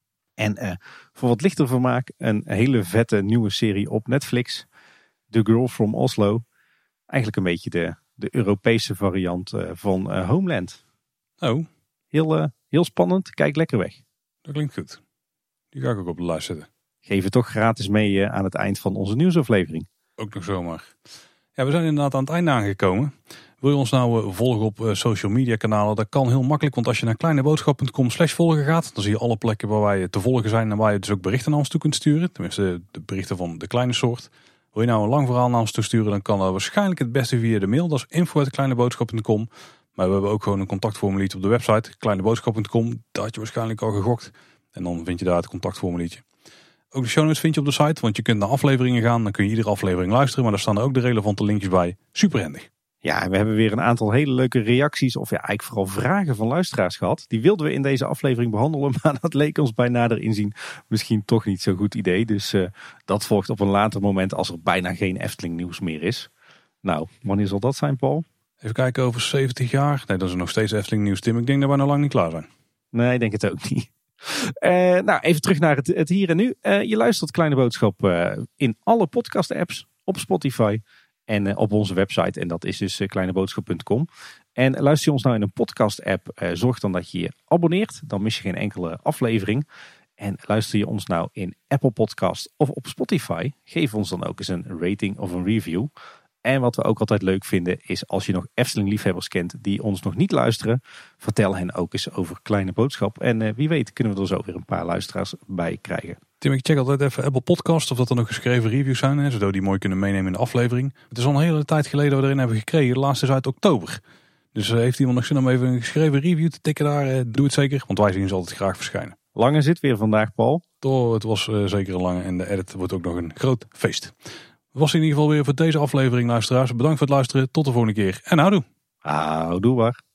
A: En uh, voor wat lichter vermaak een hele vette nieuwe serie op Netflix. The Girl from Oslo. Eigenlijk een beetje de, de Europese variant uh, van uh, Homeland.
B: Oh.
A: Heel, uh, heel spannend. Kijk lekker weg.
B: Dat klinkt goed. Die ga ik ook op de lijst zetten.
A: Geef het toch gratis mee uh, aan het eind van onze nieuwsaflevering.
B: Ook nog zomaar. Ja, we zijn inderdaad aan het einde aangekomen. Wil je ons nou uh, volgen op uh, social media kanalen? Dat kan heel makkelijk, want als je naar kleineboodschap punt com slash volgen gaat, dan zie je alle plekken waar wij te volgen zijn en waar je dus ook berichten naar ons toe kunt sturen. Tenminste, de berichten van de kleine soort. Wil je nou een lang verhaal naar ons toe sturen, dan kan dat waarschijnlijk het beste via de mail. Dat is info at kleineboodschap punt com. Maar we hebben ook gewoon een contactformuliertje op de website, kleineboodschap punt com. Dat had je waarschijnlijk al gegokt. En dan vind je daar het contactformuliertje. Ook de show notes vind je op de site, want je kunt naar afleveringen gaan. Dan kun je iedere aflevering luisteren, maar daar staan ook de relevante linkjes bij. Superhandig.
A: Ja, we hebben weer een aantal hele leuke reacties, of ja, eigenlijk vooral vragen van luisteraars gehad. Die wilden we in deze aflevering behandelen, maar dat leek ons bij nader inzien misschien toch niet zo'n goed idee. Dus uh, dat volgt op een later moment als er bijna geen Efteling nieuws meer is. Nou, wanneer zal dat zijn, Paul?
B: Even kijken, over zeventig jaar. Nee, dat is nog steeds Efteling nieuws, Tim. Ik denk dat wij nog lang niet klaar zijn.
A: Nee, ik denk het ook niet. Uh, nou, even terug naar het, het hier en nu. Uh, je luistert Kleine Boodschap uh, in alle podcast apps, op Spotify en uh, op onze website. En dat is dus uh, kleineboodschap punt com. En luister je ons nou in een podcast app, uh, zorg dan dat je je abonneert. Dan mis je geen enkele aflevering. En luister je ons nou in Apple Podcast of op Spotify, geef ons dan ook eens een rating of een review. En wat we ook altijd leuk vinden is als je nog Efteling-liefhebbers kent die ons nog niet luisteren. Vertel hen ook eens over Kleine Boodschap. En uh, wie weet kunnen we er zo weer een paar luisteraars bij krijgen.
B: Tim, ik check altijd even Apple Podcast of dat er nog geschreven reviews zijn. Hè, zodat we die mooi kunnen meenemen in de aflevering. Het is al een hele tijd geleden dat we erin hebben gekregen. De laatste is uit oktober. Dus uh, heeft iemand nog zin om even een geschreven review te tikken daar? Uh, doe het zeker, want wij zien ze altijd graag verschijnen.
A: Lange zit weer vandaag, Paul.
B: Toch, het was uh, zeker een lange en de edit wordt ook nog een groot feest. Dat was in ieder geval weer voor deze aflevering, luisteraars. Bedankt voor het luisteren. Tot de volgende keer. En houdoe.
A: Houdoe waar.